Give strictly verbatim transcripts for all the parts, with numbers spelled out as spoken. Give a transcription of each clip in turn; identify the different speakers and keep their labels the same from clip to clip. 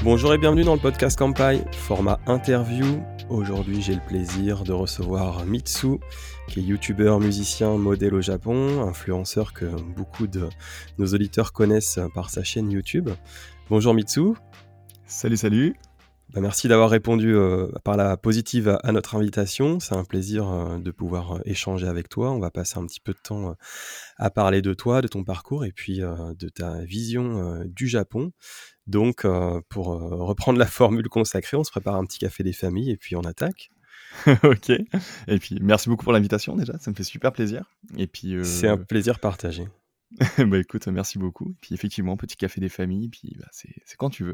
Speaker 1: Bonjour et bienvenue dans le podcast Kampai, format interview. Aujourd'hui, j'ai le plaisir de recevoir Mitsu, qui est youtubeur, musicien, modèle au Japon, influenceur que beaucoup de nos auditeurs connaissent par sa chaîne YouTube. Bonjour Mitsu.
Speaker 2: Salut, salut.
Speaker 1: Bah, merci d'avoir répondu euh, par la positive à, à notre invitation. C'est un plaisir euh, de pouvoir euh, échanger avec toi. On va passer un petit peu de temps euh, à parler de toi, de ton parcours et puis euh, de ta vision euh, du Japon. Donc, euh, pour euh, reprendre la formule consacrée, on se prépare un petit café des familles et puis on attaque.
Speaker 2: Ok. Et puis, merci beaucoup pour l'invitation déjà, ça me fait super plaisir. Et puis,
Speaker 1: C'est un
Speaker 2: euh...
Speaker 1: plaisir partagé.
Speaker 2: bah écoute, merci beaucoup. Et puis effectivement, petit café des familles, puis bah, c'est, c'est quand tu veux.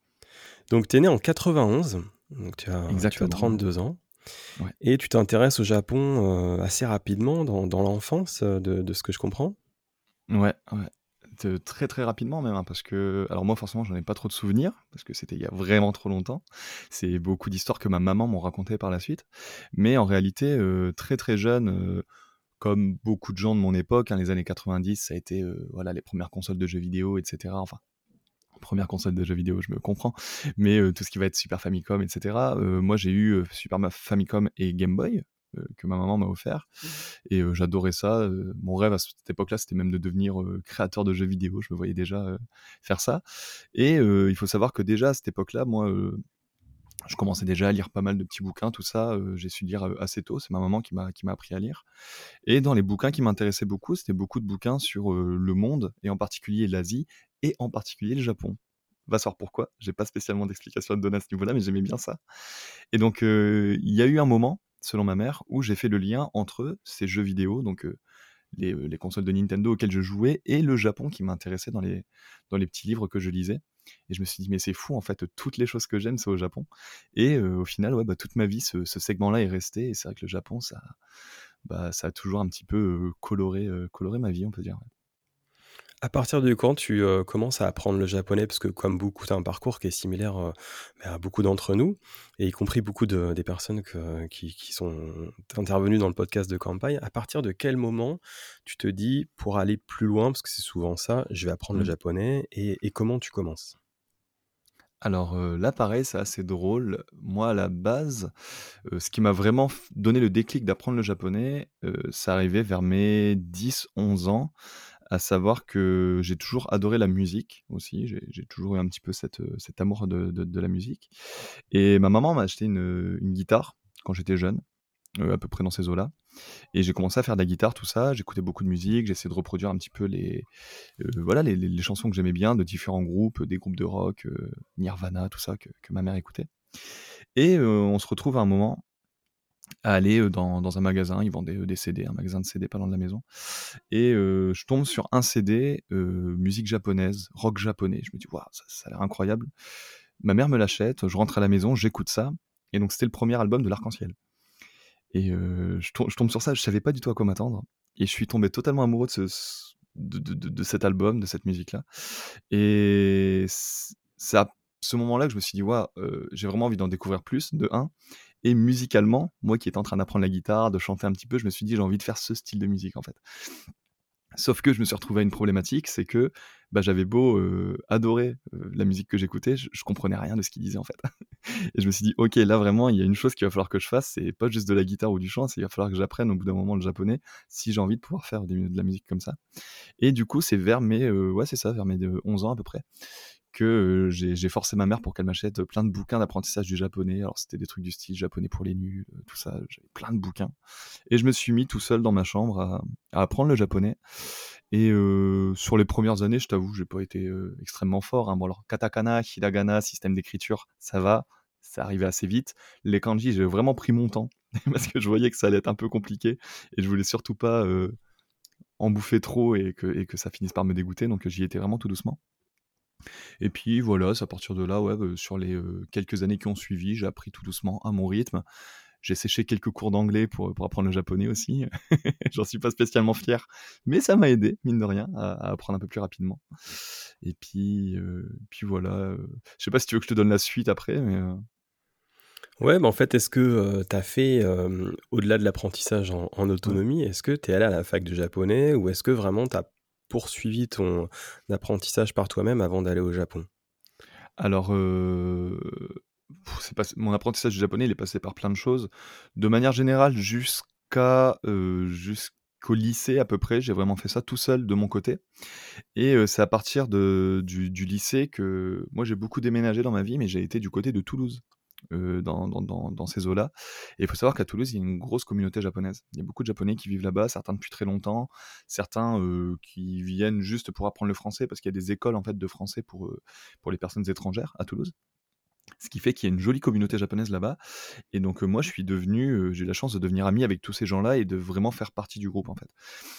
Speaker 1: Donc, tu es né en quatre-vingt-onze, donc tu as, tu as
Speaker 2: Exactement.
Speaker 1: trente-deux ans.
Speaker 2: Ouais.
Speaker 1: Et tu t'intéresses au Japon euh, assez rapidement, dans, dans l'enfance, euh, de, de ce que je comprends.
Speaker 2: Ouais, ouais. De- très très rapidement même, hein, parce que, alors moi forcément j'en ai pas trop de souvenirs, parce que c'était il y a vraiment trop longtemps. C'est beaucoup d'histoires que ma maman m'ont racontées par la suite. Mais en réalité, euh, très très jeune, euh, comme beaucoup de gens de mon époque, hein, les années quatre-vingt-dix, ça a été euh, voilà, les premières consoles de jeux vidéo, et cetera. Enfin, première console de jeux vidéo, je me comprends, mais euh, tout ce qui va être Super Famicom, et cetera. Euh, moi, j'ai eu euh, Super Famicom et Game Boy, euh, que ma maman m'a offert, et euh, j'adorais ça. Euh, mon rêve à cette époque-là, c'était même de devenir euh, créateur de jeux vidéo. Je me voyais déjà euh, faire ça. Et euh, il faut savoir que déjà à cette époque-là, moi, euh, je commençais déjà à lire pas mal de petits bouquins, tout ça. Euh, j'ai su lire euh, assez tôt. C'est ma maman qui m'a qui m'a appris à lire. Et dans les bouquins qui m'intéressaient beaucoup, c'était beaucoup de bouquins sur euh, le monde, et en particulier l'Asie, et en particulier le Japon. Va savoir pourquoi, j'ai pas spécialement d'explication à te donner à ce niveau-là, mais j'aimais bien ça. Et donc, euh, il y a eu un moment, selon ma mère, où j'ai fait le lien entre ces jeux vidéo, donc euh, les, euh, les consoles de Nintendo auxquelles je jouais, et le Japon qui m'intéressait dans les, dans les petits livres que je lisais. Et je me suis dit, mais c'est fou, en fait, toutes les choses que j'aime, c'est au Japon. Et euh, au final, ouais, bah, toute ma vie, ce, ce segment-là est resté. Et c'est vrai que le Japon, ça, bah, ça a toujours un petit peu euh, coloré, euh, coloré ma vie, on peut dire.
Speaker 1: À partir de quand tu euh, commences à apprendre le japonais? Parce que comme beaucoup, tu as un parcours qui est similaire euh, bah, à beaucoup d'entre nous, et y compris beaucoup de, des personnes que- qui, qui sont intervenues dans le podcast de Campagne. À partir de quel moment tu te dis, pour aller plus loin, parce que c'est souvent ça, je vais apprendre le
Speaker 2: Mm.
Speaker 1: japonais, et, et comment tu commences?
Speaker 2: Alors euh, là, pareil, c'est assez drôle. Moi, à la base, euh, ce qui m'a vraiment f- donné le déclic d'apprendre le japonais, euh, ça arrivait vers mes dix, onze ans, à savoir que j'ai toujours adoré la musique aussi. J'ai j'ai toujours eu un petit peu cette, euh, cet amour de, de- de la musique. Et ma maman m'a acheté une, une guitare quand j'étais jeune, euh, à peu près dans ces eaux-là. Et j'ai commencé à faire de la guitare, tout ça. J'écoutais beaucoup de musique, j'essayais de reproduire un petit peu les, euh, voilà, les, les- les chansons que j'aimais bien de différents groupes, des groupes de rock, euh, Nirvana, tout ça, que, que ma mère écoutait. Et euh, on se retrouve à un moment à aller euh, dans, dans un magasin, ils vendaient euh, des C D, un magasin de C D pas loin de la maison. Et euh, je tombe sur un C D, euh, musique japonaise, rock japonais. Je me dis, waouh, ça, ça a l'air incroyable. Ma mère me l'achète, je rentre à la maison, j'écoute ça. Et donc, c'était le premier album de l'Arc-en-Ciel. Et euh, je, tombe, je tombe sur ça, je savais pas du tout à quoi m'attendre. Et je suis tombé totalement amoureux de, ce, de, de, de- de cet album, de cette musique-là. Et c- c'est à ce moment-là que je me suis dit, waouh, euh, j'ai vraiment envie d'en découvrir plus, de un. Et musicalement, moi qui étais en train d'apprendre la guitare, de chanter un petit peu, je me suis dit, j'ai envie de faire ce style de musique, en fait. Sauf que je me suis retrouvé à une problématique, c'est que bah, j'avais beau euh, adorer euh, la musique que j'écoutais, je, je comprenais rien de ce qu'il disait, en fait. Et je me suis dit, ok, là vraiment, il y a une chose qu'il va falloir que je fasse, c'est pas juste de la guitare ou du chant, c'est qu'il va falloir que j'apprenne au bout d'un moment le japonais si j'ai envie de pouvoir faire des- de la musique comme ça. Et du coup, c'est vers mes, euh, ouais, c'est ça, vers mes euh, onze ans à peu près, que euh, j'ai j'ai forcé ma mère pour qu'elle m'achète plein de bouquins d'apprentissage du japonais. Alors, c'était des trucs du style japonais pour les nuls, euh, tout ça, j'avais plein de bouquins. Et je me suis mis tout seul dans ma chambre à, à apprendre le japonais. Et euh, sur les premières années, je t'avoue, j'ai pas été euh, extrêmement fort, hein. Bon, alors, katakana, hiragana, système d'écriture, ça va, ça arrivait assez vite. Les kanji, j'ai vraiment pris mon temps, parce que je voyais que ça allait être un peu compliqué, et je voulais surtout pas euh, en bouffer trop et que, et que ça finisse par me dégoûter, donc j'y étais vraiment tout doucement. Et puis voilà, c'est à partir de là, ouais, euh, sur les euh, quelques années qui ont suivi, j'ai appris tout doucement à mon rythme. J'ai séché quelques cours d'anglais pour, pour apprendre le japonais aussi. J'en suis pas spécialement fier, mais ça m'a aidé, mine de rien, à, à apprendre un peu plus rapidement. Et puis, euh, puis voilà. euh, Je sais pas si tu veux que je te donne la suite après, mais euh,
Speaker 1: Ouais, bah en fait, est-ce que tu as fait, euh, au-delà de l'apprentissage en, en
Speaker 2: ouais.
Speaker 1: autonomie, est-ce que tu es allé à la fac de japonais ou est-ce que vraiment tu as poursuivi ton apprentissage par toi-même avant d'aller au Japon?
Speaker 2: Alors, heu, c'est pas mon apprentissage du japonais, il est passé par plein de choses. De manière générale, jusqu'à, heu, jusqu'au lycée à peu près, j'ai vraiment fait ça tout seul de mon côté et heu, c'est à partir de du du lycée que moi j'ai beaucoup déménagé dans ma vie, mais j'ai été du côté de Toulouse, heu, dans dans dans dans ces eaux-là et il faut savoir qu'à Toulouse, il y a une grosse communauté japonaise. Il y a beaucoup de Japonais qui vivent là-bas, certains depuis très longtemps, certains, heu, qui viennent juste pour apprendre le français parce qu'il y a des écoles en fait de français pour, heu, pour les personnes étrangères à Toulouse. Ce qui fait qu'il y a une jolie communauté japonaise là-bas et donc heu, moi je suis devenu, heu, j'ai eu la chance de devenir ami avec tous ces gens-là et de vraiment faire partie du groupe, en fait.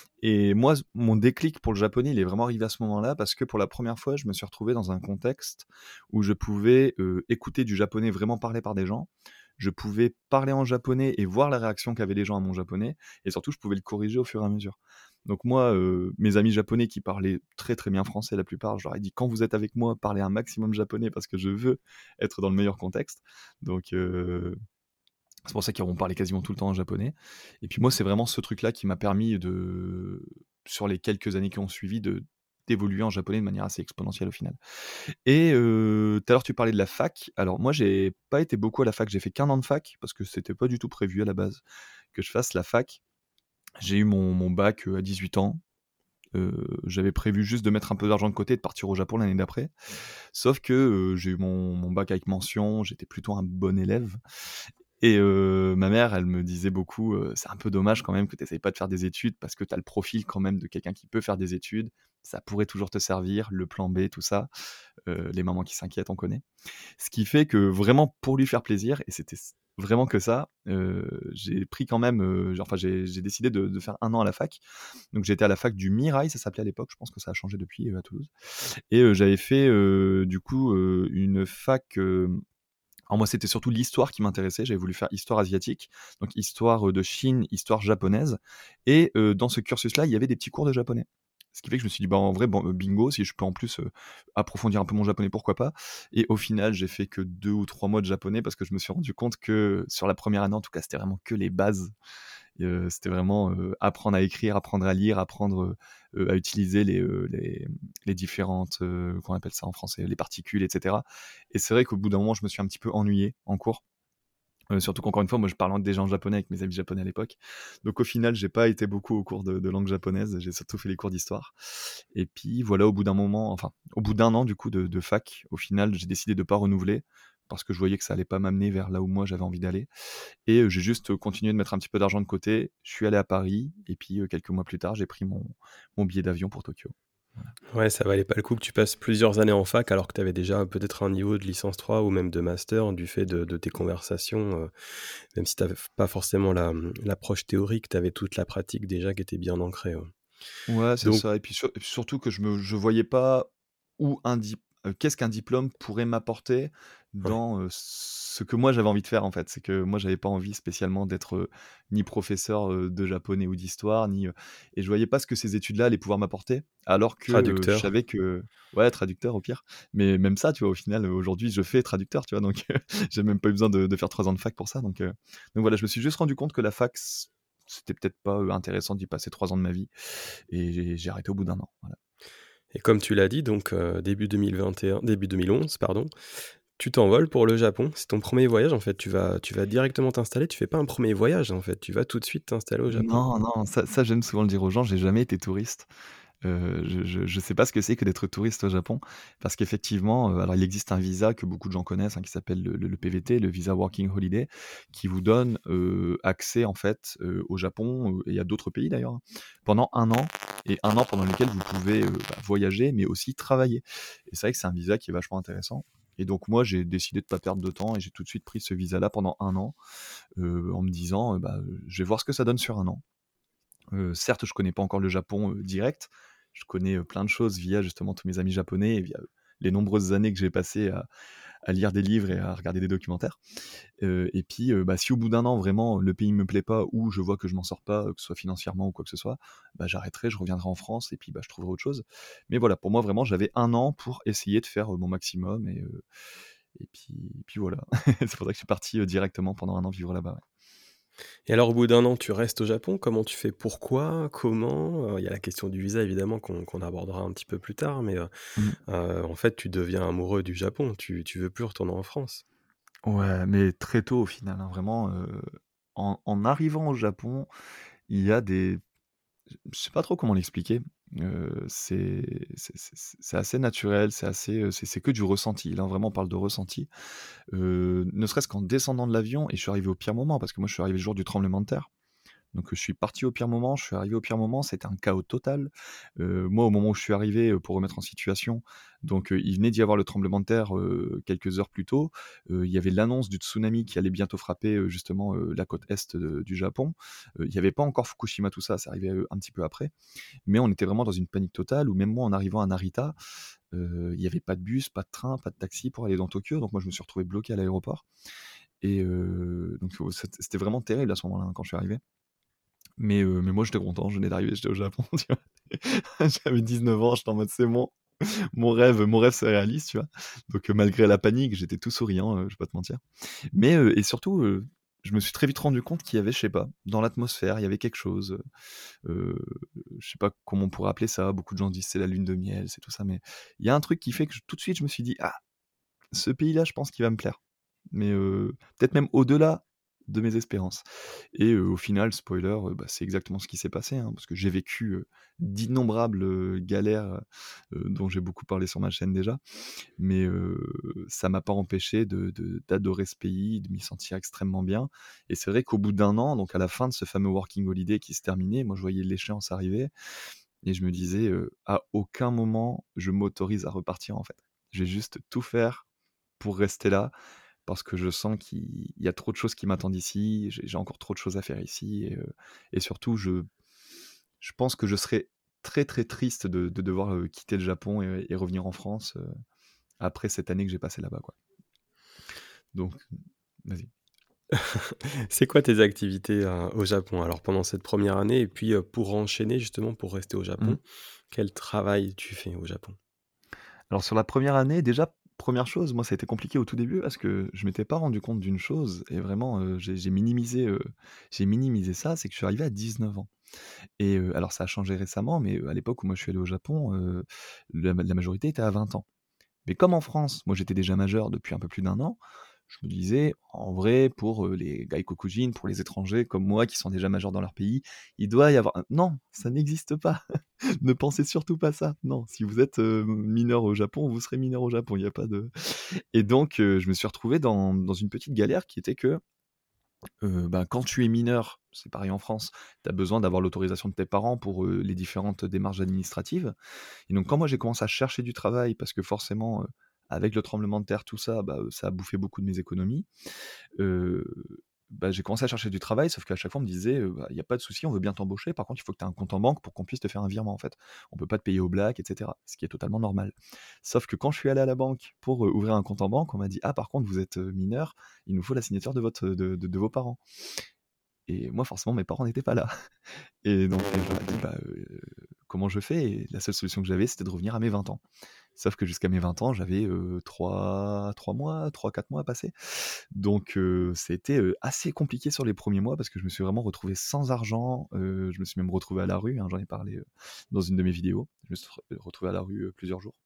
Speaker 2: Et moi z mon déclic pour le japonais, il est vraiment arrivé à ce moment-là parce que pour la première fois, je me suis retrouvé dans un contexte où je pouvais, heu, écouter du japonais vraiment parlé par des gens. Je pouvais parler en japonais et voir la réaction qu'avaient les gens à mon japonais et surtout je pouvais le corriger au fur et à mesure. Donc moi, heu, mes amis japonais qui parlaient très, très bien français la plupart, je leur ai dit: «Quand vous êtes avec moi, parlez un maximum japonais parce que je veux être dans le meilleur contexte». Donc heu, c'est pour ça qu'ils vont parler quasiment tout le temps en japonais et puis moi, c'est vraiment ce truc-là qui m'a permis de sur les quelques années qui ont suivi, de d'évoluer en japonais de manière assez exponentielle au final. Et heu, tout à l'heure tu parlais de la fac. Alors moi, j'ai pas été beaucoup à la fac, j'ai fait qu'un an de fac parce que c'était pas du tout prévu à la base que je fasse la fac. J'ai eu mon mon bac, heu, à dix-huit ans. Heu, j'avais prévu juste de mettre un peu d'argent de côté et de partir au Japon l'année d'après. Sauf que, heu, j'ai eu mon mon bac avec mention, j'étais plutôt un bon élève et heu, ma mère, elle me disait beaucoup, heu: «C'est un peu dommage quand même que tu essayes pas de faire des études parce que tu as le profil quand même de quelqu'un qui peut faire des études. Ça pourrait toujours te servir, le plan B, tout ça». Heu, les mamans qui s'inquiètent, on connaît. Ce qui fait que vraiment pour lui faire plaisir et c'était s vraiment que ça, heu, j'ai pris quand même, heu, genre enfin j'ai j'ai décidé de de faire un an à la fac. Donc j'étais à la fac du Mirail, ça s'appelait à l'époque, je pense que ça a changé depuis, heu, à Toulouse et heu, j'avais fait, heu, du coup, heu, une fac, hem alors moi c'était surtout l'histoire qui m'intéressait, j'avais voulu faire histoire asiatique, donc histoire, heu, de Chine, histoire japonaise et heu, dans ce cursus-là, il y avait des petits cours de japonais. Ce qui fait que je me suis dit: «Bah, en vrai, bon, heu, bingo, si je peux en plus, heu, approfondir un peu mon japonais, pourquoi pas?» Et au final, j'ai fait que deux ou trois mois de japonais parce que je me suis rendu compte que sur la première année, en tout cas, c'était vraiment que les bases. Et heu, c'était vraiment, heu, apprendre à écrire, apprendre à lire, apprendre, heu heu, à utiliser les, heu, les, mmh, les différentes, heu, comment on appelle ça en français? Les particules et cetera. Et c'est vrai qu'au bout d'un moment, je me suis un petit peu ennuyé en cours. Heu, surtout qu'encore une fois, moi, je parlais déjà en japonais avec mes amis japonais à l'époque. Donc au final, j'ai pas été beaucoup aux cours de de langue japonaise, j'ai surtout fait les cours d'histoire. Et puis voilà, au bout d'un moment, enfin, au bout d'un an du coup de de fac, au final, j'ai décidé de pas renouveler parce que je voyais que ça allait pas m'amener vers là où moi j'avais envie d'aller et heu, j'ai juste, continué de mettre un petit peu d'argent de côté. Je suis allé à Paris et puis, heu, quelques mois plus tard, j'ai pris mon mon billet d'avion pour Tokyo. Voilà.
Speaker 1: Ouais, ça valait pas le coup que tu passes plusieurs années en fac alors que tu avais déjà peut-être un niveau de licence trois ou même de master du fait de de tes conversations, heu, même si tu avais pas forcément la, mmh, l'approche théorique, tu avais toute la pratique déjà qui était bien ancrée, ouais.
Speaker 2: Ouais, c'est
Speaker 1: Donc
Speaker 2: ça et puis sur et puis surtout que je me je voyais pas où un dip heu, qu'est-ce qu'un diplôme pourrait m'apporter
Speaker 1: ouais.
Speaker 2: dans, heu, ce que moi j'avais envie de faire, en fait. C'est que moi j'avais pas envie spécialement d'être, heu, ni professeur, heu, de japonais ou d'histoire, ni, heu et je voyais pas ce que ces études-là allaient pouvoir m'apporter. Alors que, heu, je
Speaker 1: Traducteur.
Speaker 2: savais que ouais, traducteur au pire, mais même ça, tu vois, au final, heu, aujourd'hui, je fais traducteur, tu vois? Donc j'ai même pas eu besoin de de faire trois ans de fac pour ça, donc heu, donc voilà, je me suis juste rendu compte que la fac, c c'était peut-être pas, heu, intéressant d'y passer trois ans de ma vie et j'ai j'ai arrêté au bout d'un an, voilà.
Speaker 1: Et comme tu l'as dit donc heu, début deux mille vingt et un début deux mille onze pardon, tu t'envoles pour le Japon. C'est ton premier voyage en fait, tu vas tu vas directement t'installer, tu fais pas un premier voyage en fait, tu vas tout de suite t'installer au Japon?
Speaker 2: Non, non, ça ça j'aime souvent le dire aux gens, j'ai jamais été touriste. Heu, je je je sais pas ce que c'est que d'être touriste au Japon parce qu'effectivement, heu, alors il existe un visa que beaucoup de gens connaissent, hein, qui s'appelle le le le P V T, le Visa Working Holiday, qui vous donne, heu, accès en fait, heu, au Japon, heu et à d'autres pays d'ailleurs, hein, pendant un an et un an pendant lequel vous pouvez, heu, bah, voyager mais aussi travailler et c'est vrai que c'est un visa qui est vachement intéressant et donc moi j'ai décidé de pas perdre de temps et j'ai tout de suite pris ce visa-là pendant un an, heu, en me disant, heu, bah, heu: «Je vais voir ce que ça donne sur un an». Heu, certes, je connais pas encore le Japon, heu, direct. Je connais, heu, plein de choses via justement tous mes amis japonais et via, heu, les nombreuses années que j'ai passées à à lire des livres et à regarder des documentaires. Heu et puis, heu, bah, si au bout d'un an vraiment le pays me plaît pas ou je vois que je m'en sors pas, heu, que ce soit financièrement ou quoi que ce soit, bah, j'arrêterai, je reviendrai en France et puis, bah, je trouverai autre chose. Mais voilà, pour moi vraiment j'avais un an pour essayer de faire, heu, mon maximum et heu et puis puis voilà. C'est pour ça que je suis parti, heu, directement pendant un an vivre là-bas, ouais.
Speaker 1: Et alors au bout d'un an, tu restes au Japon, comment tu fais? Pourquoi? Comment? Heu, il y a la question du visa évidemment qu'on qu'on abordera un petit peu plus tard, mais heu
Speaker 2: Mmh.
Speaker 1: heu, en fait, tu deviens amoureux du Japon, tu tu veux plus retourner en France?
Speaker 2: Ouais, mais très tôt au final, hein, vraiment, heu, en en arrivant au Japon, il y a des je sais pas trop comment l'expliquer, heu, c'est c'est c'est c'est c'est assez naturel, c'est assez, heu, c'est c'est que du ressenti. Là, vraiment, on parle de ressenti. Heu, ne serait-ce qu'en descendant de l'avion et je suis arrivé au pire moment parce que moi, je suis arrivé le jour du tremblement de terre. Donc, heu, je suis parti au pire moment, je suis arrivé au pire moment, c'était un chaos total. Heu, moi, au moment où je suis arrivé, heu, pour remettre en situation, donc, heu, il venait d'y avoir le tremblement de terre, heu, quelques heures plus tôt. Heu, il y avait l'annonce du tsunami qui allait bientôt frapper, heu, justement, heu, la côte est de du Japon. Heu, il y avait pas encore Fukushima, tout ça, c'est arrivé, heu, un petit peu après. Mais on était vraiment dans une panique totale où même moi, en arrivant à Narita, heu, il y avait pas de bus, pas de train, pas de taxi pour aller dans Tokyo. Donc moi, je me suis retrouvé bloqué à l'aéroport et heu, donc, heu, c'ét c'était vraiment terrible à ce moment-là, hein, quand je suis arrivé. Mais heu, mais moi j'étais content, je venais d'arriver, j'étais au Japon, tu vois? J'avais dix-neuf ans, j'étais en mode: «C'est bon, mon rêve mon rêve se réalise», tu vois? Donc heu, malgré la panique, j'étais tout souriant, heu, je vais pas te mentir. Mais heu et surtout, heu, je me suis très vite rendu compte qu'il y avait, je sais pas, dans l'atmosphère, il y avait quelque chose, heu heu, je sais pas comment on pourrait appeler ça, beaucoup de gens disent: «C'est la lune de miel», c'est tout ça, mais il y a un truc qui fait que j tout de suite je me suis dit: «Ah, ce pays-là, je pense qu'il va me plaire». Mais heu, peut-être même au-delà de mes espérances et heu, au final, spoiler, heu, bah, c'est exactement ce qui s'est passé, hein, parce que j'ai vécu, heu, d'innombrables, heu, galères, heu, dont j'ai beaucoup parlé sur ma chaîne déjà. Mais heu, ça m'a pas empêché de de d'adorer ce pays, de m'y sentir extrêmement bien et c'est vrai qu'au bout d'un an, donc à la fin de ce fameux working holiday qui se terminait, moi je voyais l'échéance arriver et je me disais, heu: «À aucun moment je m'autorise à repartir, en fait. Je vais juste tout faire pour rester là, parce que je sens qu'il y a trop de choses qui m'attendent ici, j'ai j'ai encore trop de choses à faire ici et heu et surtout je je pense que je serais très, très triste de de devoir, heu, quitter le Japon et et revenir en France, heu, après cette année que j'ai passée là-bas, quoi». Donc vas-y.
Speaker 1: C'est quoi tes activités, heu, au Japon? Alors pendant cette première année et puis, heu, pour enchaîner justement, pour rester au
Speaker 2: Mmh.
Speaker 1: Japon, quel travail tu fais au Japon?
Speaker 2: Alors sur la première année, déjà, première chose, moi ça a été compliqué au tout début parce que je m'étais pas rendu compte d'une chose et vraiment, heu, j'ai j'ai minimisé, heu, j'ai minimisé ça, c'est que je suis arrivé à dix-neuf ans et heu, alors ça a changé récemment, mais heu, à l'époque où moi je suis allé au Japon, heu, la la majorité était à vingt ans. Mais comme en France, moi j'étais déjà majeur depuis un peu plus d'un an, je me disais, en vrai, pour, heu, les gaikokujin, pour les étrangers comme moi qui sont déjà majeurs dans leur pays, il doit y avoir un non, ça n'existe pas. Ne pensez surtout pas ça. Non, si vous êtes, heu, mineur au Japon, vous serez mineur au Japon, il y a pas de et donc heu, je me suis retrouvé dans dans une petite galère qui était que, heu, bah, quand tu es mineur, c'est pareil en France, tu as besoin d'avoir l'autorisation de tes parents pour, heu, les différentes démarches administratives et donc quand moi j'ai commencé à chercher du travail parce que forcément, heu, avec le tremblement de terre, tout ça, bah, heu, ça a bouffé beaucoup de mes économies, heu, bah, j'ai commencé à chercher du travail, sauf qu'à chaque fois on me disait, heu: «Bah, il y a pas de souci, on veut bien t'embaucher, par contre il faut que tu aies un compte en banque pour qu'on puisse te faire un virement, en fait. On peut pas te payer au black et cetera», ce qui est totalement normal. Sauf que quand je suis allé à la banque pour, heu, ouvrir un compte en banque, on m'a dit: «Ah par contre vous êtes, heu, mineur, il nous faut la signature de votre de de de vos parents» et moi forcément mes parents n'étaient pas là et donc je leur ai dit: «Bah, heu, comment je fais?» et la seule solution que j'avais, c'était de revenir à mes vingt ans. Sauf que jusqu'à mes vingt ans, j'avais, heu, trois 3 mois, trois quatre mois à passer. Donc heu, c'était, heu, assez compliqué sur les premiers mois parce que je me suis vraiment retrouvé sans argent, heu, je me suis même retrouvé à la rue, hein, j'en ai parlé, heu, dans une de mes vidéos. Je me suis re retrouvé à la rue, heu, plusieurs jours.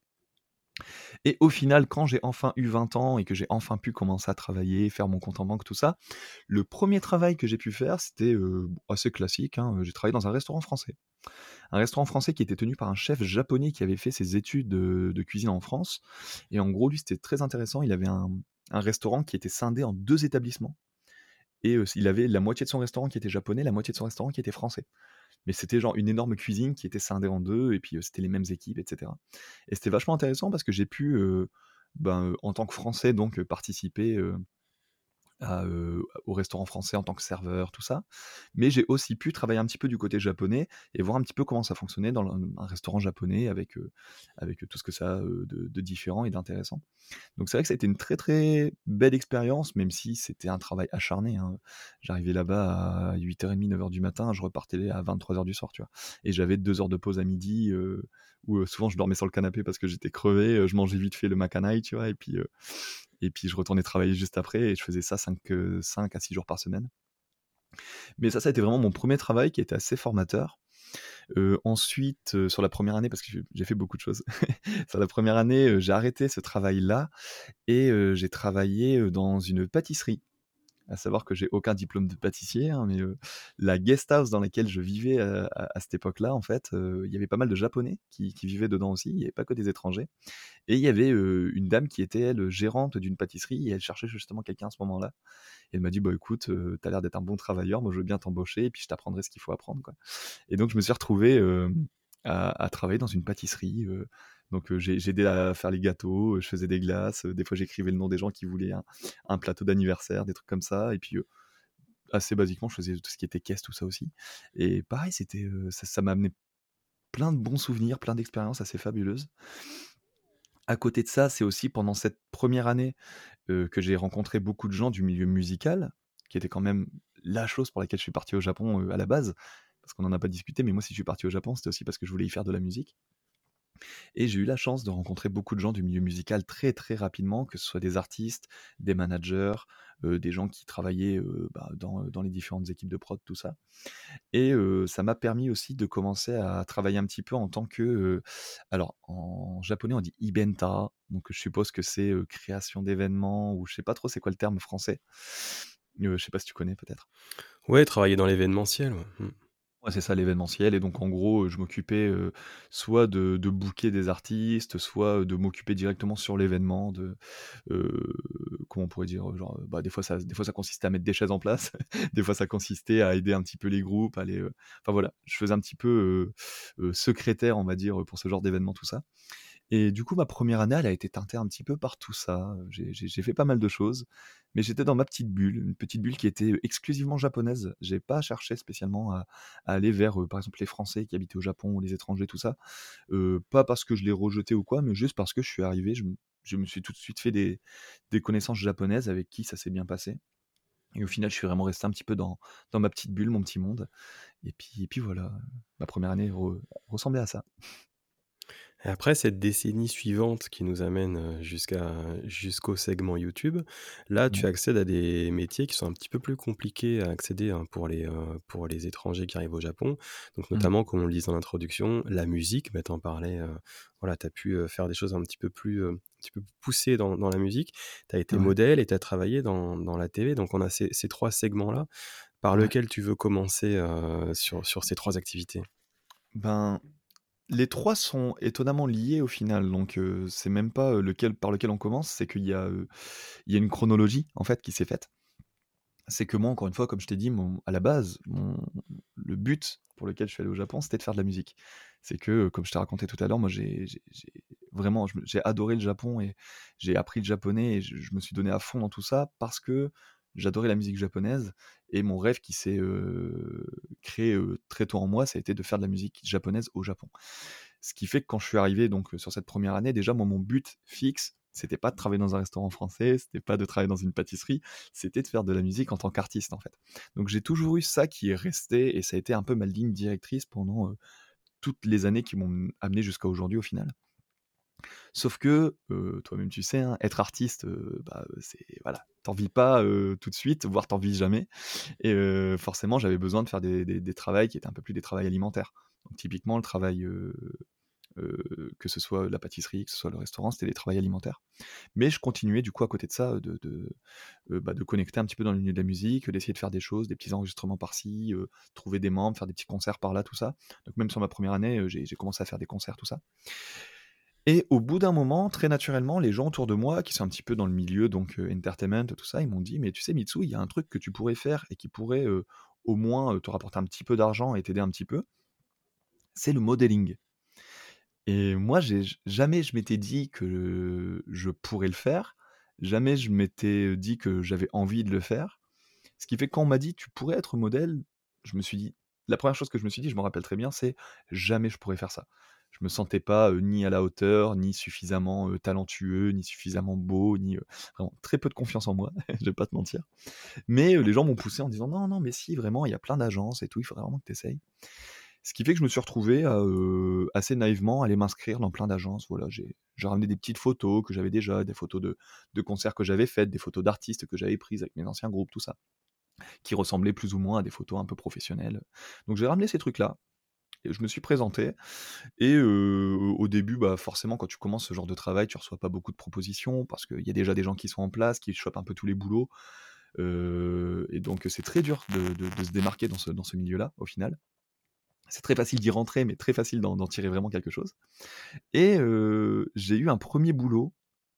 Speaker 2: Et au final, quand j'ai enfin eu vingt ans et que j'ai enfin pu commencer à travailler, faire mon compte en banque, tout ça, le premier travail que j'ai pu faire, c'était, heu, assez classique, hein, j'ai travaillé dans un restaurant français. Un restaurant français qui était tenu par un chef japonais qui avait fait ses études, heu, de cuisine en France et en gros, lui, c'était très intéressant. Il avait un un restaurant qui était scindé en deux établissements et heu, s il avait la moitié de son restaurant qui était japonais, la moitié de son restaurant qui était français. Mais c'était genre une énorme cuisine qui était scindée en deux et puis, heu, c'était les mêmes équipes et cetera et c'était vachement intéressant parce que j'ai pu, heu, ben, heu, en tant que Français donc, heu, participer, heu à, heu, au restaurant français en tant que serveur, tout ça. Mais j'ai aussi pu travailler un petit peu du côté japonais et voir un petit peu comment ça fonctionnait dans le un restaurant japonais avec, heu, avec tout ce que ça a, heu, de de différent et d'intéressant. Donc c'est vrai que ça a été une très, très belle expérience, même si c'était un travail acharné, hein. J'arrivais là-bas à huit heures trente, neuf heures du matin, je repartais à vingt-trois heures du soir, tu vois? Et j'avais deux heures de pause à midi, heu, où, heu, souvent je dormais sur le canapé parce que j'étais crevé, heu, je mangeais vite fait le makanae, tu vois? Et puis, heu et puis je retournais travailler juste après et je faisais ça cinq, heu, cinq à six jours par semaine. Mais ça, ça a été vraiment mon premier travail qui était assez formateur. Heu, ensuite, heu, sur la première année parce que j'ai j'ai fait beaucoup de choses. Sur la première année, heu, j'ai arrêté ce travail-là et heu, j'ai travaillé, heu, dans une pâtisserie. À savoir que j'ai aucun diplôme de pâtissier, hein, mais heu, la guest house dans laquelle je vivais, heu, à à cette époque-là, en fait, heu, il y avait pas mal de Japonais qui qui vivaient dedans aussi, il y avait pas que des étrangers et il y avait, heu, une dame qui était, elle, gérante d'une pâtisserie et elle cherchait justement quelqu'un à ce moment-là et elle m'a dit: «Bah, écoute, heu, tu as l'air d'être un bon travailleur, moi je veux bien t'embaucher et puis je t'apprendrai ce qu'il faut apprendre, quoi». Et donc je me suis retrouvé, hem, à à travailler dans une pâtisserie, heu, donc heu, j'ai j'ai aidé à faire les gâteaux, heu, je faisais des glaces, heu, des fois j'écrivais le nom des gens qui voulaient un un plateau d'anniversaire, des trucs comme ça et puis, heu, assez basiquement, je faisais tout ce qui était caisse, tout ça aussi et pareil, c'était, heu, ça ça m'a amené plein de bons souvenirs, plein d'expériences assez fabuleuses. À côté de ça, c'est aussi pendant cette première année, heu, que j'ai rencontré beaucoup de gens du milieu musical, qui était quand même la chose pour laquelle je suis parti au Japon, heu, à la base. Parce qu'on n'en a pas discuté, mais moi, si je suis parti au Japon, c'était aussi parce que je voulais y faire de la musique et j'ai eu la chance de rencontrer beaucoup de gens du milieu musical très, très rapidement, que ce soit des artistes, des managers, heu, des gens qui travaillaient, heu, bah, dans, dans les différentes équipes de prod, tout ça et heu, ça m'a permis aussi de commencer à travailler un petit peu en tant que, heu, alors en japonais on dit ibenta, donc je suppose que c'est, heu, création d'événements ou je sais pas trop c'est quoi le terme français? Heu, je sais pas si tu connais peut-être?
Speaker 1: Ouais, travailler dans l'événementiel, ouais. Mmh.
Speaker 2: Ouais, c'est ça l'événementiel et donc en gros, heu, je m'occupais, heu, soit de de booker des artistes, soit, heu, de m'occuper directement sur l'événement de, heu, comment on pourrait dire? Genre, heu, bah, des fois ça des fois ça consistait à mettre des chaises en place, des fois ça consistait à aider un petit peu les groupes, à les, heu enfin voilà, je faisais un petit peu, heu heu, secrétaire, on va dire, pour ce genre d'événement, tout ça. Et du coup, ma première année, elle a été teintée un petit peu par tout ça, j'ai j'ai j'ai fait pas mal de choses, mais j'étais dans ma petite bulle, une petite bulle qui était, exclusivement japonaise. J'ai pas cherché spécialement à à aller vers, heu, par exemple, les Français qui habitaient au Japon ou les étrangers, tout ça. Heu, pas parce que je les rejetais ou quoi, mais juste parce que je suis arrivé, je me je me suis tout de suite fait des des connaissances japonaises avec qui ça s'est bien passé et au final, je suis vraiment resté un petit peu dans dans ma petite bulle, mon petit monde et puis et puis voilà, ma première année re ressemblait à ça.
Speaker 1: Et après cette décennie suivante qui nous amène, heu, jusqu'à jusqu'au segment YouTube, là, tu
Speaker 2: Ouais.
Speaker 1: accèdes à des métiers qui sont un petit peu plus compliqués à accéder, hein, pour les, heu, pour les étrangers qui arrivent au Japon. Donc
Speaker 2: Mmh.
Speaker 1: notamment, comme on le disait dans l'introduction, la musique, bah, tu en parlais, heu, voilà, tu as pu, heu, faire des choses un petit peu plus, heu, un petit peu plus poussées dans dans la musique. Tu as été
Speaker 2: Ouais,
Speaker 1: modèle et tu as travaillé dans dans la T V. Donc on a ces ces trois segments-là. Par
Speaker 2: ouais.
Speaker 1: lequel tu veux commencer, heu, sur sur ces trois activités?
Speaker 2: Ben, les trois sont étonnamment liés au final, donc heu, c'est même pas, heu, lequel par lequel on commence, c'est qu'il y a, heu, il y a une chronologie en fait qui s'est faite. C'est que moi, encore une fois, comme je t'ai dit, mon à la base, mon le but pour lequel je suis allé au Japon, c'était de faire de la musique. C'est que, heu, comme je t'ai raconté tout à l'heure, moi j'ai j'ai j'ai vraiment je me j'ai adoré le Japon et j'ai appris le japonais et je je me suis donné à fond dans tout ça parce que j'adorais la musique japonaise et mon rêve qui s'est, heu, créé, heu, très tôt en moi, ça a été de faire de la musique japonaise au Japon. Ce qui fait que quand je suis arrivé donc, heu, sur cette première année, déjà moi mon but fixe, c'était pas de travailler dans un restaurant français, c'était pas de travailler dans une pâtisserie, c'était de faire de la musique en tant qu'artiste, en fait. Donc j'ai toujours eu ça qui est resté et ça a été un peu ma ligne directrice pendant, heu, toutes les années qui m'ont amené jusqu'à aujourd'hui au final. Sauf que, heu, toi-même tu sais, hein, être artiste, heu, bah, heu, c'est voilà, tu en vis pas, heu, tout de suite, voire tu en vis jamais et heu, forcément j'avais besoin de faire des des des travails qui étaient un peu plus des travails alimentaires. Donc typiquement le travail, heu heu, que ce soit la pâtisserie, que ce soit le restaurant, c'était des travails alimentaires. Mais je continuais du coup à côté de ça, de de, heu, bah, de connecter un petit peu dans le milieu de la musique, d'essayer de faire des choses, des petits enregistrements par-ci, heu, trouver des membres, faire des petits concerts par là, tout ça. Donc même sur ma première année, heu, j'ai j'ai commencé à faire des concerts, tout ça. Et au bout d'un moment, très naturellement, les gens autour de moi, qui sont un petit peu dans le milieu donc heu, entertainment, tout ça, ils m'ont dit: «Mais tu sais Mitsu, il y a un truc que tu pourrais faire et qui pourrait, heu, au moins, heu, te rapporter un petit peu d'argent et t'aider un petit peu, c'est le modeling». Et moi, j'ai j jamais je m'étais dit que je pourrais le faire, jamais je m'étais dit que j'avais envie de le faire. Ce qui fait que quand on m'a dit: «Tu pourrais être modèle», je me suis dit la première chose que je me suis dit, je m'en rappelle très bien, c'est: «Jamais je pourrais faire ça». Je me sentais pas, heu, ni à la hauteur, ni suffisamment, heu, talentueux, ni suffisamment beau, ni, heu, vraiment très peu de confiance en moi, je vais pas te mentir. Mais, heu, les gens m'ont poussé en disant: «Non, non, mais si, vraiment, il y a plein d'agences et tout, il faudrait vraiment que tu essayes». Ce qui fait que je me suis retrouvé à, heu, assez naïvement aller m'inscrire dans plein d'agences. Voilà, j'ai j'ai ramené des petites photos que j'avais déjà, des photos de de concerts que j'avais faites, des photos d'artistes que j'avais prises avec mes anciens groupes, tout ça. qui ressemblaient plus ou moins à des photos un peu professionnelles. Donc j'ai ramené ces trucs-là et je me suis présenté et heu, au début, bah, forcément quand tu commences ce genre de travail, tu reçois pas beaucoup de propositions parce qu'il y a déjà des gens qui sont en place, qui chopent un peu tous les boulots, heu et donc c'est très dur de de de se démarquer dans ce dans ce milieu-là, au final. C'est très facile d'y rentrer, mais très facile d'en d'en tirer vraiment quelque chose et heu, j'ai eu un premier boulot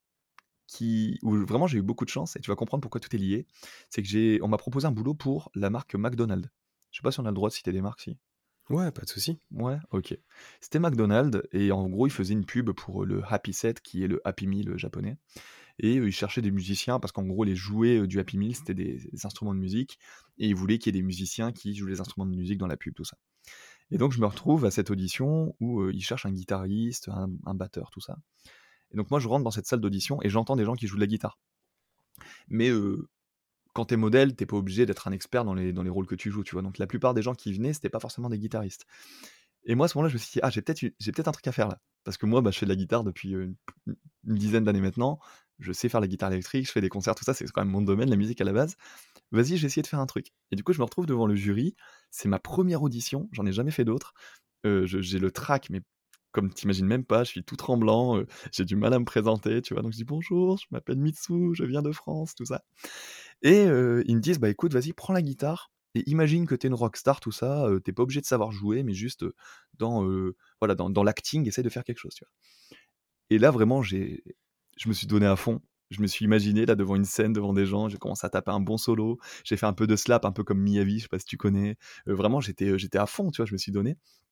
Speaker 2: qui où vraiment j'ai eu beaucoup de chance et tu vas comprendre pourquoi tout est lié. C'est que j'ai on m'a proposé un boulot pour la marque McDonald's. Je sais pas si on a le droit de citer des marques, si?
Speaker 1: Ouais, pas de souci.
Speaker 2: Ouais, OK. C'était McDonald's et en gros, ils faisaient une pub pour, le Happy Set qui est le Happy Meal, japonais et heu, ils cherchaient des musiciens parce qu'en gros les jouets, heu, du Happy Meal, c'était des des instruments de musique et ils voulaient qu'il y ait des musiciens qui jouent les instruments de musique dans la pub, tout ça et donc je me retrouve à cette audition où, heu, ils cherchent un guitariste, un un batteur, tout ça et donc moi je rentre dans cette salle d'audition et j'entends des gens qui jouent de la guitare. Mais, heu, quand tu es modèle, tu es pas obligé d'être un expert dans les dans les rôles que tu joues, tu vois? Donc la plupart des gens qui venaient, c'était pas forcément des guitaristes. Et moi, à ce moment-là, je me suis dit: «Ah, j'ai peut-être u j'ai peut-être un truc à faire là». Parce que moi, bah, je fais de la guitare depuis, heu, une une dizaine d'années maintenant. Je sais faire la guitare électrique, je fais des concerts, tout ça, c'est quand même mon domaine, la musique à la base. Vas-y, j'ai essayé de faire un truc. Et du coup, je me retrouve devant le jury. C'est ma première audition, j'en ai jamais fait d'autres. Heu, je j'ai le trac, mais comme tu imagines même pas, je suis tout tremblant, heu, j'ai du mal à me présenter, tu vois? Donc je dis: «Bonjour, je m'appelle Mitsou, je viens de France», tout ça. Et heu, ils me disent: «Bah, écoute, vas-y, prends la guitare et imagine que tu es une rockstar, tout ça, heu, tu es pas obligé de savoir jouer, mais juste, heu, dans, heu, voilà, dans dans l'acting, essaie de faire quelque chose», tu vois? Et là, vraiment, j'ai je me suis donné à fond. Je me suis imaginé là devant une scène, devant des gens, j'ai commencé à taper un bon solo. J'ai fait un peu de slap, un peu comme Miyavi, je sais pas si tu connais. Heu, vraiment, j'étais, heu, j'étais à fond, tu vois? Je me suis donné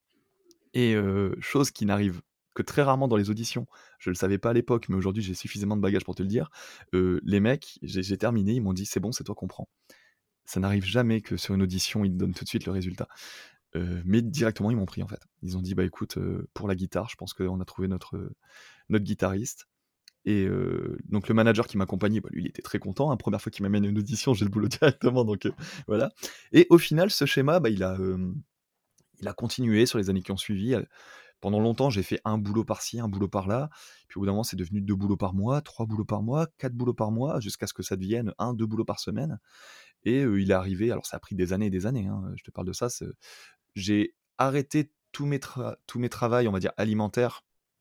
Speaker 2: et heu, chose qui n'arrive que très rarement dans les auditions. Je le savais pas à l'époque, mais aujourd'hui, j'ai suffisamment de bagages pour te le dire. Heu, les mecs, j'ai j'ai terminé, ils m'ont dit: «C'est bon, c'est toi qu'on prend». Ça n'arrive jamais que sur une audition, ils te donnent tout de suite le résultat. Heu, mais directement, ils m'ont pris, en fait. Ils ont dit: «Bah, écoute, heu, pour la guitare, je pense qu'on a trouvé notre, heu, notre guitariste» et heu, donc le manager qui m'accompagnait, bah, lui, il était très content, hein. première fois qu'il m'amène à une audition, j'ai le boulot directement, donc heu, voilà et au final, ce schéma, bah, il a, hem, il a continué sur les années qui ont suivi. Heu, pendant longtemps, j'ai fait un boulot par-ci, un boulot par-là, puis au bout d'un moment, c'est devenu deux boulots par mois, trois boulots par mois, quatre boulots par mois, jusqu'à ce que ça devienne un, deux boulots par semaine et heu, il est arrivé alors ça a pris des années et des années, hein, je te parle de ça, ce j'ai arrêté tous mes tra tous mes travails, on va dire alimentaires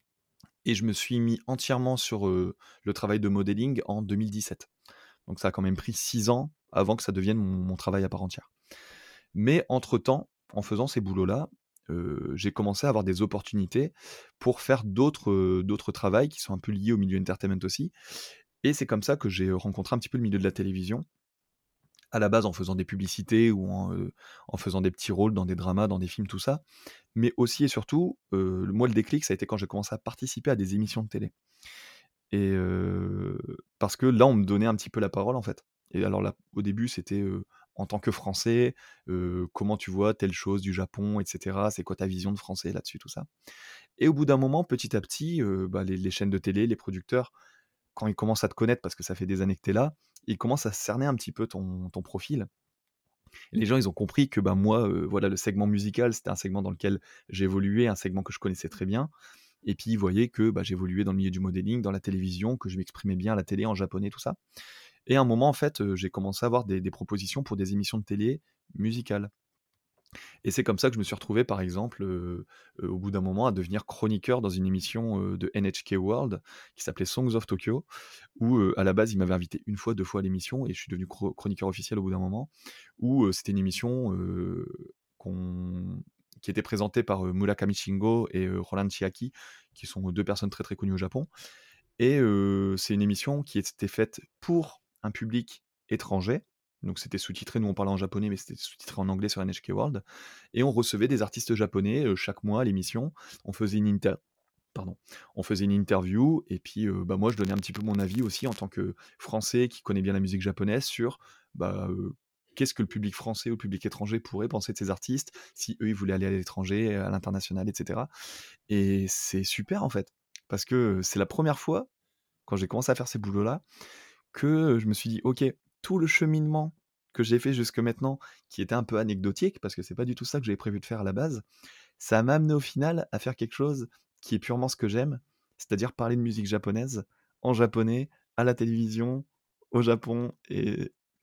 Speaker 2: et je me suis mis entièrement sur, heu, le travail de modeling en deux mille dix-sept. Donc ça a quand même pris six ans avant que ça devienne mon mon travail à part entière. Mais entre-temps, en faisant ces boulots-là, heu, j'ai commencé à avoir des opportunités pour faire d'autres, heu, d'autres travails qui sont un peu liés au milieu entertainment aussi et c'est comme ça que j'ai rencontré un petit peu le milieu de la télévision. À la base en faisant des publicités ou en, heu, en faisant des petits rôles dans des dramas, dans des films, tout ça. Mais aussi et surtout, heu, moi le déclic, ça a été quand j'ai commencé à participer à des émissions de télé. Et heu, parce que là, on me donnait un petit peu la parole, en fait. Et alors là, au début, c'était, heu, en tant que Français, heu, comment tu vois telle chose du Japon et cetera? C'est quoi ta vision de Français là-dessus, tout ça? Et au bout d'un moment, petit à petit, heu, bah, les les chaînes de télé, les producteurs, quand ils commencent à te connaître parce que ça fait des années que tu es là, ils commencent à cerner un petit peu ton ton profil. Et les gens, ils ont compris que, bah, moi, heu, voilà, le segment musical, c'était un segment dans lequel j'évoluais, un segment que je connaissais très bien. Et puis, ils voyaient que, bah, j'évoluais dans le milieu du modeling, dans la télévision, que je m'exprimais bien à la télé en japonais, tout ça. Et à un moment, en fait, heu, j'ai commencé à avoir des des propositions pour des émissions de télé musicales. Et c'est comme ça que je me suis retrouvé, par exemple, heu heu, au bout d'un moment, à devenir chroniqueur dans une émission, heu, de N H K World qui s'appelait Songs of Tokyo, où, heu, à la base, ils m'avaient invité une fois, deux fois à l'émission et je suis devenu chro chroniqueur officiel au bout d'un moment, où, heu, c'était une émission, heu, qu'on qui était présentée par, heu, Murakami Shingo et heu, Roland Chiaki, qui sont deux personnes très, très connues au Japon et heu, c'est une émission qui était faite pour un public étranger, donc c'était sous-titré, nous on parlait en japonais, mais c'était sous-titré en anglais sur N H K World et on recevait des artistes japonais, heu, chaque mois à l'émission. On faisait une inter pardon, on faisait une interview et puis, heu, bah, moi je donnais un petit peu mon avis aussi en tant que Français qui connaît bien la musique japonaise sur, bah, heu, qu'est-ce que le public français ou le public étranger pourrait penser de ces artistes, si eux ils voulaient aller à l'étranger, à l'international et cetera et c'est super en fait, parce que, heu, c'est la première fois, quand j'ai commencé à faire ces boulots-là, que, je me suis dit: «OK, tout le cheminement que j'ai fait jusque maintenant, qui était un peu anecdotique, parce que c'est pas du tout ça que j'avais prévu de faire à la base, ça m'a amené au final à faire quelque chose qui est purement ce que j'aime, c'est-à-dire parler de musique japonaise, en japonais, à la télévision, au Japon et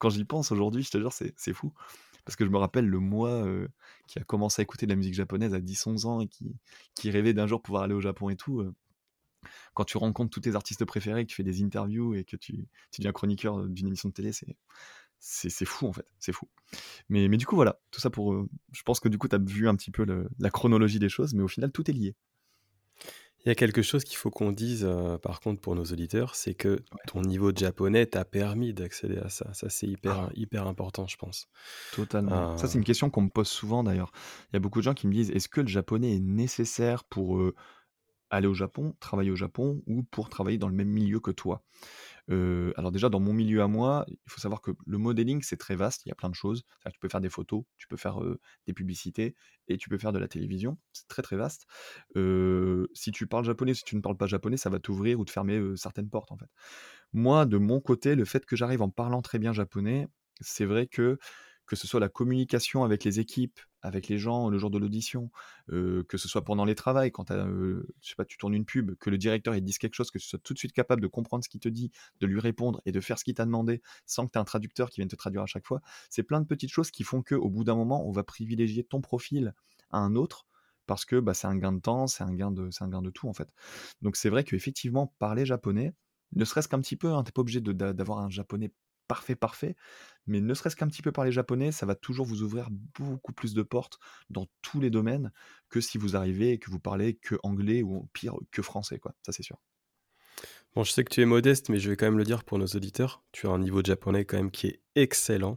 Speaker 2: quand j'y pense aujourd'hui, je te jure, c'est c'est fou. Parce que je me rappelle le moi, heu, qui a commencé à écouter de la musique japonaise à dix onze ans et qui qui rêvait d'un jour pouvoir aller au Japon et tout, heu, quand tu rencontres tous tes artistes préférés, que tu fais des interviews et que tu tu deviens chroniqueur, heu, d'une émission de télé, c'est c'est c'est fou, en fait, c'est fou. Mais mais du coup, voilà, tout ça pour, heu, je pense que du coup, tu as vu un petit peu le la chronologie des choses, mais au final, tout est lié.
Speaker 1: Il y a quelque chose qu'il faut qu'on dise, heu, par contre pour nos auditeurs, c'est que
Speaker 2: Ouais.
Speaker 1: ton niveau de japonais t'a permis d'accéder à ça. Ça, c'est hyper,
Speaker 2: Ah,
Speaker 1: hyper important, je pense.
Speaker 2: totalement. Ça, c'est
Speaker 1: Heu,
Speaker 2: une question qu'on me pose souvent d'ailleurs. Il y a beaucoup de gens qui me disent: «Est-ce que le japonais est nécessaire pour, heu, aller au Japon, travailler au Japon ou pour travailler dans le même milieu que toi?» Heu, alors déjà dans mon milieu à moi, il faut savoir que le modeling c'est très vaste, il y a plein de choses. C'est-à-dire que tu peux faire des photos, tu peux faire, heu, des publicités et tu peux faire de la télévision. C'est très, très vaste. Heu, si tu parles japonais, si tu ne parles pas japonais, ça va t'ouvrir ou te fermer, heu, certaines portes, en fait. Moi, de mon côté, le fait que j'arrive en parlant très bien japonais, c'est vrai que, que ce soit la communication avec les équipes, avec les gens le jour de l'audition, heu, que ce soit pendant les travails quand tu je sais pas, tu tournes une pub, que le directeur il te dise quelque chose, que tu sois tout de suite capable de comprendre ce qu'il te dit, de lui répondre et de faire ce qu'il t'a demandé sans que tu aies un traducteur qui vienne te traduire à chaque fois. C'est plein de petites choses qui font qu'au bout d'un moment, on va privilégier ton profil à un autre parce que, bah, c'est un gain de temps, c'est un gain de c'est un gain de tout, en fait. Donc c'est vrai qu'effectivement, parler japonais, ne serait-ce qu'un petit peu, hein, tu pas obligé de d'a d'avoir un japonais parfait, parfait, mais ne serait-ce qu'un petit peu parler japonais, ça va toujours vous ouvrir beaucoup plus de portes dans tous les domaines que si vous arrivez et que vous parlez que anglais ou pire que français, quoi. Ça, c'est sûr.
Speaker 1: bon, je sais que tu es modeste, mais je vais quand même le dire pour nos auditeurs. Tu as un niveau de japonais quand même qui est excellent.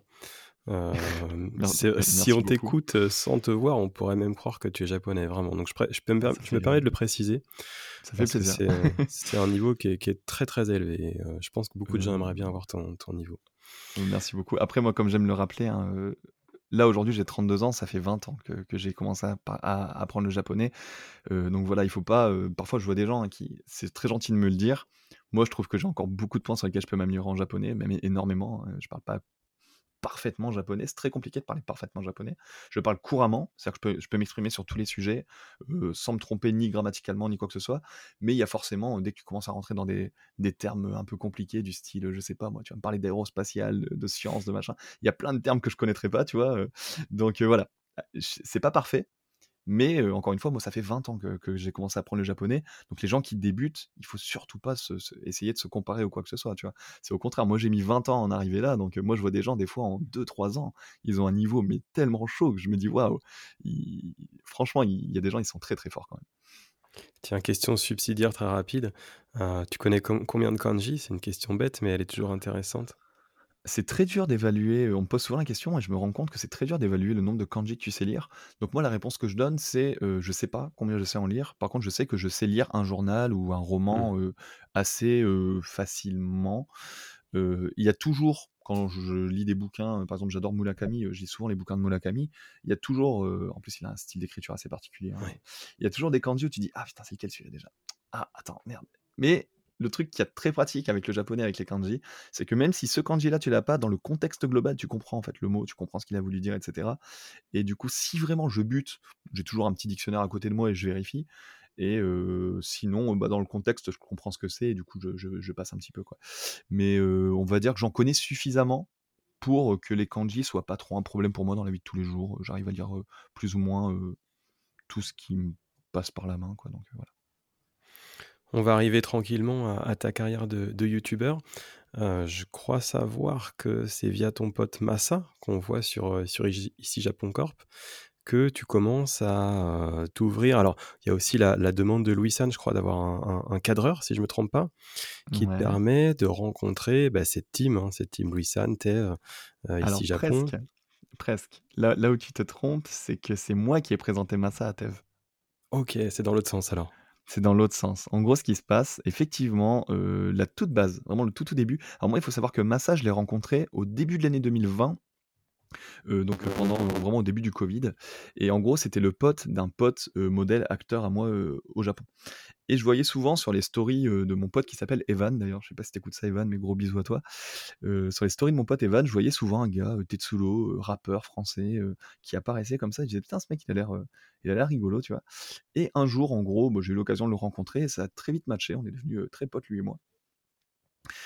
Speaker 1: Hem,
Speaker 2: Mer
Speaker 1: c'est
Speaker 2: mer
Speaker 1: si
Speaker 2: merci
Speaker 1: on
Speaker 2: beaucoup.
Speaker 1: t'écoute, heu, sans te voir, on pourrait même croire que tu es japonais, vraiment. Donc je pré je peux me per
Speaker 2: Ça
Speaker 1: je me
Speaker 2: fait,
Speaker 1: permets
Speaker 2: heu,
Speaker 1: de le préciser
Speaker 2: ça fait
Speaker 1: parce que
Speaker 2: plaisir.
Speaker 1: c'est, heu, c'est un niveau qui est qui est très, très élevé et heu, je pense que beaucoup de gens aimeraient bien
Speaker 2: Heu,
Speaker 1: avoir ton ton niveau.
Speaker 2: merci beaucoup. Après moi, comme j'aime le rappeler, hein, heu, là aujourd'hui j'ai trente-deux ans, ça fait vingt ans que que j'ai commencé à pa à apprendre le japonais. Heu, donc voilà, il faut pas, heu parfois je vois des gens, hein, qui c'est très gentil de me le dire. Moi, je trouve que j'ai encore beaucoup de points sur lesquels je peux m'améliorer en japonais, même é énormément, heu, je parle pas parfaitement japonais, c'est très compliqué de parler parfaitement japonais. Je parle couramment, c'est-à-dire que je peux je peux m'exprimer sur tous les sujets, heu, sans me tromper ni grammaticalement ni quoi que ce soit, mais il y a forcément, dès que tu commences à rentrer dans des des termes, un peu compliqués du style, je sais pas moi, tu vas me parler d'aérospatial, de de science, de machin, il y a plein de termes que je connaîtrais pas, tu vois? Heu, donc heu, voilà. Ah, j c'est pas parfait, mais heu, encore une fois, moi, ça fait vingt ans que que j'ai commencé à apprendre le japonais, donc les gens qui débutent, il faut surtout pas se se essayer de se comparer ou quoi que ce soit, tu vois? C'est au contraire, moi, j'ai mis vingt ans à en arriver là, donc heu, moi, je vois des gens, des fois, en deux trois ans, ils ont un niveau, mais tellement chaud que je me dis: «Waouh!» ils franchement, il y a des gens, ils sont très, très forts quand même.
Speaker 1: Tiens, question subsidiaire très rapide, heu, tu connais com combien de kanji? C'est une question bête, mais elle est toujours intéressante.
Speaker 2: C'est très dur d'évaluer, on me pose souvent la question et je me rends compte que c'est très dur d'évaluer le nombre de kanji que tu sais lire. Donc moi, la réponse que je donne, c'est, heu, je sais pas combien je sais en lire. Par contre, je sais que je sais lire un journal ou un
Speaker 1: Mmh.
Speaker 2: roman, heu, assez, heu, facilement. Heu, il y a toujours, quand je lis des bouquins, heu, par exemple, j'adore Murakami, heu, je lis souvent les bouquins de Murakami. Il y a toujours, heu, en plus, il a un style d'écriture assez particulier, hein.
Speaker 1: Ouais.
Speaker 2: Il y a toujours des kanji où tu dis: «Ah putain, c'est lequel celui-là déjà? Ah attends, merde». Mais le truc qui est très pratique avec le japonais, avec les kanji, c'est que même si ce kanji-là, tu l'as pas, dans le contexte global, tu comprends en fait le mot, tu comprends ce qu'il a voulu dire, et cetera. Et du coup, si vraiment je bute, j'ai toujours un petit dictionnaire à côté de moi et je vérifie. Et heu, sinon, bah, dans le contexte, je comprends ce que c'est et du coup, je je je passe un petit peu, quoi. Mais heu, on va dire que j'en connais suffisamment pour, que les kanji soient pas trop un problème pour moi dans la vie de tous les jours. J'arrive à lire, heu, plus ou moins, heu, tout ce qui me passe par la main, quoi, donc heu, voilà.
Speaker 1: On va arriver tranquillement à à ta carrière de de youtubeur. Heu, je crois savoir que c'est via ton pote Massa, qu'on voit sur, heu, sur Iji Ici Japon Corp, que tu commences à, heu, t'ouvrir. Alors, il y a aussi la la demande de Louis-San, je crois, d'avoir un un un cadreur, si je me trompe pas, qui te
Speaker 2: Ouais.
Speaker 1: permet de rencontrer, bah, cette team, hein, cette team Louis-San, tu es, heu heu, Ici
Speaker 2: Alors
Speaker 1: Japon.
Speaker 2: presque, presque. Là là où tu te trompes, c'est que c'est moi qui ai présenté Massa à Thèves.
Speaker 1: OK, c'est dans l'autre sens alors.
Speaker 2: C'est dans l'autre sens. En gros, ce qui se passe, effectivement, heu, la toute base, vraiment le tout, tout début. Alors moi, il faut savoir que Massa, je l'ai rencontré au début de l'année deux mille vingt, heu, donc heu, pendant euh, vraiment au début du covid et en gros, c'était le pote d'un pote, heu, modèle, acteur à moi, heu, au Japon et je voyais souvent sur les stories, heu, de mon pote qui s'appelle Evan d'ailleurs, je sais pas si tu écoutes ça Evan, mais gros bisous à toi. Heu, sur les stories de mon pote Evan, je voyais souvent un gars, heu, Tetsulo, heu, rappeur français, heu, qui apparaissait comme ça. Je disais: «Putain, ce mec, il a l'air, heu, il a l'air rigolo», tu vois? Et un jour, en gros, bah, j'ai eu l'occasion de le rencontrer et ça a très vite matché. On est devenus, heu, très potes, lui et moi.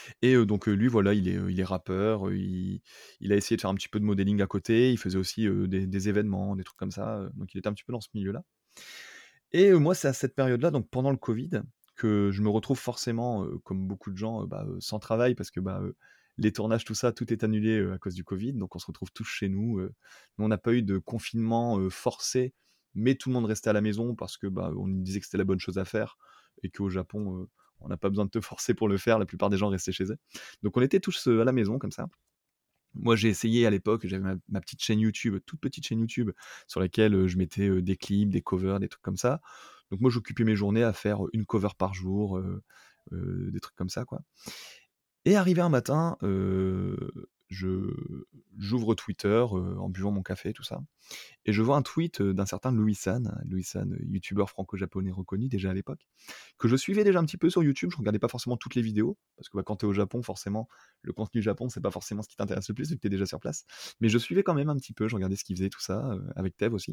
Speaker 2: Et heu, donc heu, lui voilà, il est, heu, il est rappeur, heu, il il a essayé de faire un petit peu de modeling à côté, il faisait aussi, heu, des des événements, des trucs comme ça, heu, donc il était un petit peu dans ce milieu-là. Et heu, moi, c'est à cette période-là, donc pendant le covid, que je me retrouve forcément, heu, comme beaucoup de gens, heu, bah, heu, sans travail parce que, bah, heu, les tournages, tout ça, tout est annulé, heu, à cause du covid, donc on se retrouve tous chez nous, heu. Nous, on n'a pas eu de confinement, heu, forcé, mais tout le monde restait à la maison parce que, bah, on nous disait que c'était la bonne chose à faire et qu'au Japon, heu, on n'a pas besoin de te forcer pour le faire, la plupart des gens restaient chez eux. Donc on était tous, heu, à la maison comme ça. Moi, j'ai essayé à l'époque, j'avais ma ma petite chaîne YouTube, toute petite chaîne YouTube sur laquelle, heu, je mettais, heu, des clips, des covers, des trucs comme ça. Donc moi, j'occupais mes journées à faire une cover par jour, heu heu, des trucs comme ça, quoi. Et arrivé un matin, heu, je j'ouvre Twitter, heu, en buvant mon café, tout ça, et je vois un tweet, heu, d'un certain Louis San. Louis San, heu, youtubeur franco-japonais reconnu déjà à l'époque, que je suivais déjà un petit peu sur YouTube. Je regardais pas forcément toutes les vidéos, parce que, bah, quand tu es au Japon, forcément, le contenu Japon, c'est pas forcément ce qui t'intéresse le plus, vu que tu es déjà sur place. Mais je suivais quand même un petit peu, je regardais ce qu'il faisait, tout ça, heu, avec Tev aussi.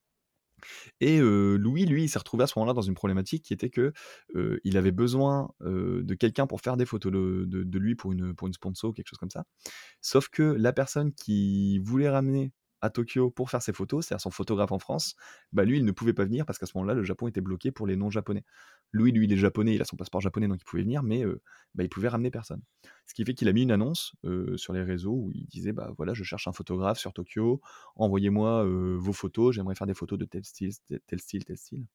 Speaker 2: Et heu, Louis, lui, il s'est retrouvé à ce moment-là dans une problématique qui était que, heu, il avait besoin, heu, de quelqu'un pour faire des photos de de de lui pour une, pour une sponsor ou quelque chose comme ça. Sauf que la personne qui voulait ramener à Tokyo pour faire ses photos, c'est-à-dire son photographe en France, bah, lui, il ne pouvait pas venir parce qu'à ce moment-là, le Japon était bloqué pour les non-japonais. Lui, lui, il est japonais, il a son passeport japonais, donc il pouvait venir, mais heu, bah, il pouvait ramener personne. Ce qui fait qu'il a mis une annonce, heu, sur les réseaux où il disait: «Bah, voilà, je cherche un photographe sur Tokyo, envoyez-moi, heu, vos photos, j'aimerais faire des photos de tel style, tel tel style, tel style».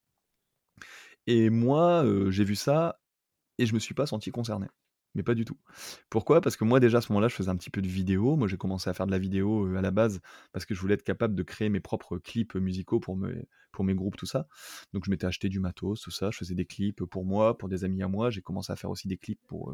Speaker 2: Et moi, heu, j'ai vu ça et je me suis pas senti concerné, mais pas du tout. Pourquoi? Parce que moi déjà à ce moment-là, je faisais un petit peu de vidéo. Moi, j'ai commencé à faire de la vidéo, heu, à la base parce que je voulais être capable de créer mes propres clips, musicaux pour mes pour mes groupes, tout ça. Donc je m'étais acheté du matos, tout ça. Je faisais des clips, pour moi, pour des amis à moi. J'ai commencé à faire aussi des clips pour, heu,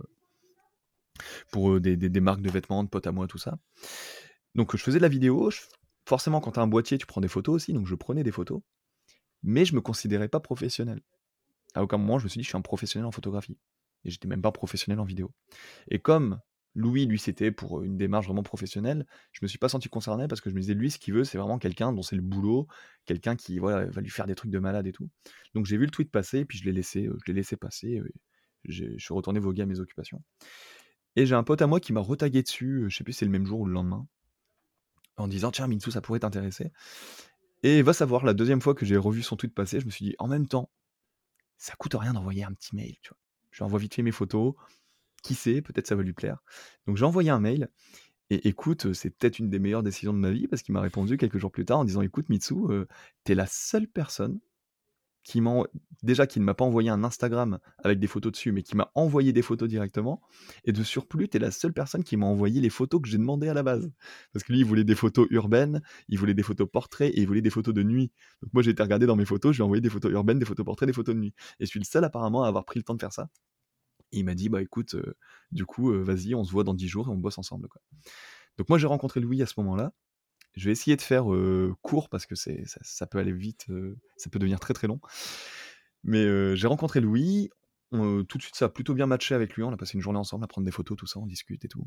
Speaker 2: pour, heu, des des des marques de vêtements, de potes à moi, tout ça. Donc je faisais de la vidéo, je forcément quand tu as un boîtier, tu prends des photos aussi, donc je prenais des photos, mais je me considérais pas professionnel. À aucun moment je me suis dit: «Je suis un professionnel en photographie», et j'étais même pas professionnel en vidéo. Et comme Louis, lui, c'était pour une démarche vraiment professionnelle, je me suis pas senti concerné parce que je me disais: «Lui, ce qu'il veut, c'est vraiment quelqu'un dont c'est le boulot, quelqu'un qui, voilà, va lui faire des trucs de malade et tout». Donc j'ai vu le tweet passer et puis je l'ai laissé, heu, je l'ai laissé passer, heu, j'ai je suis retourné voguer à mes occupations. Et j'ai un pote à moi qui m'a retagué dessus, heu, je sais plus si c'est le même jour ou le lendemain, en disant: «Tiens Mitsou, ça pourrait t'intéresser». Et va savoir, la deuxième fois que j'ai revu son tweet passer, je me suis dit: «En même temps, ça coûte rien d'envoyer un petit mail», tu vois? Je lui envoie vite fait mes photos, qui sait, peut-être ça va lui plaire. Donc j'ai envoyé un mail. Et écoute, c'est peut-être une des meilleures décisions de ma vie parce qu'il m'a répondu quelques jours plus tard en disant: «Écoute Mitsou, heu, tu es la seule personne qui m'a en déjà qui ne m'a pas envoyé un Instagram avec des photos dessus, mais qui m'a envoyé des photos directement, et de surplus, tu es la seule personne qui m'a envoyé les photos que j'ai demandées à la base». Parce que lui, il voulait des photos urbaines, il voulait des photos portraits et il voulait des photos de nuit. Donc moi, j'ai été regarder dans mes photos, je lui ai envoyé des photos urbaines, des photos portraits, des photos de nuit, et je suis le seul apparemment à avoir pris le temps de faire ça. Et il m'a dit: «Bah écoute, heu, du coup, heu, vas-y, on se voit dans dix jours et on bosse ensemble, quoi». Donc moi, j'ai rencontré Louis à ce moment-là. Je vais essayer de faire, heu, court parce que c'est ça ça peut aller vite, heu, ça peut devenir très, très long. Mais, heu, j'ai rencontré Louis, on, heu, tout de suite ça a plutôt bien matché avec lui, on a passé une journée ensemble à prendre des photos, tout ça, on discute et tout.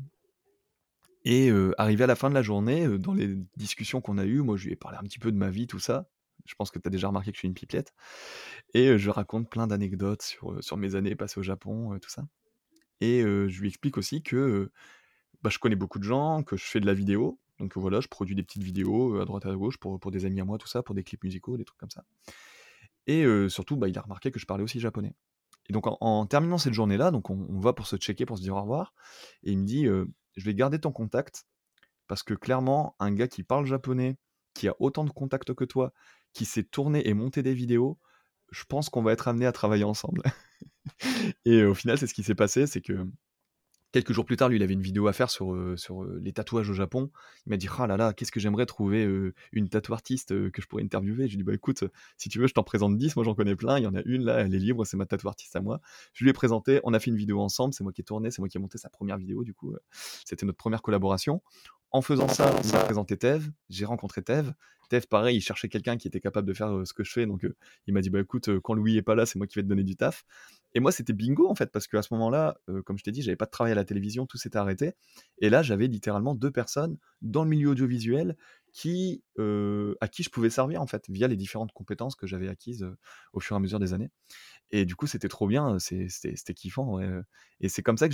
Speaker 2: Et heu, arrivé à la fin de la journée, heu, dans les discussions qu'on a eues, moi je lui ai parlé un petit peu de ma vie, tout ça. Je pense que tu as déjà remarqué que je suis une pipelette, et heu, je lui raconte plein d'anecdotes sur, heu, sur mes années passées au Japon, heu, tout ça. Et heu, je lui explique aussi que, heu, bah, je connais beaucoup de gens, que je fais de la vidéo, donc voilà, je produis des petites vidéos, heu, à droite à gauche pour, pour des amis à moi, tout ça, pour des clips musicaux, des trucs comme ça. Et heu, surtout, bah, il a remarqué que je parlais aussi japonais. Et donc en en terminant cette journée-là, donc on on va pour se checker, pour se dire au revoir, et il me dit, heu: «Je vais garder ton contact parce que clairement, un gars qui parle japonais, qui a autant de contacts que toi, qui sait tourner et monter des vidéos, je pense qu'on va être amenés à travailler ensemble». Et au final, c'est ce qui s'est passé, c'est que quelques jours plus tard, lui, il avait une vidéo à faire sur, heu, sur, heu, les tatouages au Japon. Il m'a dit: «Ah là là, qu'est-ce que j'aimerais trouver, heu, une tattoo artiste, heu, que je pourrais interviewer». Je lui ai dit: «Bah écoute, si tu veux, je t'en présente dix, moi j'en connais plein, il y en a une là, elle est libre, c'est ma tattoo artiste à moi». Je lui ai présenté, on a fait une vidéo ensemble, c'est moi qui ai tourné, c'est moi qui ai monté sa première vidéo du coup, heu, c'était notre première collaboration. En faisant ça, on a présenté Tev, j'ai rencontré Tev. Tev, pareil, il cherchait quelqu'un qui était capable de faire, heu, ce que je fais, donc heu, il m'a dit: «Bah écoute, heu, quand Louis est pas là, c'est moi qui vais te donner du taf». Et moi, c'était bingo en fait, parce qu'à ce moment-là, heu, comme je t'ai dit, j'avais pas de travail à la télévision, tout s'était arrêté. Et là, j'avais littéralement deux personnes dans le milieu audiovisuel qui, heu, à qui je pouvais servir en fait, via les différentes compétences que j'avais acquises, heu, au fur et à mesure des années. Et du coup, c'était trop bien, c'est c'était c'était kiffant, ouais, heu, et c'est comme ça que j'ai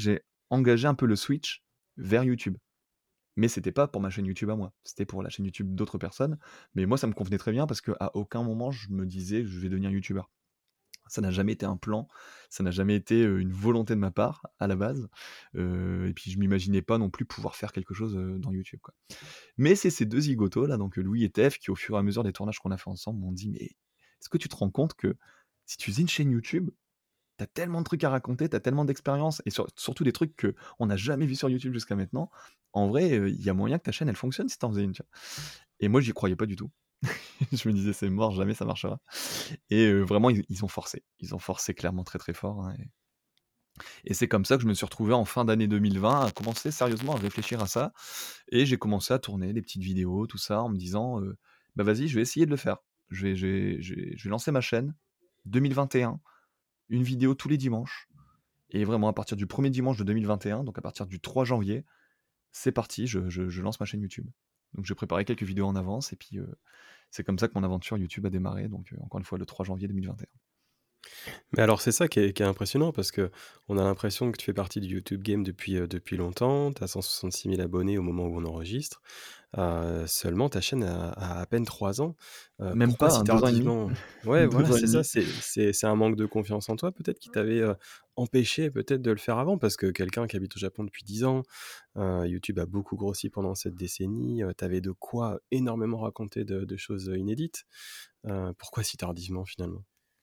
Speaker 2: engagé un peu le switch vers YouTube. Mais c'était pas pour ma chaîne YouTube à moi, c'était pour la chaîne YouTube d'autres personnes. Mais moi, ça me convenait très bien parce qu'à aucun moment je me disais: «Je vais devenir youtubeur». Ça n'a jamais été un plan, ça n'a jamais été, heu, une volonté de ma part, à la base, heu et puis je m'imaginais pas non plus pouvoir faire quelque chose, heu, dans YouTube, quoi. Mais c'est ces deux zigotos là, donc Louis et Tef, qui au fur et à mesure des tournages qu'on a fait ensemble m'ont dit: «Mais est-ce que tu te rends compte que si tu faisais une chaîne YouTube, tu as tellement de trucs à raconter, tu as tellement d'expérience et sur surtout des trucs qu'on n'a jamais vus sur YouTube jusqu'à maintenant. En vrai, heu, il y a moyen que ta chaîne elle fonctionne si tu en faisais une», tu vois? Et moi j'y croyais pas du tout. Je me disais: «C'est mort, jamais ça marchera» et heu, vraiment ils ils ont forcé. Ils ont forcé clairement très, très fort, hein et et c'est comme ça que je me suis retrouvé en fin d'année deux mille vingt à commencer sérieusement à réfléchir à ça et j'ai commencé à tourner des petites vidéos, tout ça, en me disant, heu: «Bah, vas-y, je vais essayer de le faire. Je vais je vais je vais je vais lancer ma chaîne, deux mille vingt et un, une vidéo tous les dimanches» et vraiment à partir du premier dimanche de deux mille vingt et un, donc à partir du trois janvier, c'est parti, je je je lance ma chaîne YouTube. Donc j'ai préparé quelques vidéos en avance et puis, heu, c'est comme ça que mon aventure YouTube a démarré, donc heu, encore une fois le trois janvier deux mille vingt et un.
Speaker 1: Mais alors c'est ça qui est qui est impressionnant parce qu'on a l'impression que tu fais partie du YouTube game depuis, heu, depuis longtemps. Tu as cent soixante-six mille abonnés au moment où on enregistre. Heu, seulement ta chaîne a a à peine trois ans. Heu,
Speaker 2: Même
Speaker 1: pourquoi
Speaker 2: pas,
Speaker 1: si
Speaker 2: hein, deux ans et demi.
Speaker 1: tardivement? Ouais, voilà,
Speaker 2: deux ans et
Speaker 1: c'est ça,
Speaker 2: demi.
Speaker 1: c'est c'est c'est un manque de confiance en toi peut-être qui t'avait, heu, empêché peut-être de le faire avant? Parce que quelqu'un qui habite au Japon depuis dix ans, heu, YouTube a beaucoup grossi pendant cette décennie, heu, tu avais de quoi énormément raconter de de choses, heu, inédites. Heu, pourquoi si tardivement finalement?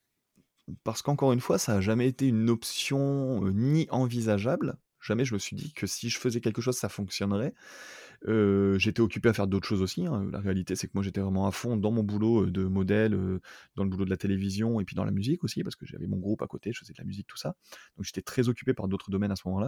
Speaker 2: Parce qu'encore une fois, ça a jamais été une option, heu, ni envisageable. Jamais je me suis dit que si je faisais quelque chose, ça fonctionnerait. Heu, j'étais occupé à faire d'autres choses aussi, hein. La réalité, c'est que moi, j'étais vraiment à fond dans mon boulot, heu, de modèle, heu, dans le boulot de la télévision et puis dans la musique aussi, parce que j'avais mon groupe à côté, je faisais de la musique, tout ça. Donc j'étais très occupé par d'autres domaines à ce moment-là.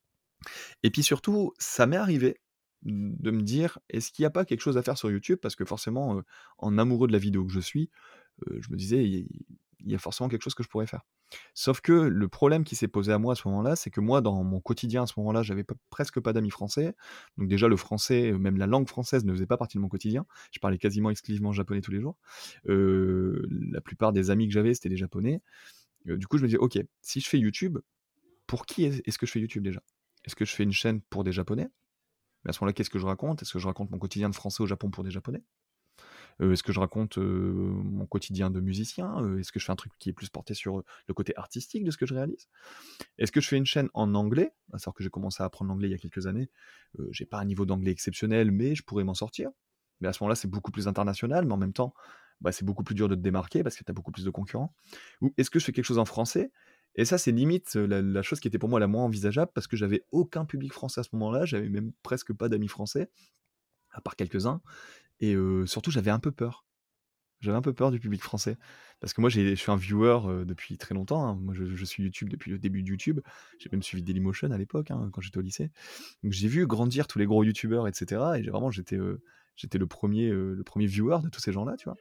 Speaker 2: Et puis surtout, ça m'est arrivé de me dire: «Est-ce qu'il y a pas quelque chose à faire sur YouTube?» parce que forcément, heu, en amoureux de la vidéo que je suis, heu, je me disais: «Il il y a forcément quelque chose que je pourrais faire». Sauf que le problème qui s'est posé à moi à ce moment-là, c'est que moi, dans mon quotidien à ce moment-là, j'avais pas presque pas d'amis français. Donc déjà le français, heu, même la langue française ne faisait pas partie de mon quotidien. Je parlais quasiment exclusivement japonais tous les jours. Heu, la plupart des amis que j'avais, c'était des japonais. Heu, du coup, je me disais: «OK, si je fais YouTube, pour qui est est-ce que je fais YouTube déjà? Est-ce que je fais une chaîne pour des japonais? Mais à ce moment-là, qu'est-ce que je raconte? Est-ce que je raconte mon quotidien de français au Japon pour des japonais? Heu, est-ce que je raconte, heu, mon quotidien de musicien? Heu, est-ce que je fais un truc qui est plus porté sur, heu, le côté artistique de ce que je réalise? Est-ce que je fais une chaîne en anglais? À savoir que j'ai commencé à apprendre l'anglais il y a quelques années. Heu, j'ai pas un niveau d'anglais exceptionnel, mais je pourrais m'en sortir. Mais à ce moment-là, c'est beaucoup plus international, mais en même temps, bah, c'est beaucoup plus dur de te démarquer parce que tu as beaucoup plus de concurrents. Ou est-ce que je fais quelque chose en français? Et ça, c'est limite, heu, la la chose qui était pour moi la moins envisageable parce que j'avais aucun public français à ce moment-là, j'avais même presque pas d'amis français, à part quelques-uns et heu, surtout j'avais un peu peur. J'avais un peu peur du public français parce que moi j'ai je suis un viewer, heu, depuis très longtemps, hein. Moi je je suis YouTube depuis le début de YouTube. J'ai même suivi Dailymotion à l'époque, hein, quand j'étais au lycée. Donc j'ai vu grandir tous les gros youtubeurs et cetera et j'ai vraiment j'étais, heu, j'étais le premier er le premier viewer de tous ces gens-là, tu vois?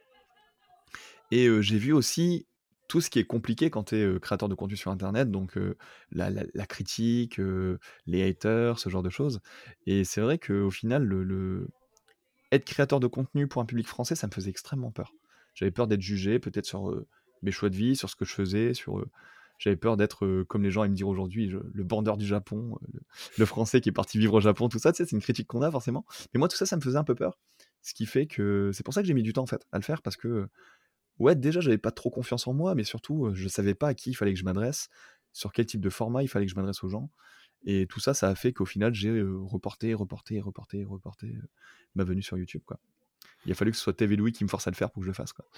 Speaker 2: Et heu, j'ai vu aussi tout ce qui est compliqué quand tu es, créateur de contenu sur internet, donc heu, la la la critique, heu, les haters, ce genre de choses et c'est vrai qu'au final le le être créateur de contenu pour un public français, ça me faisait extrêmement peur. J'avais peur d'être jugé peut-être sur, heu, mes choix de vie, sur ce que je faisais, sur, heu j'avais peur d'être, heu, comme les gens aiment dire aujourd'hui, je le bandeur du Japon, heu, le le Français qui est parti vivre au Japon, tout ça, tu sais, c'est une critique qu'on a forcément. Mais moi tout ça, ça me faisait un peu peur. Ce qui fait que c'est pour ça que j'ai mis du temps en fait à le faire parce que, heu, ouais, déjà j'avais pas trop confiance en moi, mais surtout, heu, je savais pas à qui il fallait que je m'adresse, sur quel type de format il fallait que je m'adresse aux gens et tout ça, ça a fait qu'au final j'ai, heu, reporté, reporté, reporté, reporté, heu, ma venue sur YouTube, quoi. Il a fallu que ce soit T V Louis qui me force à le faire pour que je le fasse, quoi.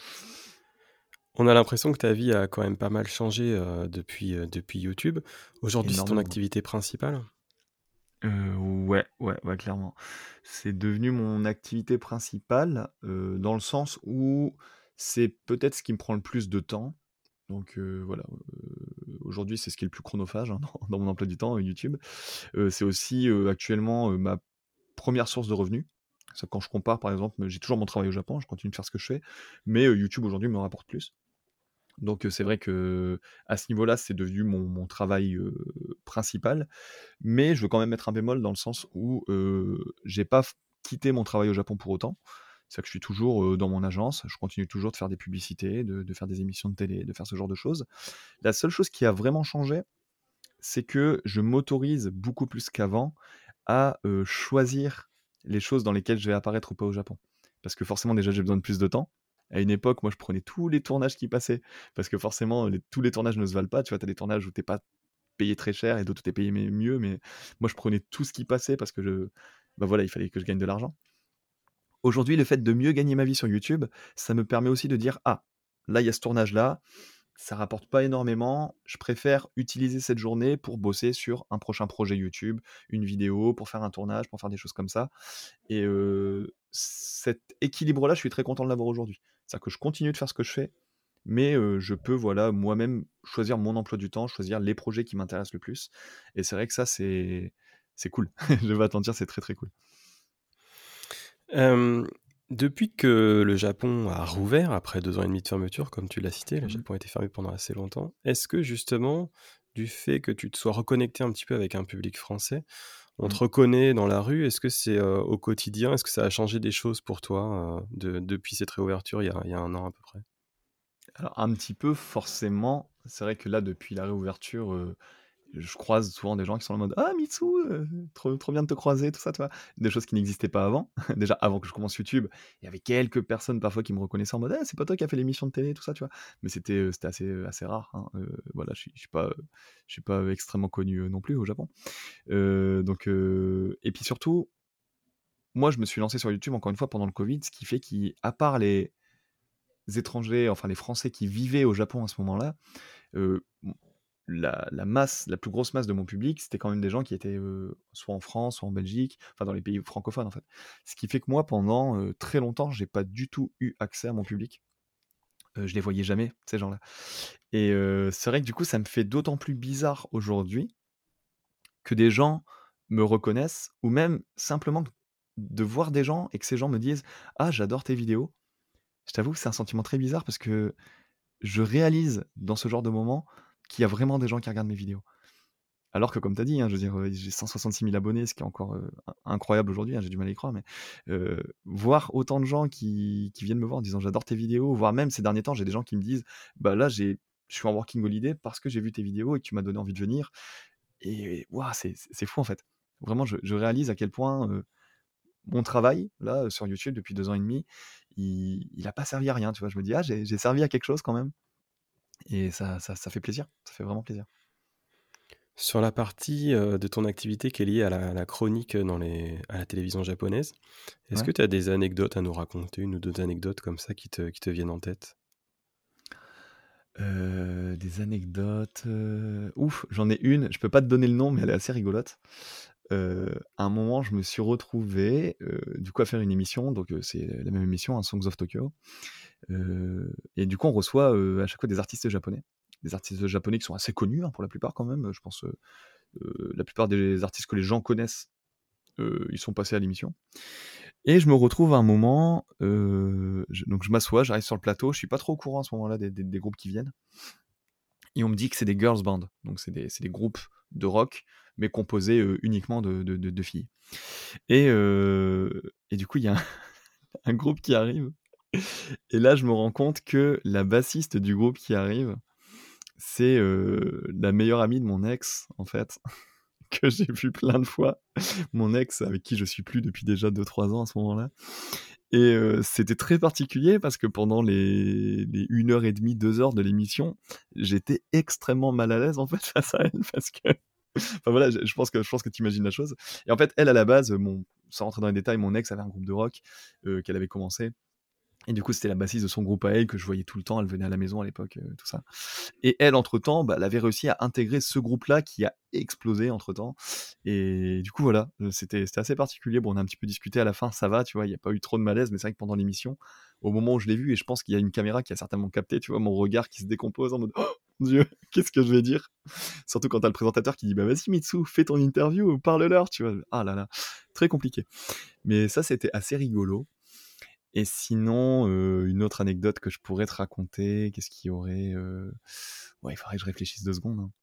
Speaker 1: On a l'impression que ta vie a quand même pas mal changé, heu, depuis, heu, depuis YouTube. Aujourd'hui, c'est ton
Speaker 2: Énormément.
Speaker 1: activité principale?
Speaker 2: Heu, ouais, ouais, ouais, clairement. C'est devenu mon activité principale, heu, dans le sens où c'est peut-être ce qui me prend le plus de temps. Donc heu, voilà, heu, aujourd'hui, c'est ce qui est le plus chronophage, hein, dans dans mon emploi du temps, heu, YouTube. Heu, c'est aussi, heu, actuellement, heu, ma première source de revenus. C'est quand je compare, par exemple, j'ai toujours mon travail au Japon, je continue de faire ce que je fais, mais heu, YouTube aujourd'hui me rapporte plus. Donc heu, c'est vrai que à ce niveau-là, c'est devenu mon mon travail, heu, principal. Mais je veux quand même mettre un bémol dans le sens où, heu, j'ai pas f quitté mon travail au Japon pour autant. C'est-à-dire que je suis toujours, heu, dans mon agence, je continue toujours de faire des publicités, de de faire des émissions de télé, de faire ce genre de choses. La seule chose qui a vraiment changé, c'est que je m'autorise beaucoup plus qu'avant à, heu, choisir les choses dans lesquelles je vais apparaître ou pas au Japon. Parce que forcément déjà j'ai besoin de plus de temps. À une époque, moi je prenais tous les tournages qui passaient parce que forcément les tous les tournages ne se valent pas, tu vois? Tu as des tournages où tu es pas payé très cher et d'autres où tu es payé mais mieux, mais moi je prenais tout ce qui passait parce que je bah, voilà, il fallait que je gagne de l'argent. Aujourd'hui, le fait de mieux gagner ma vie sur YouTube, ça me permet aussi de dire: «Ah, là, il y a ce tournage-là, ça rapporte pas énormément, je préfère utiliser cette journée pour bosser sur un prochain projet YouTube, une vidéo, pour faire un tournage, pour faire des choses comme ça» et heu, cet équilibre-là, je suis très content de l'avoir aujourd'hui. C'est-à-dire que je continue de faire ce que je fais, mais heu, je peux, voilà, moi-même choisir mon emploi du temps, choisir les projets qui m'intéressent le plus et c'est vrai que ça, c'est c'est cool. Je vais pas te mentir, c'est très, très cool.
Speaker 1: Hem, Depuis que le Japon a rouvert, après deux ans et demi de fermeture, comme tu l'as cité, le
Speaker 2: Mmh mh.
Speaker 1: Japon a été fermé pendant assez longtemps. Est-ce que justement, du fait que tu te sois reconnecté un petit peu avec un public français, on te
Speaker 2: Mmh.
Speaker 1: reconnaît dans la rue? Est-ce que c'est, heu, au quotidien? Est-ce que ça a changé des choses pour toi, heu, de depuis cette réouverture il y a il y a un an à peu près?
Speaker 2: Alors un petit peu forcément, c'est vrai que là depuis la réouverture, heu, je croise souvent des gens qui sont en mode: «Ah Mitsou, heu, trop trop bien de te croiser», tout ça, tu vois? Des choses qui n'existaient pas avant. Déjà avant que je commence YouTube, il y avait quelques personnes parfois qui me reconnaissaient en mode: «Eh, c'est pas toi qui as fait l'émission de télé?» tout ça, tu vois? Mais c'était, heu, c'était assez, heu, assez rare, hein, heu, voilà, je suis je suis pas, heu, je suis pas, heu, extrêmement connu, heu, non plus au Japon. Heu, donc heu et puis surtout, moi je me suis lancé sur YouTube encore une fois pendant le Covid, ce qui fait qu'à part les étrangers, enfin les Français qui vivaient au Japon à ce moment-là, heu, m la la masse, la plus grosse masse de mon public, c'était quand même des gens qui étaient, heu, soit en France, soit en Belgique, enfin dans les pays francophones, en fait. Ce qui fait que moi, pendant, heu, très longtemps, j'ai pas du tout eu accès à mon public. Heu, je les voyais jamais, ces gens-là et heu, c'est vrai que du coup, ça me fait d'autant plus bizarre aujourd'hui que des gens me reconnaissent ou même simplement de voir des gens et que ces gens me disent: «Ah, j'adore tes vidéos». Je t'avoue que c'est un sentiment très bizarre parce que je réalise dans ce genre de moment qu'il y a vraiment des gens qui regardent mes vidéos. Alors que comme tu as dit, hein, je veux dire, heu, j'ai cent soixante-six mille abonnés, ce qui est encore, heu, in incroyable aujourd'hui, hein, j'ai du mal à y croire, mais heu, voir autant de gens qui qui viennent me voir en disant: «J'adore tes vidéos», voire même ces derniers temps, j'ai des gens qui me disent: «Bah là, j'ai je suis en working holiday parce que j'ai vu tes vidéos et que tu m'as donné envie de venir» et waouh, c'est c'est c'est fou en fait. Vraiment, je je réalise à quel point, heu, mon travail, là, heu, sur YouTube depuis deux ans et demi, il il a pas servi à rien, tu vois? Je me dis: «Ah, j'ai j'ai servi à quelque chose quand même» et ça ça ça fait plaisir, ça fait vraiment plaisir.
Speaker 1: Sur la partie, heu, de ton activité qui est liée à la la chronique, dans les à la télévision japonaise, est-ce
Speaker 2: Ouais.
Speaker 1: que tu as des anecdotes à nous raconter, une ou deux anecdotes comme ça qui te qui te viennent en tête?
Speaker 2: Heu, des anecdotes, heu, ouf, j'en ai une, je peux pas te donner le nom, mais elle est assez rigolote. Heu, à un moment, je me suis retrouvé, heu, du coup, à faire une émission, donc heu, c'est la même émission, hein, Songs of Tokyo, heu et du coup, on reçoit, heu, à chaque fois des artistes japonais. Des artistes japonais qui sont assez connus, hein, pour la plupart quand même, je pense, heu heu, la plupart des artistes que les gens connaissent, heu, ils sont passés à l'émission et je me retrouve à un moment, heu, je donc je m'assois, j'arrive sur le plateau, je suis pas trop au courant à ce moment-là des des des groupes qui viennent et on me dit que c'est des girls band, donc c'est des c'est des groupes de rock, mais composés, heu, uniquement de de de de filles et heu et du coup, il y a un un groupe qui arrive et là, je me rends compte que la bassiste du groupe qui arrive, c'est, heu, la meilleure amie de mon ex, en fait, que j'ai vu plein de fois. Mon ex avec qui je suis plus depuis déjà deux trois ans à ce moment-là et heu, c'était très particulier parce que pendant les les une heure et demie, deux heures de l'émission, j'étais extrêmement mal à l'aise, en fait, face à elle parce que enfin voilà, je je pense que je pense que tu imagines la chose et en fait, elle, à la base, mon sans rentrer dans les détails, mon ex avait un groupe de rock, heu, qu'elle avait commencé et du coup, c'était la bassiste de son groupe à elle que je voyais tout le temps. Elle venait à la maison à l'époque, heu, tout ça et elle, entre-temps, bah, elle avait réussi à intégrer ce groupe-là qui a explosé entre-temps et du coup, voilà, heu, c'était c'était assez particulier. Bon, on a un petit peu discuté à la fin, ça va, tu vois? Il y a pas eu trop de malaise, mais c'est vrai que pendant l'émission, au moment où je l'ai vue et je pense qu'il y a une caméra qui a certainement capté, tu vois? Mon regard qui se décompose en mode: «Oh mon Dieu, qu'est-ce que je vais dire?» Surtout quand tu as le présentateur qui dit: «Bah, vas-y Mitsou, fais ton interview, parle-leur», tu vois? Ah là là, très compliqué. Mais ça, c'était assez rigolo et sinon, heu, une autre anecdote que je pourrais te raconter, qu'est-ce qu'il y aurait, heu? Ouais, il faudrait que je réfléchisse deux secondes, hein.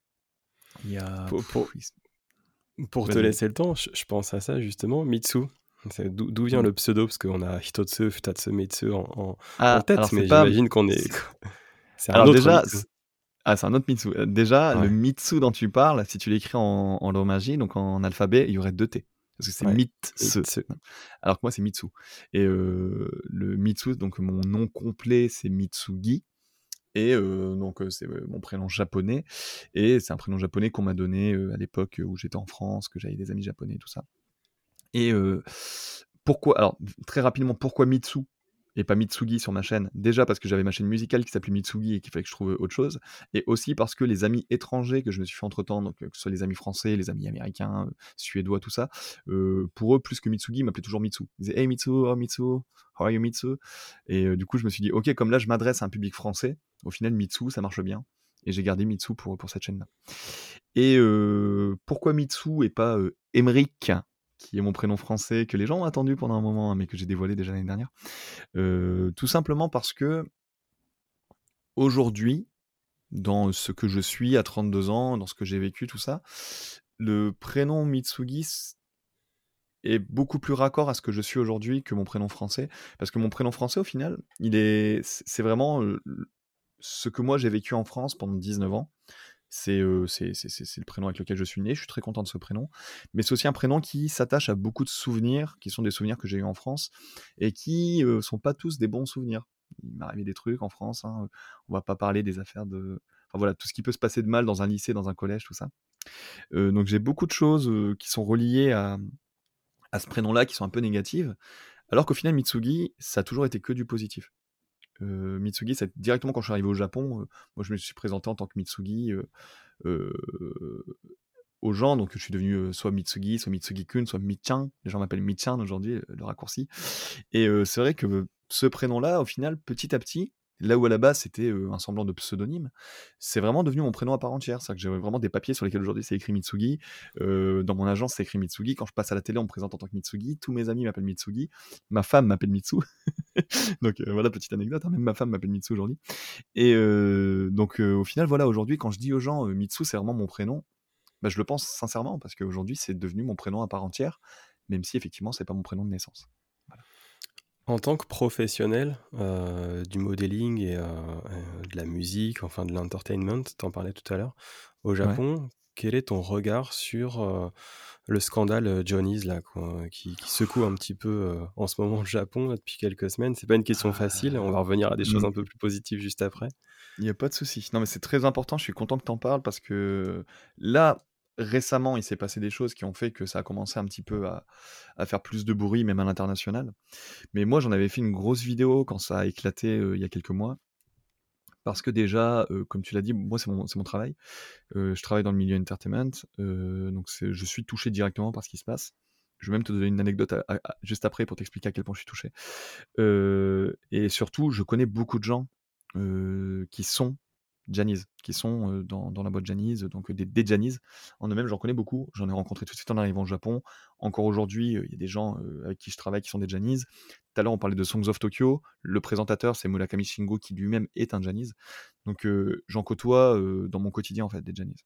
Speaker 2: Il y a
Speaker 1: Pour
Speaker 2: pff,
Speaker 1: pour
Speaker 2: il s
Speaker 1: pour te
Speaker 2: vas-y, vas-y.
Speaker 1: laisser le temps, je je pense à ça justement, Mitsu. C'est d'où d'où vient
Speaker 2: Mmh.
Speaker 1: le pseudo? Parce qu'on a Hitotsu, Futatsu, Metsu en en en
Speaker 2: Ah,
Speaker 1: tête,
Speaker 2: alors
Speaker 1: mais
Speaker 2: c'est pas
Speaker 1: j'imagine qu'on est
Speaker 2: c
Speaker 1: c'est un
Speaker 2: alors
Speaker 1: autre
Speaker 2: déjà,
Speaker 1: Mitsu.
Speaker 2: c Ah, c'est un autre Mitsu. Heu, déjà, le
Speaker 1: Ouais.
Speaker 2: Mitsu dont tu parles, si tu l'écris en en romaji, donc en alphabet, il y aurait deux T. Parce que c'est
Speaker 1: Ouais.
Speaker 2: Mit-se,
Speaker 1: Mitsu.
Speaker 2: alors que moi, c'est Mitsu. Et heu, le Mitsu, donc mon nom complet, c'est Mitsugi. Et heu, donc heu, c'est, heu, mon prénom japonais et c'est un prénom japonais qu'on m'a donné, heu, à l'époque où j'étais en France, que j'avais des amis japonais, tout ça. Et heu, pourquoi alors très rapidement, pourquoi Mitsu et pas Mitsugi sur ma chaîne? Déjà parce que j'avais ma chaîne musicale qui s'appelait Mitsugi et qu'il fallait que je trouve autre chose, et aussi parce que les amis étrangers que je me suis fait entre-temps, donc heu, que ce soit les amis français, les amis américains, heu, suédois, tout ça, heu, pour eux, plus que Mitsugi, ils m'appelaient toujours Mitsu. Ils disaient: «Hey Mitsu, oh Mitsu, how are you Mitsu?» Et heu, du coup, je me suis dit: «OK, comme là, je m'adresse à un public français, au final Mitsu, ça marche bien», et j'ai gardé Mitsu pour, pour cette chaîne-là. Et heu, pourquoi Mitsu et pas, heu, Aymeric, qui est mon prénom français, que les gens ont attendu pendant un moment, hein, mais que j'ai dévoilé déjà l'année dernière? Heu, tout simplement parce que aujourd'hui, dans ce que je suis à trente-deux ans, dans ce que j'ai vécu, tout ça, le prénom Mitsugi s est beaucoup plus raccord à ce que je suis aujourd'hui que mon prénom français. Parce que mon prénom français, au final, il est c'est c'est vraiment, heu, l ce que moi j'ai vécu en France pendant dix-neuf ans. C'est, heu, c'est c'est c'est c'est le prénom avec lequel je suis né, je suis très content de ce prénom. Mais c'est aussi un prénom qui s'attache à beaucoup de souvenirs, qui sont des souvenirs que j'ai eus en France et qui, heu, sont pas tous des bons souvenirs. Il m'est arrivé des trucs en France, hein, heu, on va pas parler des affaires de enfin voilà, tout ce qui peut se passer de mal dans un lycée, dans un collège, tout ça. Heu, donc j'ai beaucoup de choses, heu, qui sont reliées à, mmh, à ce prénom-là, qui sont un peu négatives, alors qu'au final Mitsugi, ça a toujours été que du positif. Heu, Mitsugi, c'est directement quand je suis arrivé au Japon, heu, moi je me suis présenté en tant que Mitsugi, heu heu, aux gens, donc je suis devenu, heu, soit Mitsugi, soit Mitsugi-kun, soit Mi-chan. Les gens m'appellent Mi-chan aujourd'hui, heu, le raccourci. Et heu, c'est vrai que ce prénom-là, au final, petit à petit, là où à la base c'était, heu, un semblant de pseudonyme, c'est vraiment devenu mon prénom à part entière. C'est-à-dire que j'ai vraiment des papiers sur lesquels aujourd'hui c'est écrit Mitsugi. Heu, dans mon agence, c'est écrit Mitsugi. Quand je passe à la télé, on me présente en tant que Mitsugi. Tous mes amis m'appellent Mitsugi. Ma femme m'appelle Mitsu. Donc heu, voilà, petite anecdote, hein, même ma femme m'appelle Mitsu aujourd'hui. Et heu, donc heu, au final, voilà, aujourd'hui, quand je dis aux gens, heu, Mitsu, c'est vraiment mon prénom, bah, je le pense sincèrement parce qu'aujourd'hui, c'est devenu mon prénom à part entière, même si effectivement, c'est pas mon prénom de naissance. Voilà.
Speaker 1: En tant que professionnel, heu, du modeling et heu heu, de la musique, enfin de l'entertainment, tu en parlais tout à l'heure. Au
Speaker 2: Ouais.
Speaker 1: Japon, quel est ton regard sur, heu, le scandale, heu, Johnny's là quoi, qui qui secoue un petit peu, heu, en ce moment le Japon là depuis quelques semaines? C'est pas une question facile, on va revenir à des choses
Speaker 2: Mmh.
Speaker 1: un peu plus positives juste après.
Speaker 2: Il y a pas de souci. Non, mais c'est très important, je suis content que tu en parles parce que là, récemment, il s'est passé des choses qui ont fait que ça a commencé un petit peu à à faire plus de bruit, même à l'international. Mais moi, j'en avais fait une grosse vidéo quand ça a éclaté, heu, il y a quelques mois. Parce que déjà, heu, comme tu l'as dit, moi, c'est mon c'est mon travail. Heu, je travaille dans le milieu entertainment, heu, donc c'est je suis touché directement par ce qui se passe. Je vais même te donner une anecdote à à à juste après pour t'expliquer à quel point je suis touché. Heu et surtout, je connais beaucoup de gens, heu, qui sont Johnny's, qui sont, heu, dans dans la boîte Johnny's, donc des des Johnny's. En eux-mêmes, j'en connais beaucoup. J'en ai rencontré tout de suite en arrivant au Japon. Encore aujourd'hui, heu, il y a des gens, heu, avec qui je travaille qui sont des Johnny's. Tout à l'heure, on parlait de Songs of Tokyo. Le présentateur, c'est Murakami Shingo qui lui-même est un Johnny's. Donc heu, j'en côtoie, heu, dans mon quotidien, en fait, des Johnny's.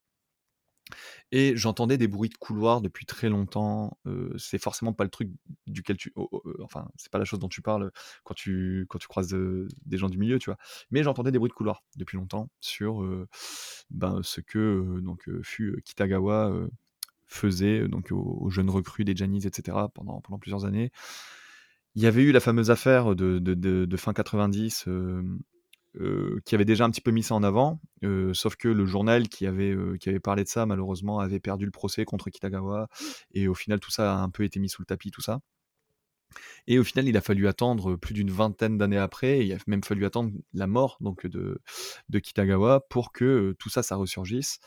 Speaker 2: Et j'entendais des bruits de couloir depuis très longtemps. Heu, c'est forcément pas le truc duquel tu o o heu, enfin, c'est pas la chose dont tu parles, quand tu quand tu croises, heu, des gens du milieu, tu vois? Mais j'entendais des bruits de couloir depuis longtemps sur, heu, ben, ce que, heu, donc heu, fut, heu, Kitagawa, heu, faisait, heu, donc aux aux jeunes recrues des Johnny's et cetera pendant pendant plusieurs années. Il y avait eu la fameuse affaire de de de de fin quatre-vingt-dix, hem, heu, qui avait déjà un petit peu mis ça en avant, heu, sauf que le journal qui avait, heu, qui avait parlé de ça malheureusement avait perdu le procès contre Kitagawa et au final tout ça a un peu été mis sous le tapis, tout ça. Et au final, il a fallu attendre, plus d'une vingtaine d'années après, et il a même fallu attendre la mort donc de de Kitagawa pour que, heu, tout ça, ça ressurgisse.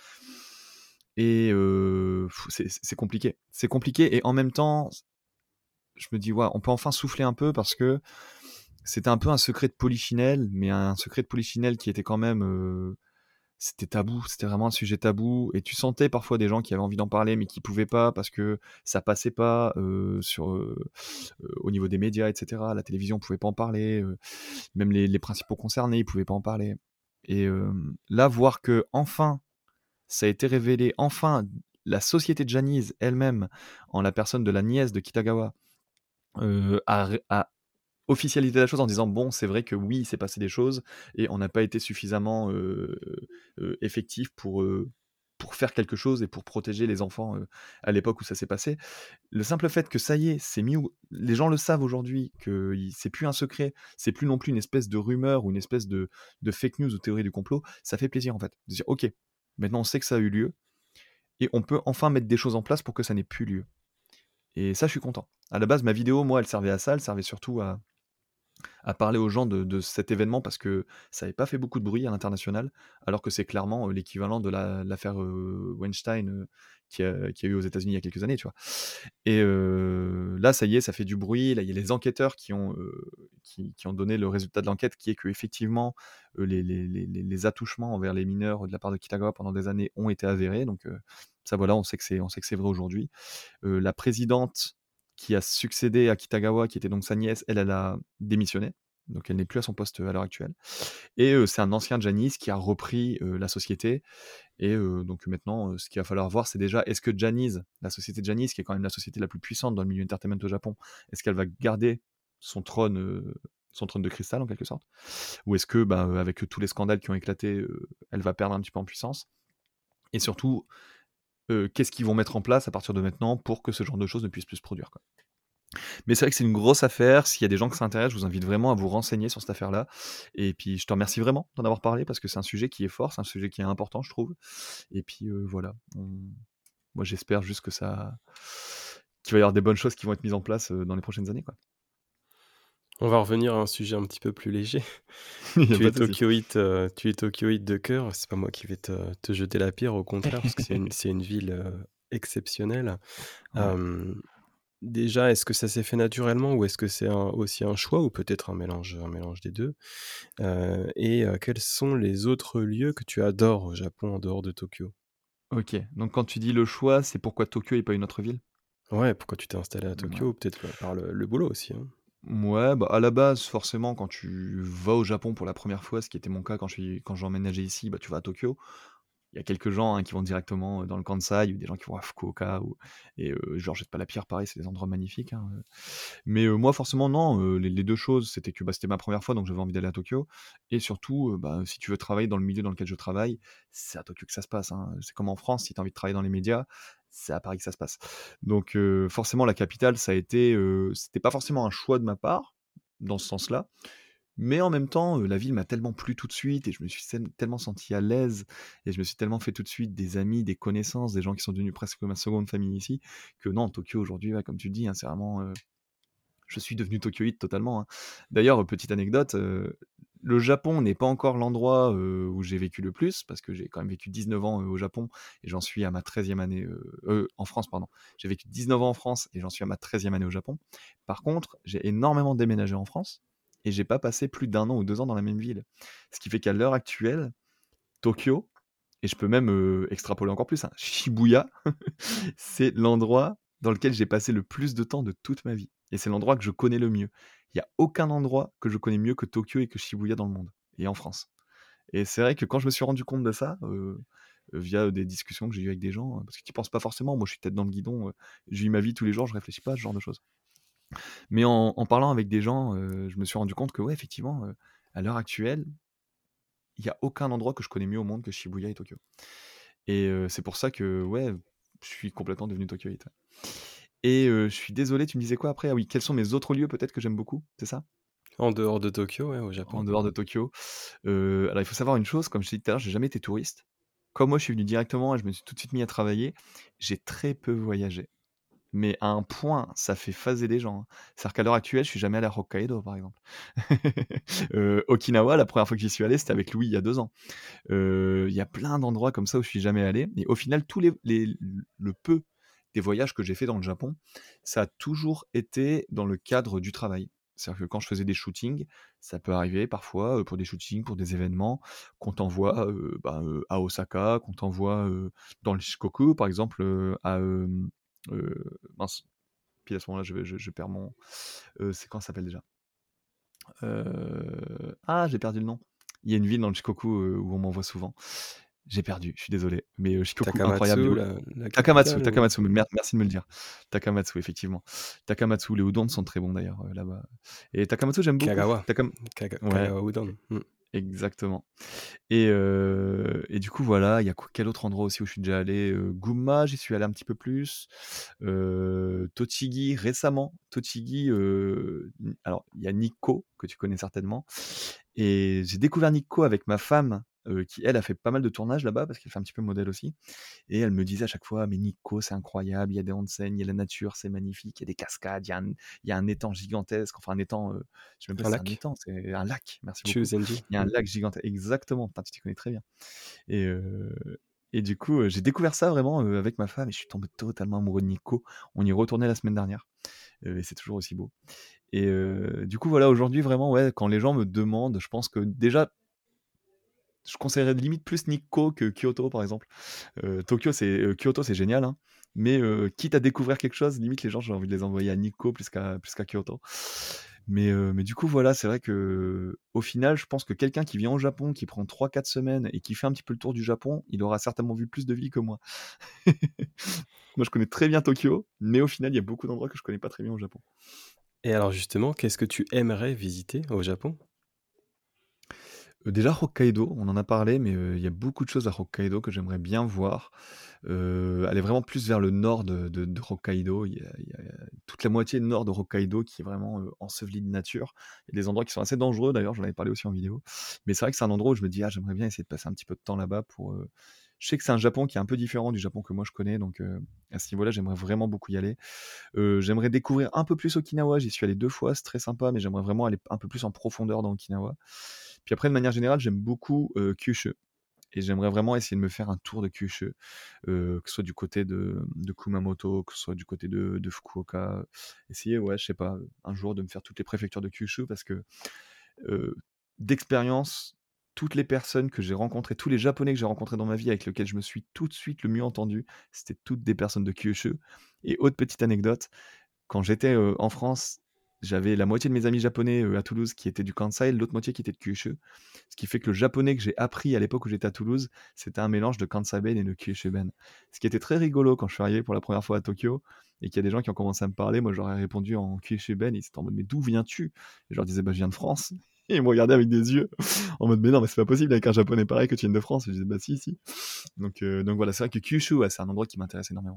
Speaker 2: Et heu, c'est c'est compliqué. C'est compliqué et en même temps, je me dis: «Waouh, on peut enfin souffler un peu» parce que c'était un peu un secret de polichinelle, mais un secret de polichinelle qui était quand même, heu, c'était tabou, c'était vraiment un sujet tabou et tu sentais parfois des gens qui avaient envie d'en parler, mais qui pouvaient pas parce que ça passait pas, heu, sur, heu heu, au niveau des médias et cetera. La télévision pouvait pas en parler, heu, même les les principaux concernés, ils pouvaient pas en parler. Et hem, là, voir qu'enfin, ça a été révélé, enfin, la société Johnny's elle-même, en la personne de la nièce de Kitagawa, heu, a ré a officialiser la chose en disant: «Bon, c'est vrai que oui, il s'est passé des choses et on n'a pas été suffisamment, heu heu, effectifs pour, heu, pour faire quelque chose et pour protéger les enfants, heu, à l'époque où ça s'est passé». Le simple fait que ça y est, c'est mis au les gens le savent aujourd'hui, que i c'est plus un secret, c'est plus non plus une espèce de rumeur ou une espèce de de fake news ou théorie du complot, ça fait plaisir en fait. De dire: «OK, maintenant on sait que ça a eu lieu et on peut enfin mettre des choses en place pour que ça n'ait plus lieu» et ça, je suis content. À la base, ma vidéo, moi, elle servait à ça, elle servait surtout à à parler aux gens de de cet événement parce que ça avait pas fait beaucoup de bruit à l'international, alors que c'est clairement, heu, l'équivalent de la l'affaire, heu, Weinstein, heu, qui a qui a eu aux États-Unis il y a quelques années, tu vois? Et heu, là, ça y est, ça fait du bruit. Là, il y a les enquêteurs qui ont, heu, qui qui ont donné le résultat de l'enquête qui est qu'effectivement, heu, les les les les les attouchements envers les mineurs de la part de Kitagawa pendant des années ont été avérés donc heu, ça voilà, on sait que c'est on sait que c'est vrai aujourd'hui. Heu, la présidente qui a succédé à Kitagawa, qui était donc sa nièce, elle, elle a démissionné, donc elle n'est plus à son poste, heu, à l'heure actuelle et heu, c'est un ancien Jannis qui a repris, heu, la société et heu, donc maintenant, heu, ce qu'il va falloir voir, c'est déjà est-ce que Jannis, la société Jannis, qui est quand même la société la plus puissante dans le milieu entertainment au Japon, est-ce qu'elle va garder son trône, heu, son trône de cristal en quelque sorte? Ou est-ce que, bah, heu, avec tous les scandales qui ont éclaté, heu, elle va perdre un petit peu en puissance? Et surtout, heu, qu'est-ce qu'ils vont mettre en place à partir de maintenant pour que ce genre de choses ne puisse plus se produire, quoi? Mais c'est vrai que c'est une grosse affaire. S'il y a des gens que ça intéresse, je vous invite vraiment à vous renseigner sur cette affaire-là. Et puis, je te remercie vraiment d'en avoir parlé parce que c'est un sujet qui est fort, c'est un sujet qui est important, je trouve. Et puis, heu, voilà, on moi, j'espère juste que ça qu'il va y avoir des bonnes choses qui vont être mises en place, heu, dans les prochaines années, quoi.
Speaker 1: On va revenir à un sujet un petit peu plus léger.
Speaker 2: Il y a
Speaker 1: Tu
Speaker 2: pas
Speaker 1: es
Speaker 2: de souci.
Speaker 1: tokyoïte, heu, tu es tokyoïte de cœur, c'est pas moi qui vais te te jeter la pierre, au contraire, parce que c'est une c'est une ville, heu, exceptionnelle.
Speaker 2: Ouais.
Speaker 1: Hem, déjà, est-ce que ça s'est fait naturellement ou est-ce que c'est un aussi un choix ou peut-être un mélange, un mélange des deux? Heu et heu, quels sont les autres lieux que tu adores au Japon en dehors de Tokyo?
Speaker 2: OK, donc quand tu dis le choix, c'est pourquoi Tokyo et pas une autre ville?
Speaker 1: Ouais, pourquoi tu t'es installé à
Speaker 2: Mouais.
Speaker 1: Tokyo? Peut-être le par le le boulot aussi, hein?
Speaker 2: Mouais, bah, à la base, forcément, quand tu vas au Japon pour la première fois, ce qui était mon cas quand je suis quand j'ai emménagé ici, bah, tu vas à Tokyo. Il y a quelques gens, hein, qui vont directement, heu, dans le Kansai ou des gens qui vont à Fukuoka ou et heu, je leur jette pas la pierre, pareil, c'est des endroits magnifiques, hein, heu. Mais heu, moi, forcément, non, heu, les les deux choses, c'était que, bah, c'était ma première fois, donc j'avais envie d'aller à Tokyo et surtout, heu, bah, si tu veux travailler dans le milieu dans lequel je travaille, c'est à Tokyo que ça se passe, hein. C'est comme en France, si tu as envie de travailler dans les médias, c'est à Paris que ça se passe. Donc heu, forcément, la capitale, ça a été, heu, c'était pas forcément un choix de ma part, dans ce sens-là, mais en même temps, heu, la ville m'a tellement plu tout de suite et je me suis sem tellement senti à l'aise et je me suis tellement fait tout de suite des amis, des connaissances, des gens qui sont devenus presque ma seconde famille ici, que non, Tokyo aujourd'hui, ouais, comme tu le dis, hein, c'est vraiment, heu, je suis devenu tokyoïte totalement, hein. D'ailleurs, petite anecdote, heu, le Japon n'est pas encore l'endroit, heu, où j'ai vécu le plus parce que j'ai quand même vécu dix-neuf ans, heu, au Japon et j'en suis à ma treizième année, heu heu, en France, pardon. J'ai vécu dix-neuf ans en France et j'en suis à ma treizième année au Japon. Par contre, j'ai énormément déménagé en France et j'ai pas passé plus d'un an ou deux ans dans la même ville. Ce qui fait qu'à l'heure actuelle, Tokyo et je peux même, heu, extrapoler encore plus, hein, Shibuya, c'est l'endroit dans lequel j'ai passé le plus de temps de toute ma vie et c'est l'endroit que je connais le mieux. Il y a aucun endroit que je connais mieux que Tokyo et que Shibuya dans le monde et en France et c'est vrai que quand je me suis rendu compte de ça, heu, via des discussions que j'ai eues avec des gens, heu, parce que tu y penses pas forcément, moi je suis tête dans le guidon, heu, je vis ma vie tous les jours, je réfléchis pas à ce genre de choses. Mais en en parlant avec des gens, heu, je me suis rendu compte que ouais, effectivement, heu, à l'heure actuelle il y a aucun endroit que je connais mieux au monde que Shibuya et Tokyo et heu, c'est pour ça que, ouais, je suis complètement devenu tokyoïte, ouais et heu, je suis désolé, tu me disais quoi après? Ah oui, quels sont mes autres lieux peut-être que j'aime beaucoup, c'est ça?
Speaker 1: En dehors de Tokyo, ouais, au
Speaker 2: En
Speaker 1: Japon.
Speaker 2: dehors de Tokyo, heu, alors il faut savoir une chose, comme je t'ai dit tout à l'heure, j'ai jamais été touriste. Comme moi, je suis venu directement et je me suis tout de suite mis à travailler, j'ai très peu voyagé, mais à un point, ça fait phaser les gens, hein. C'est-à-dire qu'à l'heure actuelle, je suis jamais allé à Hokkaido, par exemple. Heu, Okinawa, la première fois que j'y suis allé, c'était avec Louis il y a deux ans. Heu, il y a plein d'endroits comme ça où je suis jamais allé et au final, tous les les le peu des voyages que j'ai fait dans le Japon, ça a toujours été dans le cadre du travail. C'est-à-dire que quand je faisais des shootings, ça peut arriver parfois, heu, pour des shootings, pour des événements, qu'on t'envoie, heu, bah, heu, à Osaka, qu'on t'envoie, heu, dans le Shikoku, par exemple, heu, à, hem, heu, mince, puis à ce moment-là, je vais je je perds mon, heu, c'est comment ça s'appelle déjà? Heu, ah, j'ai perdu le nom. Il y a une ville dans le Shikoku, heu, où on m'envoie souvent J'ai perdu, je suis désolé, mais heu, Shikoku incroyable, les
Speaker 1: Takamatsu,
Speaker 2: u
Speaker 1: la la
Speaker 2: Takamatsu,
Speaker 1: capitale ou?
Speaker 2: Takamatsu, mer merci de me le dire. Takamatsu, effectivement. Takamatsu, les udon sont très bons d'ailleurs, heu, là-bas et Takamatsu, j'aime beaucoup.
Speaker 1: Kagawa,
Speaker 2: Takam
Speaker 1: Kaga
Speaker 2: ouais,
Speaker 1: Kagawa Udon. Mmh.
Speaker 2: exactement et heu et du coup, voilà, il y a quoi quel autre endroit aussi où je suis déjà allé? Heu, Gunma, j'y suis allé un petit peu plus, heu, Tochigi récemment. Tochigi, heu, n alors il y a Nikko, que tu connais certainement et j'ai découvert Nikko avec ma femme, heu, qui elle a fait pas mal de tournages là-bas parce qu'elle fait un petit peu modèle aussi et elle me disait à chaque fois: «Mais Nikko, c'est incroyable, il y a des onsen, il y a la nature, c'est magnifique, il y a des cascades, il y a un il y a un étang gigantesque», enfin un étang, heu, je sais même pas
Speaker 1: Un
Speaker 2: si c'est un
Speaker 1: lac?
Speaker 2: étang, c'est un lac, merci beaucoup.
Speaker 1: Chuzenji.
Speaker 2: Il y a un
Speaker 1: Mmh.
Speaker 2: lac gigantesque exactement, putain, tu t'y connais très bien et heu et du coup, heu, j'ai découvert ça vraiment, heu, avec ma femme et je suis tombé totalement amoureux de Nikko. On y est retourné la semaine dernière, heu et c'est toujours aussi beau et heu, du coup, voilà, aujourd'hui, vraiment, ouais, quand les gens me demandent, je pense que déjà je conseillerais limite plus Nikko que Kyoto, par exemple. Heu, Tokyo, c'est heu, Kyoto, c'est génial, hein, mais heu, quitte à découvrir quelque chose, limite les gens, j'ai envie de les envoyer à Nikko plus qu'à plus qu'à Kyoto. Mais heu, mais du coup, voilà, c'est vrai qu'au final, je pense que quelqu'un qui vient au Japon, qui prend trois quatre semaines et qui fait un petit peu le tour du Japon, il aura certainement vu plus de villes que moi. Moi, je connais très bien Tokyo, mais au final, il y a beaucoup d'endroits que je connais pas très bien au Japon.
Speaker 1: Et alors justement, qu'est-ce que tu aimerais visiter au Japon?
Speaker 2: Heu, déjà Hokkaido, on en a parlé, mais heu, il y a beaucoup de choses à Hokkaido que j'aimerais bien voir. Heu, aller vraiment plus vers le nord de de de Hokkaido. Il y a il y a toute la moitié nord de Hokkaido qui est vraiment, heu, ensevelie de nature. Il y a des endroits qui sont assez dangereux d'ailleurs, j'en avais parlé aussi en vidéo. Mais c'est vrai que c'est un endroit où je me dis: «Ah j'aimerais bien essayer de passer un petit peu de temps là-bas pour, heu» je sais que c'est un Japon qui est un peu différent du Japon que moi je connais, donc heu, à ce niveau-là, j'aimerais vraiment beaucoup y aller. Heu, j'aimerais découvrir un peu plus Okinawa, j'y suis allé deux fois, c'est très sympa, mais j'aimerais vraiment aller un peu plus en profondeur dans Okinawa. Puis après, de manière générale, j'aime beaucoup, heu, Kyushu et j'aimerais vraiment essayer de me faire un tour de Kyushu, heu, que ce soit du côté de de Kumamoto, que ce soit du côté de de Fukuoka, essayer, ouais, je sais pas, un jour de me faire toutes les préfectures de Kyushu parce que, heu, d'expérience, toutes les personnes que j'ai rencontrées, tous les Japonais que j'ai rencontrés dans ma vie avec lesquels je me suis tout de suite le mieux entendu, c'était toutes des personnes de Kyushu et autre petite anecdote, quand j'étais, heu, en France, j'avais la moitié de mes amis japonais, heu, à Toulouse qui étaient du Kansai, l'autre moitié qui était de Kyushu. Ce qui fait que le japonais que j'ai appris à l'époque où j'étais à Toulouse, c'était un mélange de Kansai-ben et de Kyushu-ben. Ce qui était très rigolo quand je suis arrivé pour la première fois à Tokyo et qu'il y a des gens qui ont commencé à me parler, moi j'aurais répondu en Kyushu-ben, ils étaient en mode: «Mais d'où viens-tu?» et je leur disais: «Bah, je viens de France». Et ils me regardaient avec des yeux en mode: «Mais non, mais c'est pas possible avec un japonais pareil que tu viennes de France». Et je disais: «Bah si, si». Donc heu, donc voilà, c'est vrai que Kyushu, ouais, c'est un endroit qui m'intéresse énormément.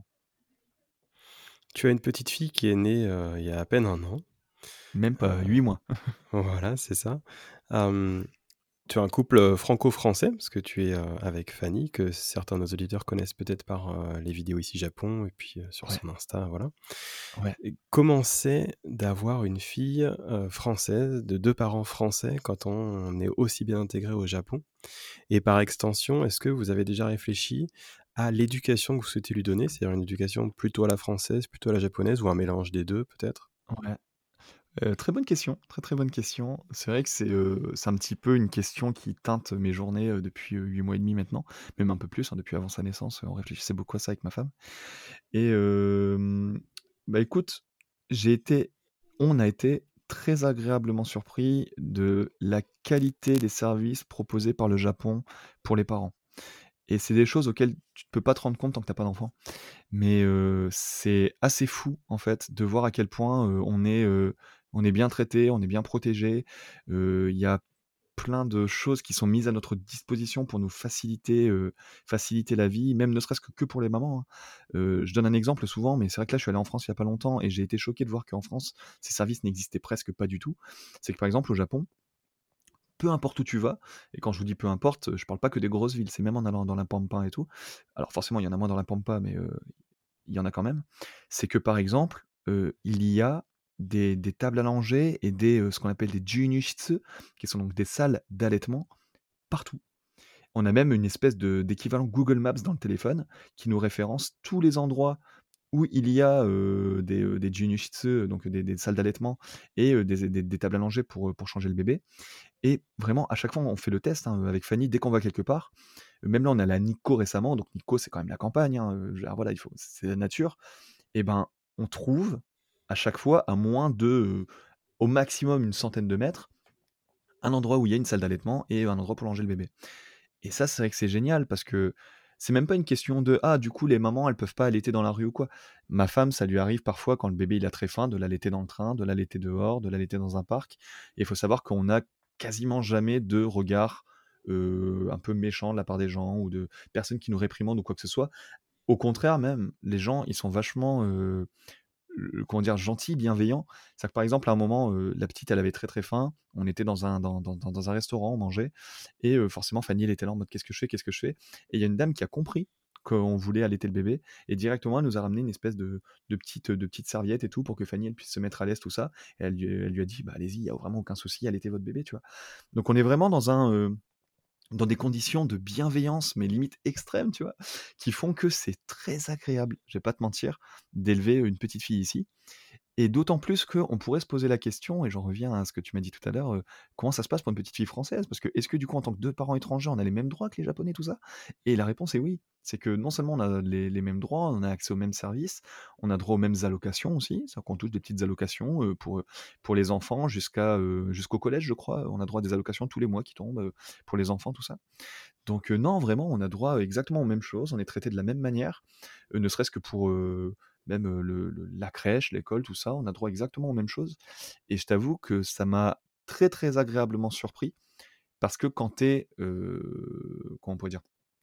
Speaker 1: Tu as une petite fille qui est née, heu, il y a à peine un an.
Speaker 2: Même pas
Speaker 1: Heu,
Speaker 2: huit mois.
Speaker 1: voilà, c'est ça. Hem, Tu as un couple, heu, franco-français parce que tu es, heu, avec Fanny, que certains de nos auditeurs connaissent peut-être par, heu, les vidéos Ici Japon et puis, heu, sur
Speaker 2: Ouais,
Speaker 1: son Insta, voilà.
Speaker 2: ouais.
Speaker 1: Et comment c'est d'avoir une fille, heu, française, de deux parents français quand on est aussi bien intégré au Japon? Et par extension, est-ce que vous avez déjà réfléchi à l'éducation que vous souhaitez lui donner? C'est-à-dire une éducation plutôt à la française, plutôt à la japonaise ou un mélange des deux peut-être?
Speaker 2: Ouais. Heu, très bonne question, très, très bonne question. C'est vrai que c'est, heu, c'est un petit peu une question qui teinte mes journées, heu, depuis, heu, huit mois et demi maintenant, même un peu plus, hein, depuis avant sa naissance, heu, on réfléchissait beaucoup à ça avec ma femme et hem, bah, écoute, j'ai été on a été très agréablement surpris de la qualité des services proposés par le Japon pour les parents et c'est des choses auxquelles tu ne peux pas te rendre compte tant que tu as pas d'enfant. Mais heu, c'est assez fou, en fait, de voir à quel point, heu, on est, heu, on est bien traité, on est bien protégé. Heu, il y a plein de choses qui sont mises à notre disposition pour nous faciliter, heu, faciliter la vie, même ne serait-ce que que pour les mamans, hein. Heu, je donne un exemple souvent, mais c'est vrai que là, je suis allé en France il y a pas longtemps et j'ai été choqué de voir qu'en France, ces services n'existaient presque pas du tout. C'est que, par exemple, au Japon, peu importe où tu vas et quand je vous dis peu importe, je parle pas que des grosses villes, c'est même en allant dans la pampa et tout. Alors forcément, il y en a moins dans la pampa, mais heu il y en a quand même, c'est que par exemple, heu, il y a des des tables à langer et des, heu, ce qu'on appelle des Junyushitsu, qui sont donc des salles d'allaitement partout. On a même une espèce de d'équivalent Google Maps dans le téléphone qui nous référence tous les endroits où il y a, heu, des, heu, des Junyushitsu, donc des des salles d'allaitement et heu, des des des tables à langer pour, heu, pour changer le bébé et vraiment à chaque fois on fait le test, hein, avec Fanny dès qu'on va quelque part. Même là on est allé à Nikko récemment, donc Nikko c'est quand même la campagne, hein, heu, je veux dire voilà, il faut c'est la nature et ben, on trouve à chaque fois à moins de, heu, au maximum une centaine de mètres, un endroit où il y a une salle d'allaitement et un endroit pour longer le bébé Et ça, c'est vrai que c'est génial parce que c'est même pas une question de: «Ah, du coup, les mamans, elles peuvent pas allaiter dans la rue ou quoi». Ma femme, ça lui arrive parfois quand le bébé, il a très faim, de l'allaiter dans le train, de l'allaiter dehors, de l'allaiter dans un parc. Et il faut savoir qu'on a quasiment jamais de regard, heu, un peu méchant de la part des gens ou de personnes qui nous réprimandent ou quoi que ce soit. Au contraire même, les gens, ils sont vachement, heu, heu, comment dire? Gentils, bienveillants. C'est-à-dire que, par exemple, à un moment, heu, la petite, elle avait très, très faim. On était dans un dans dans dans dans un restaurant, on mangeait et heu, forcément Fanny, elle était là en mode: «Qu'est-ce que je fais? Qu'est-ce que je fais?» Et il y a une dame qui a compris qu'on voulait allaiter le bébé et directement, elle nous a ramené une espèce de de petite, de petite serviette et tout pour que Fanny, elle puisse se mettre à l'aise, tout ça. Et elle lui elle lui a dit: «Bah, allez-y, il y a vraiment aucun souci, allaitez votre bébé», tu vois? Donc on est vraiment dans un, heu dans des conditions de bienveillance, mais limite extrêmes, tu vois? Qui font que c'est très agréable, je vais pas te mentir, d'élever une petite fille ici. Et d'autant plus qu'on pourrait se poser la question, et j'en reviens à ce que tu m'as dit tout à l'heure, heu, comment ça se passe pour une petite fille française? Parce que, est-ce que du coup, en tant que deux parents étrangers, on a les mêmes droits que les Japonais, tout ça? Et la réponse est oui. C'est que non seulement on a les les mêmes droits, on a accès aux mêmes services, on a droit aux mêmes allocations aussi, c'est-à-dire qu'on touche des petites allocations, heu, pour, heu, pour les enfants jusqu'à, heu, jusqu'au collège, je crois. On a droit à des allocations tous les mois qui tombent, heu, pour les enfants, tout ça. Donc heu, non, vraiment, on a droit exactement aux mêmes choses, on est traité de la même manière, heu, ne serait-ce que pour, heu, même, heu, le le la crèche, l'école, tout ça, on a droit exactement aux mêmes choses. Et je t'avoue que ça m'a très, très agréablement surpris parce que quand tu es, heu, comment on pourrait dire?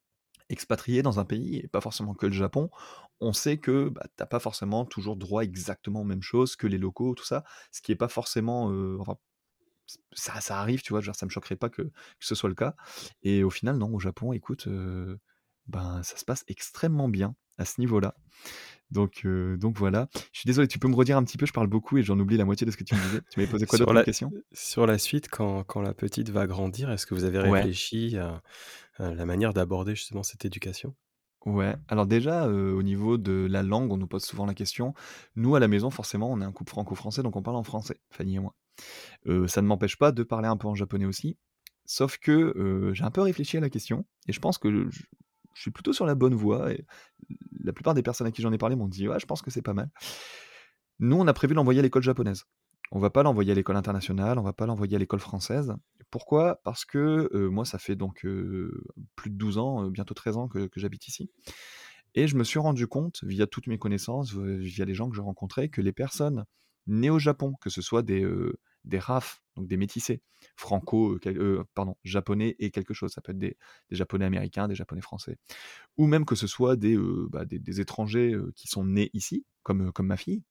Speaker 2: Expatrié dans un pays et pas forcément que le Japon, on sait que, bah, tu as pas forcément toujours droit exactement aux mêmes choses que les locaux, tout ça. Ce qui est pas forcément, heu, enfin, ç ça ça arrive, tu vois? Genre ça me choquerait pas que que ce soit le cas. Et au final, non, au Japon, écoute, heu, ben, ça se passe extrêmement bien à ce niveau-là. Donc heu, donc voilà. Je suis désolé, tu peux me redire un petit peu? Je parle beaucoup et j'en oublie la moitié de ce que tu me disais. Tu m'avais posé quoi d'autre
Speaker 1: Sur
Speaker 2: comme
Speaker 1: la
Speaker 2: question?
Speaker 1: sur la suite, quand quand la petite va grandir, est-ce que vous avez
Speaker 2: Ouais.
Speaker 1: réfléchi à à la manière d'aborder justement cette éducation?
Speaker 2: Ouais, alors déjà, heu, au niveau de la langue, on nous pose souvent la question. Nous, à la maison, forcément, on est un couple franco-français, donc on parle en français, Fanny et moi. Heu, ça ne m'empêche pas de parler un peu en japonais aussi, sauf que, heu, j'ai un peu réfléchi à la question et je pense que je je suis plutôt sur la bonne voie et la plupart des personnes à qui j'en ai parlé m'ont dit: «Ouais, je pense que c'est pas mal». Nous, on a prévu de l'envoyer à l'école japonaise. On va pas l'envoyer à l'école internationale, on va pas l'envoyer à l'école française. Pourquoi? Parce que, heu, moi, ça fait donc, heu, plus de douze ans, heu, bientôt treize ans que que j'habite ici et je me suis rendu compte, via toutes mes connaissances, heu, via les gens que je rencontrais, que les personnes nées au Japon, que ce soit des, heu, des R A F, donc des métissés, franco, heu, quel heu, pardon, japonais et quelque chose, ça peut être des des japonais américains, des japonais français, ou même que ce soit des, heu, bah, des des étrangers, heu, qui sont nés ici, comme, heu, comme ma fille.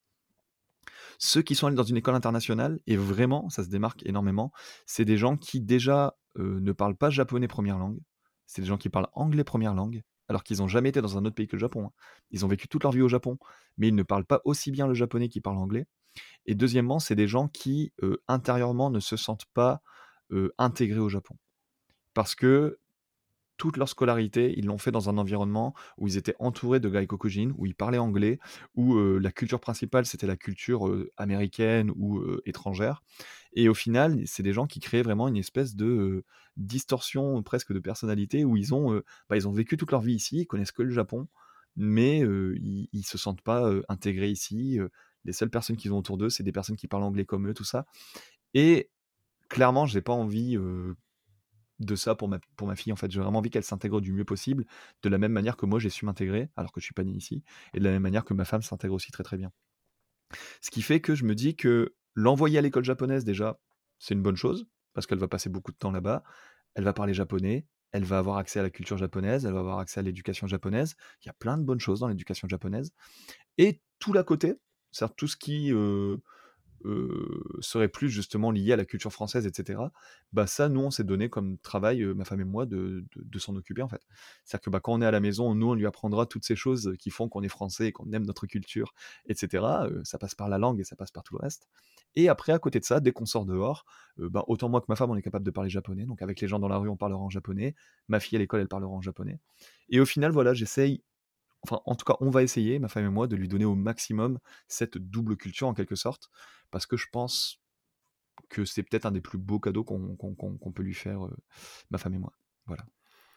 Speaker 2: Ceux qui sont allés dans une école internationale et vraiment, ça se démarque énormément, c'est des gens qui déjà, heu, ne parlent pas japonais première langue. C'est des gens qui parlent anglais première langue, alors qu'ils ont jamais été dans un autre pays que le Japon, hein. Ils ont vécu toute leur vie au Japon, mais ils ne parlent pas aussi bien le japonais qu'ils parlent anglais. Et deuxièmement, c'est des gens qui, heu, intérieurement ne se sentent pas, heu, intégrés au Japon. Parce que toute leur scolarité, ils l'ont fait dans un environnement où ils étaient entourés de gaikokujin, où ils parlaient anglais, où, heu, la culture principale, c'était la culture, heu, américaine ou, heu, étrangère. Et au final, c'est des gens qui créent vraiment une espèce de, heu, distorsion presque de personnalité où ils ont, heu, bah, ils ont vécu toute leur vie ici, ils connaissent que le Japon, mais, heu, ils ils se sentent pas, heu, intégrés ici, heu, les seules personnes qu'ils ont autour d'eux, c'est des personnes qui parlent anglais comme eux, tout ça. Et clairement, j'ai pas envie, heu de ça pour ma pour ma fille, en fait. J'ai vraiment envie qu'elle s'intègre du mieux possible, de la même manière que moi j'ai su m'intégrer, alors que je suis pas né ici, et de la même manière que ma femme s'intègre aussi très, très bien. Ce qui fait que je me dis que l'envoyer à l'école japonaise déjà, c'est une bonne chose, parce qu'elle va passer beaucoup de temps là-bas, elle va parler japonais, elle va avoir accès à la culture japonaise, elle va avoir accès à l'éducation japonaise. Il y a plein de bonnes choses dans l'éducation japonaise et tout l'à côté, c'est-à-dire tout ce qui, heu heu, serait plus justement lié à la culture française et cetera, bah, ça, nous, on s'est donné comme travail, heu, ma femme et moi, de de de s'en occuper, en fait. C'est-à-dire que, bah, quand on est à la maison, nous, on lui apprendra toutes ces choses qui font qu'on est français et qu'on aime notre culture et cetera, heu, ça passe par la langue et ça passe par tout le reste. Et après, à côté de ça, dès qu'on sort dehors, heu, bah, autant moi que ma femme, on est capable de parler japonais, donc avec les gens dans la rue, on parlera en japonais. Ma fille à l'école, elle parlera en japonais et au final, voilà, j'essaye, enfin, en tout cas, on va essayer, ma femme et moi, de lui donner au maximum cette double culture en quelque sorte, parce que je pense que c'est peut-être un des plus beaux cadeaux qu'on qu'on qu'on qu'on peut lui faire, heu, ma femme et moi. Voilà.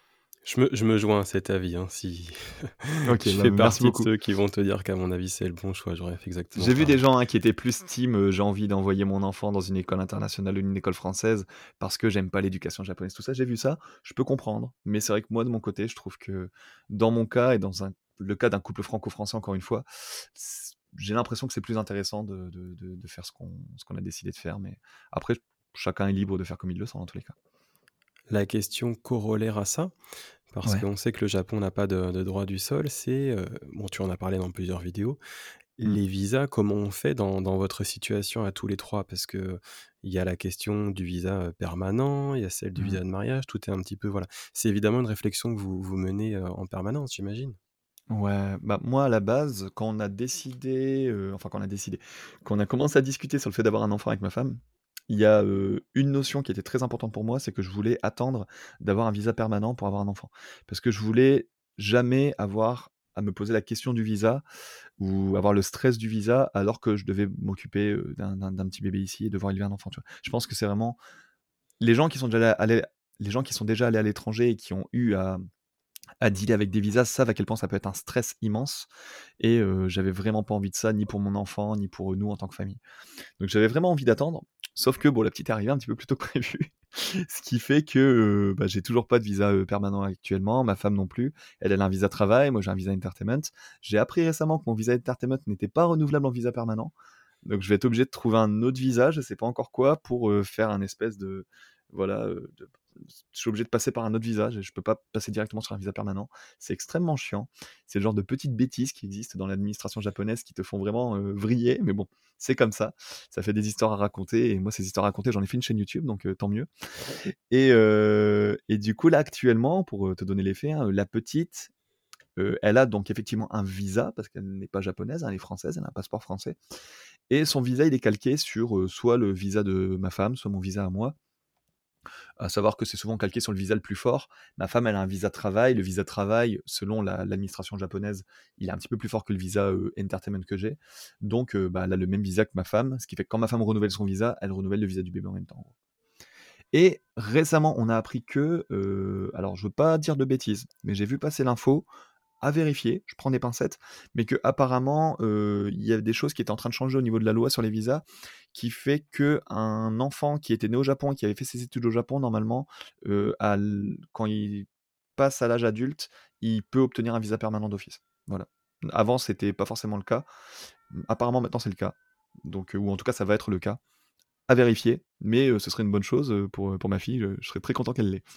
Speaker 1: Je me je me joins à cet avis, hein, si
Speaker 2: OK,
Speaker 1: je
Speaker 2: bah,
Speaker 1: fais
Speaker 2: merci
Speaker 1: partie de
Speaker 2: beaucoup.
Speaker 1: ceux qui vont te dire qu'à mon avis, c'est le bon choix. J'aurais fait exactement
Speaker 2: J'ai vu des
Speaker 1: pareil.
Speaker 2: gens, hein, qui étaient plus team, heu, j'ai envie d'envoyer mon enfant dans une école internationale ou une école française parce que j'aime pas l'éducation japonaise, tout ça, j'ai vu ça, je peux comprendre. Mais c'est vrai que moi, de mon côté, je trouve que dans mon cas et dans un le cas d'un couple franco-français, encore une fois, c j'ai l'impression que c'est plus intéressant de de de de faire ce qu'on ce qu'on a décidé de faire. Mais après, chacun est libre de faire comme il le sent dans tous les cas.
Speaker 1: La question corollaire à ça, parce
Speaker 2: Ouais.
Speaker 1: qu'on sait que le Japon n'a pas de de droit du sol, c'est, heu, bon, tu en as parlé dans plusieurs vidéos,
Speaker 2: Mmh.
Speaker 1: les visas, comment on fait dans dans votre situation à tous les trois? Parce qu'il y a la question du visa, heu, permanent, il y a celle du
Speaker 2: Mmh.
Speaker 1: visa de mariage, tout est un petit peu voilà. C'est évidemment une réflexion que vous vous menez, heu, en permanence, j'imagine?
Speaker 2: Ouais, bah, moi, à la base, quand on a décidé, heu, enfin, quand on a décidé, quand on a commencé à discuter sur le fait d'avoir un enfant avec ma femme, il y a, heu, une notion qui était très importante pour moi, c'est que je voulais attendre d'avoir un visa permanent pour avoir un enfant. Parce que je voulais jamais avoir à me poser la question du visa ou avoir le stress du visa alors que je devais m'occuper, heu, d'un d'un d'un petit bébé ici et devoir élever un enfant, tu vois? Je pense que c'est vraiment les gens qui sont déjà allés les gens qui sont déjà allés à l'étranger et qui ont eu à à dealer avec des visas savent à quel point ça peut être un stress immense et heu, j'avais vraiment pas envie de ça, ni pour mon enfant, ni pour, heu, nous en tant que famille. Donc j'avais vraiment envie d'attendre, sauf que bon, la petite est arrivée un petit peu plus tôt que prévu, ce qui fait que, heu, bah, j'ai toujours pas de visa, heu, permanent actuellement, ma femme non plus. Elle, elle a un visa travail, moi j'ai un visa entertainment. J'ai appris récemment que mon visa entertainment n'était pas renouvelable en visa permanent, donc je vais être obligé de trouver un autre visa, je sais pas encore quoi, pour, heu, faire un espèce de voilà, heu, de je suis obligé de passer par un autre visa, je je peux pas passer directement sur un visa permanent. C'est extrêmement chiant. C'est le genre de petites bêtises qui existent dans l'administration japonaise qui te font vraiment, heu, vriller, mais bon, c'est comme ça. Ça fait des histoires à raconter et moi ces histoires à raconter, j'en ai fait une chaîne YouTube, donc heu, tant mieux et heu et du coup là, actuellement, pour, heu, te donner les faits, hein, la petite, heu, elle a donc effectivement un visa parce qu'elle n'est pas japonaise, hein, elle est française, elle a un passeport français et son visa, il est calqué sur, heu, soit le visa de ma femme, soit mon visa à moi. À savoir que c'est souvent calqué sur le visa le plus fort. Ma femme, elle a un visa travail. Le visa travail, selon la l'administration japonaise, il est un petit peu plus fort que le visa, heu, entertainment que j'ai. Donc, heu, bah, elle a le même visa que ma femme, ce qui fait que quand ma femme renouvelle son visa, elle renouvelle le visa du bébé en même temps, en gros. Et récemment, on a appris que, heu, alors je veux pas dire de bêtises, mais j'ai vu passer l'info, à vérifier, je prends des pincettes, mais qu'apparemment, heu, il y a des choses qui étaient en train de changer au niveau de la loi sur les visas, qui fait qu'un enfant qui était né au Japon et qui avait fait ses études au Japon, normalement, heu, à l quand il passe à l'âge adulte, il peut obtenir un visa permanent d'office. Voilà. Avant, c'était pas forcément le cas. Mmh, apparemment, maintenant, c'est le cas. Donc, heu, ou en tout cas, ça va être le cas. À vérifier, mais heu, ce serait une bonne chose, heu, pour, heu, pour ma fille, je je serais très content qu'elle l'ait.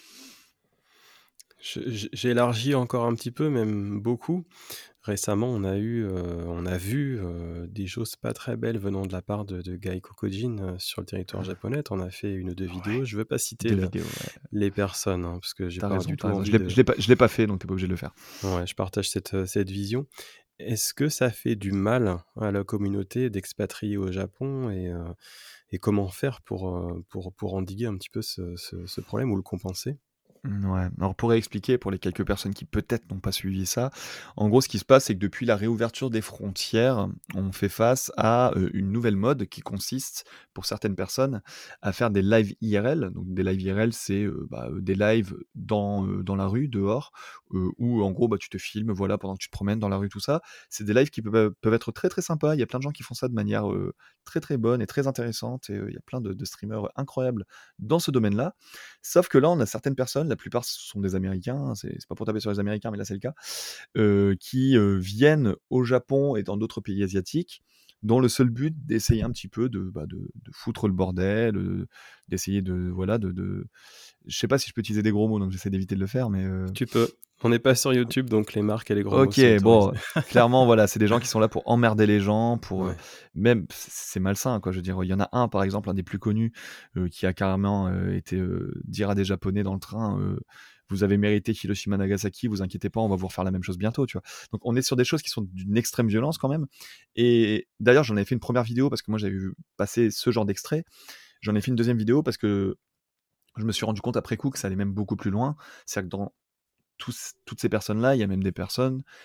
Speaker 1: Je j j'élargis encore un petit peu, même beaucoup. Récemment, on a eu, heu, on a vu, heu, des choses pas très belles venant de la part de de Gai Kokojin, heu, sur le territoire japonais. Tu en as fait une ou deux
Speaker 2: Ouais,
Speaker 1: vidéos. Je veux pas citer
Speaker 2: deux
Speaker 1: le
Speaker 2: vidéos, ouais.
Speaker 1: les personnes, hein, parce que j'ai
Speaker 2: Tu
Speaker 1: pas
Speaker 2: raison,
Speaker 1: du
Speaker 2: tu
Speaker 1: tout
Speaker 2: raison. Je
Speaker 1: envie
Speaker 2: l'ai je
Speaker 1: de
Speaker 2: l'ai pas je l'ai pas fait, donc tu es pas obligé de le faire.
Speaker 1: ouais, je partage cette, heu, cette vision. Est-ce que ça fait du mal à la communauté d'expatriés au Japon et heu et comment faire pour, heu, pour pour endiguer un petit peu ce ce ce problème ou le compenser?
Speaker 2: Mmh, ouais. Alors pour expliquer, pour les quelques personnes qui peut-être n'ont pas suivi ça, en gros, ce qui se passe, c'est que depuis la réouverture des frontières, on fait face à, heu, une nouvelle mode qui consiste, pour certaines personnes, à faire des lives I R L. Donc des lives I R L, c'est, heu, bah, heu, des lives dans, heu, dans la rue, dehors, heu, où en gros, bah, tu te filmes, voilà, pendant que tu te promènes dans la rue, tout ça. C'est des lives qui peuvent, peuvent être très, très sympas. Il y a plein de gens qui font ça de manière, heu, très, très bonne et très intéressante et heu, il y a plein de de streamers incroyables dans ce domaine-là. Sauf que là, on a certaines personnes, la plupart ce sont des Américains, hein, c'est c'est pas pour taper sur les Américains, mais là c'est le cas, heu, qui, heu, viennent au Japon et dans d'autres pays asiatiques, dans le seul but d'essayer un petit peu de, bah, de de foutre le bordel, heu, d'essayer de voilà, de de je sais pas si je peux utiliser des gros mots, donc j'essaie d'éviter de le faire, mais heu
Speaker 1: Tu peux. On n'est pas sur YouTube, donc les marques et les gros mots
Speaker 2: OK,
Speaker 1: sont autorisés.
Speaker 2: bon, clairement, voilà, c'est des gens qui sont là pour emmerder les gens, pour, heu,
Speaker 1: Ouais.
Speaker 2: même c c'est malsain, quoi. Je veux dire, il y en a un, par exemple, un des plus connus, heu, qui a carrément, heu, été, heu, dire à des Japonais dans le train, heu: «Vous avez mérité Hiroshima, Nagasaki, vous inquiétez pas, on va vous refaire la même chose bientôt», tu vois? Donc on est sur des choses qui sont d'une extrême violence quand même et d'ailleurs, j'en avais fait une première vidéo parce que moi, j'avais vu passer ce genre d'extrait. J'en ai fait une deuxième vidéo parce que je me suis rendu compte après coup que ça allait même beaucoup plus loin. C'est-à-dire que dans tous toutes ces personnes-là, il y a même des personnes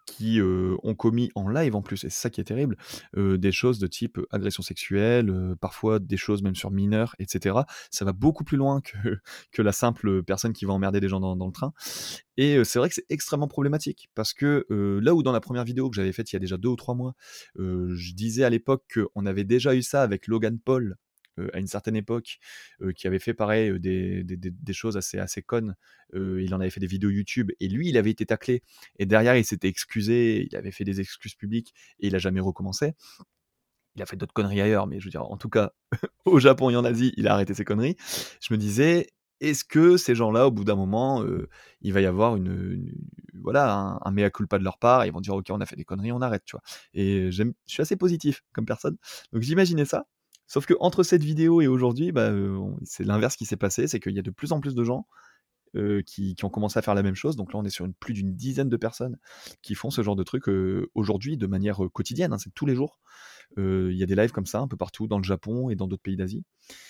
Speaker 2: qui, heu, ont commis en live en plus et c'est ça qui est terrible, heu, des choses de type, heu, agression sexuelle, heu, parfois des choses même sur mineurs et cetera. Ça va beaucoup plus loin que que la simple, personne qui va emmerder des gens dans dans le train et heu, c'est vrai que c'est extrêmement problématique parce que, heu, là où dans la première vidéo que j'avais faite il y a déjà deux ou trois mois, heu, je disais à l'époque qu'on avait déjà eu ça avec Logan Paul, heu, à une certaine époque, heu, qui avait fait pareil, heu, des des des des choses assez assez connes. Heu, il en avait fait des vidéos YouTube et lui, il avait été taclé et derrière il s'était excusé, il avait fait des excuses publiques et il a jamais recommencé. Il a fait d'autres conneries ailleurs, mais je veux dire, en tout cas, au Japon et en Asie, il a arrêté ses conneries. Je me disais: «Est-ce que ces gens-là, au bout d'un moment, heu, il va y avoir une, une voilà, un un mea culpa de leur part, ils vont dire: "OK, on a fait des conneries, on arrête", tu vois?» Et j'aime je suis assez positif comme personne, donc j'imaginais ça, sauf qu'entre cette vidéo et aujourd'hui, bah, heu, on c'est l'inverse qui s'est passé, c'est qu'il y a de plus en plus de gens, heu, qui qui ont commencé à faire la même chose, donc là, on est sur une plus d'une dizaine de personnes qui font ce genre de truc, heu, aujourd'hui de manière, heu, quotidienne, hein, c'est tous les jours. Heu, il y a des lives comme ça un peu partout dans le Japon et dans d'autres pays d'Asie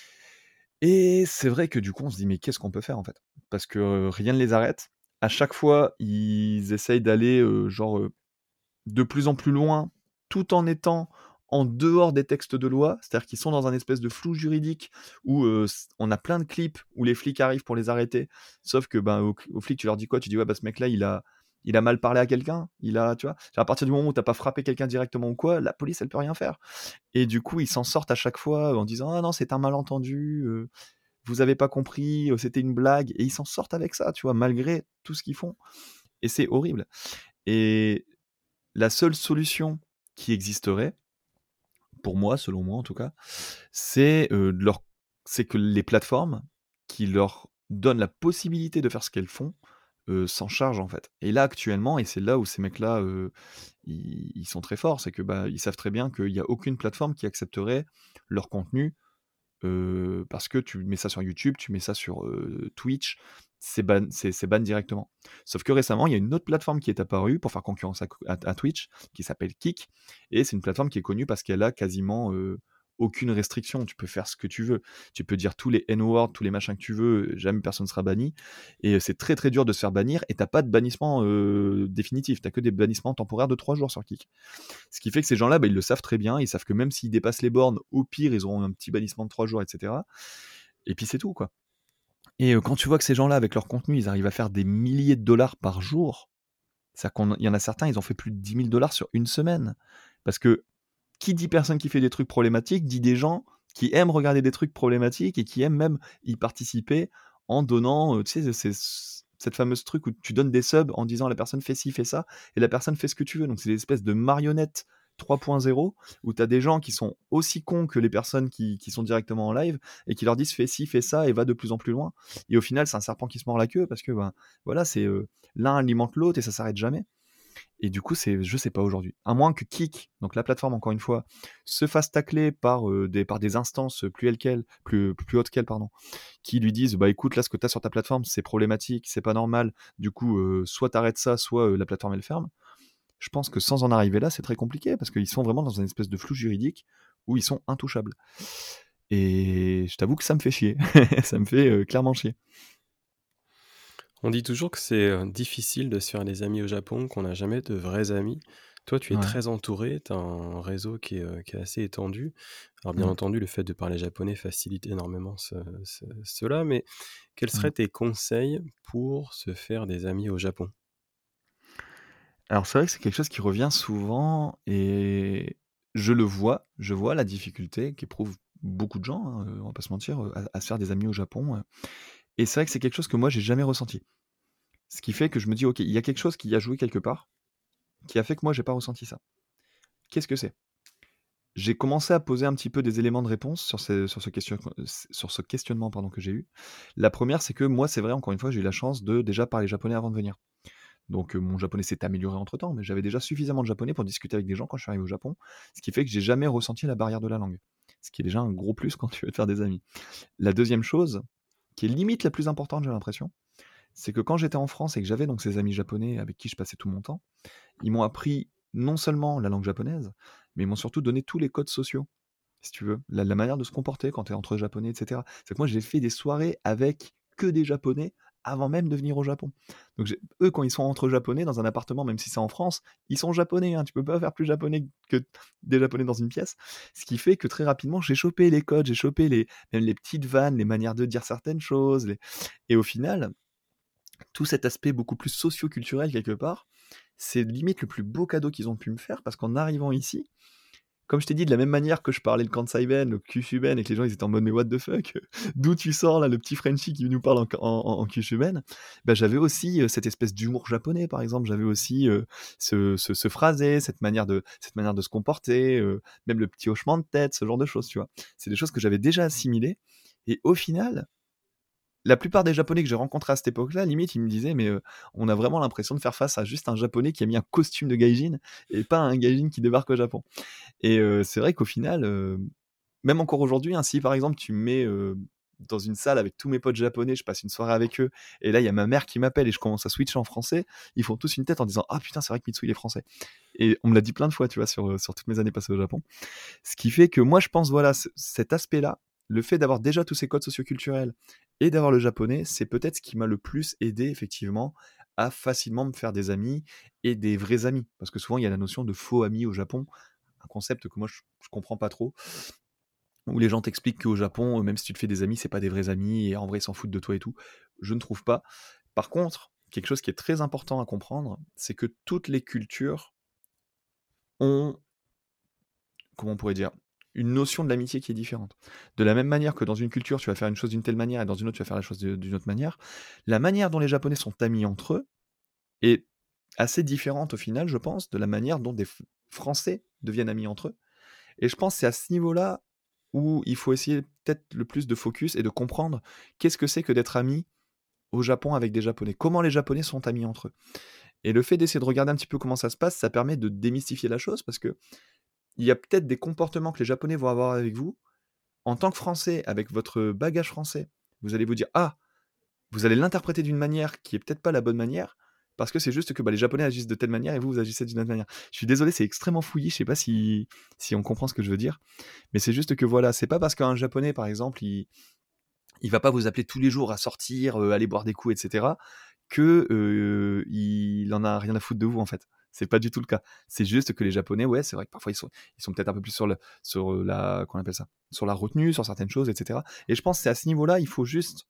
Speaker 2: et c'est vrai que du coup, on se dit: «Mais qu'est-ce qu'on peut faire, en fait?» Parce que, heu, rien ne les arrête. À chaque fois, ils essayent d'aller, heu, genre, heu, de plus en plus loin, tout en étant en dehors des textes de loi. C'est-à-dire qu'ils sont dans un espèce de flou juridique où, heu, s on a plein de clips où les flics arrivent pour les arrêter. Sauf que, ben, aux aux flics, tu leur dis quoi? Tu dis: «Ouais, bah, ce mec-là, il a il a mal parlé à quelqu'un, il a» tu vois? À partir du moment où tu as pas frappé quelqu'un directement ou quoi, la police, elle peut rien faire et du coup, ils s'en sortent à chaque fois en disant: «Ah non, c'est un malentendu, heu, vous avez pas compris, heu, c'était une blague» et ils s'en sortent avec ça, tu vois? Malgré tout ce qu'ils font et c'est horrible et la seule solution qui existerait, pour moi, selon moi en tout cas, c'est, heu, de leur c'est que les plateformes qui leur donnent la possibilité de faire ce qu'elles font, heu, s'en chargent en fait. Et là actuellement et c'est là où ces mecs-là, heu, ils ils sont très forts, c'est que, bah, ils savent très bien qu'il y a aucune plateforme qui accepterait leur contenu. Heu, parce que tu mets ça sur YouTube, tu mets ça sur, heu, Twitch, c'est ban c'est c'est ban directement. Sauf que récemment, il y a une autre plateforme qui est apparue pour faire concurrence à q à à Twitch, qui s'appelle Kick et c'est une plateforme qui est connue parce qu'elle a quasiment, heu, aucune restriction. Tu peux faire ce que tu veux. Tu peux dire tous les N-words, tous les machins que tu veux, jamais personne sera banni et heu, c'est très, très dur de se faire bannir et tu as pas de bannissement, heu, définitif. Tu as que des bannissements temporaires de trois jours sur Kick. Ce qui fait que ces gens-là, bah, ils le savent très bien, ils savent que même s'ils dépassent les bornes, au pire, ils auront un petit bannissement de trois jours et cetera et puis c'est tout, quoi et heu, quand tu vois que ces gens-là, avec leur contenu, ils arrivent à faire des milliers de dollars par jour, c'est-à-dire qu'on il y en a certains, ils ont fait plus de dix mille dollars sur une semaine. Parce que qui dit personne qui fait des trucs problématiques, dit des gens qui aiment regarder des trucs problématiques et qui aiment même y participer en donnant, heu, tu sais, c'est cette fameuse truc où tu donnes des subs en disant: «La personne fait ci, fait ça» et la personne fait ce que tu veux. Donc c'est des espèces de marionnettes trois point zéro où tu as des gens qui sont aussi cons que les personnes qui qui sont directement en live et qui leur disent: «Fais ci, fais ça et va de plus en plus loin» et au final, c'est un serpent qui se mord la queue parce que, ben, voilà, c'est, heu, l'un alimente l'autre et ça s'arrête jamais. Et du coup, c'est je sais pas aujourd'hui. À moins que Kick, donc la plateforme encore une fois, se fasse tacler par, heu, des par des instances, plus elles qu'elles, plus plus hautes qu'elles pardon, qui lui disent: «Bah écoute, là ce que tu as sur ta plateforme, c'est problématique, c'est pas normal. Du coup, heu, soit tu arrêtes ça, soit, heu, la plateforme elle ferme». Je pense que sans en arriver là, c'est très compliqué parce qu'ils sont vraiment dans une espèce de flou juridique où ils sont intouchables. Et je t'avoue que ça me fait chier. Ça me fait, heu, clairement chier.
Speaker 1: On dit toujours que c'est, heu, difficile de se faire des amis au Japon, qu'on n'a jamais de vrais amis. Toi, tu es
Speaker 2: Ouais.
Speaker 1: très entouré, tu as un réseau qui est, heu, qui est assez étendu. Alors bien
Speaker 2: Mmh.
Speaker 1: entendu, le fait de parler japonais facilite énormément ce ce cela, mais quels
Speaker 2: Mmh.
Speaker 1: seraient tes conseils pour se faire des amis au Japon?
Speaker 2: Alors c'est vrai que c'est quelque chose qui revient souvent et je le vois, je vois la difficulté qu'éprouvent beaucoup de gens, hein, heu, on va pas se mentir, heu, à à se faire des amis au Japon, heu et c'est vrai que c'est quelque chose que moi j'ai jamais ressenti. Ce qui fait que je me dis: «OK, il y a quelque chose qui a joué quelque part, qui a fait que moi j'ai pas ressenti ça». Qu'est-ce que c'est? J'ai commencé à poser un petit peu des éléments de réponse sur ce sur ce question sur ce questionnement pardon que j'ai eu. La première, c'est que moi, c'est vrai encore une fois, j'ai eu la chance de déjà parler japonais avant de venir. Donc heu, mon japonais s'est amélioré entre-temps, mais j'avais déjà suffisamment de japonais pour discuter avec des gens quand je suis arrivé au Japon, ce qui fait que j'ai jamais ressenti la barrière de la langue. Ce qui est déjà un gros plus quand tu veux te faire des amis. La deuxième chose, qui est limite la plus importante, j'ai l'impression, c'est que quand j'étais en France et que j'avais donc ces amis japonais avec qui je passais tout mon temps, ils m'ont appris non seulement la langue japonaise, mais ils m'ont surtout donné tous les codes sociaux, si tu veux. La la manière de se comporter quand tu es entre japonais et cetera. C'est que moi j'ai fait des soirées avec que des japonais avant même de venir au Japon. Donc j'ai eux, quand ils sont entre japonais dans un appartement, même si c'est en France, ils sont japonais, hein, tu peux pas faire plus japonais que des japonais dans une pièce. Ce qui fait que très rapidement, j'ai chopé les codes, j'ai chopé les même les petites vannes, les manières de dire certaines choses, les et au final, tout cet aspect beaucoup plus socio-culturel quelque part, c'est limite le plus beau cadeau qu'ils ont pu me faire parce qu'en arrivant ici, comme je t'ai dit, de la même manière que je parlais le Kansai-ben, le Kyushu-ben et que les gens ils étaient en mode mais what the fuck, d'où tu sors là, le petit Frenchie qui nous parle en, en, en Kyushu-ben, bah, j'avais aussi euh, cette espèce d'humour japonais par exemple, j'avais aussi euh, ce, ce, ce phrasé, cette manière de, cette manière de se comporter, euh, même le petit hochement de tête, ce genre de choses, tu vois. C'est des choses que j'avais déjà assimilées et au final, la plupart des Japonais que j'ai rencontrés à cette époque-là, limite, ils me disaient, mais euh, on a vraiment l'impression de faire face à juste un Japonais qui a mis un costume de gaijin et pas un gaijin qui débarque au Japon. Et heu, c'est vrai qu'au final, heu, même encore aujourd'hui, hein, si par exemple tu me mets, heu, dans une salle avec tous mes potes japonais, je passe une soirée avec eux et là il y a ma mère qui m'appelle et je commence à switcher en français, ils font tous une tête en disant: «Ah putain, c'est vrai que Mitsui il est français» et on me l'a dit plein de fois, tu vois, sur, heu, sur toutes mes années passées au Japon. Ce qui fait que moi je pense, voilà, ce cet aspect-là, le fait d'avoir déjà tous ces codes socioculturels et d'avoir le japonais, c'est peut-être ce qui m'a le plus aidé effectivement à facilement me faire des amis et des vrais amis. Parce que souvent il y a la notion de faux amis au Japon, un concept que moi je, je comprends pas trop, où les gens t'expliquent qu'au Japon, euh, même si tu te fais des amis, c'est pas des vrais amis et en vrai ils s'en foutent de toi et tout. Je ne trouve pas. Par contre, quelque chose qui est très important à comprendre, c'est que toutes les cultures ont, comment on pourrait dire, une notion de l'amitié qui est différente. De la même manière que dans une culture, tu vas faire une chose d'une telle manière et dans une autre, tu vas faire la chose de- d'une autre manière, la manière dont les Japonais sont amis entre eux est assez différente au final, je pense, de la manière dont des F- Français deviennent amis entre eux. Et je pense que c'est à ce niveau-là où il faut essayer peut-être le plus de focus et de comprendre qu'est-ce que c'est que d'être ami au Japon avec des Japonais. Comment les Japonais sont amis entre eux. Et le fait d'essayer de regarder un petit peu comment ça se passe, ça permet de démystifier la chose parce que il y a peut-être des comportements que les Japonais vont avoir avec vous. En tant que Français, avec votre bagage français, vous allez vous dire: «Ah!» Vous allez l'interpréter d'une manière qui est peut-être pas la bonne manière, parce que c'est juste que, bah, les Japonais agissent de telle manière et vous, vous agissez d'une autre manière. Je suis désolé, c'est extrêmement fouillis, je sais pas si si on comprend ce que je veux dire, mais c'est juste que voilà, c'est pas parce qu'un Japonais, par exemple, il il va pas vous appeler tous les jours à sortir, heu, aller boire des coups et cetera, que, heu, il en a rien à foutre de vous, en fait. C'est pas du tout le cas. C'est juste que les Japonais, ouais, c'est vrai que parfois ils sont ils sont peut-être un peu plus sur le sur, heu, la comment on appelle ça? Sur la retenue, sur certaines choses et cetera et je pense que c'est à ce niveau-là, il faut juste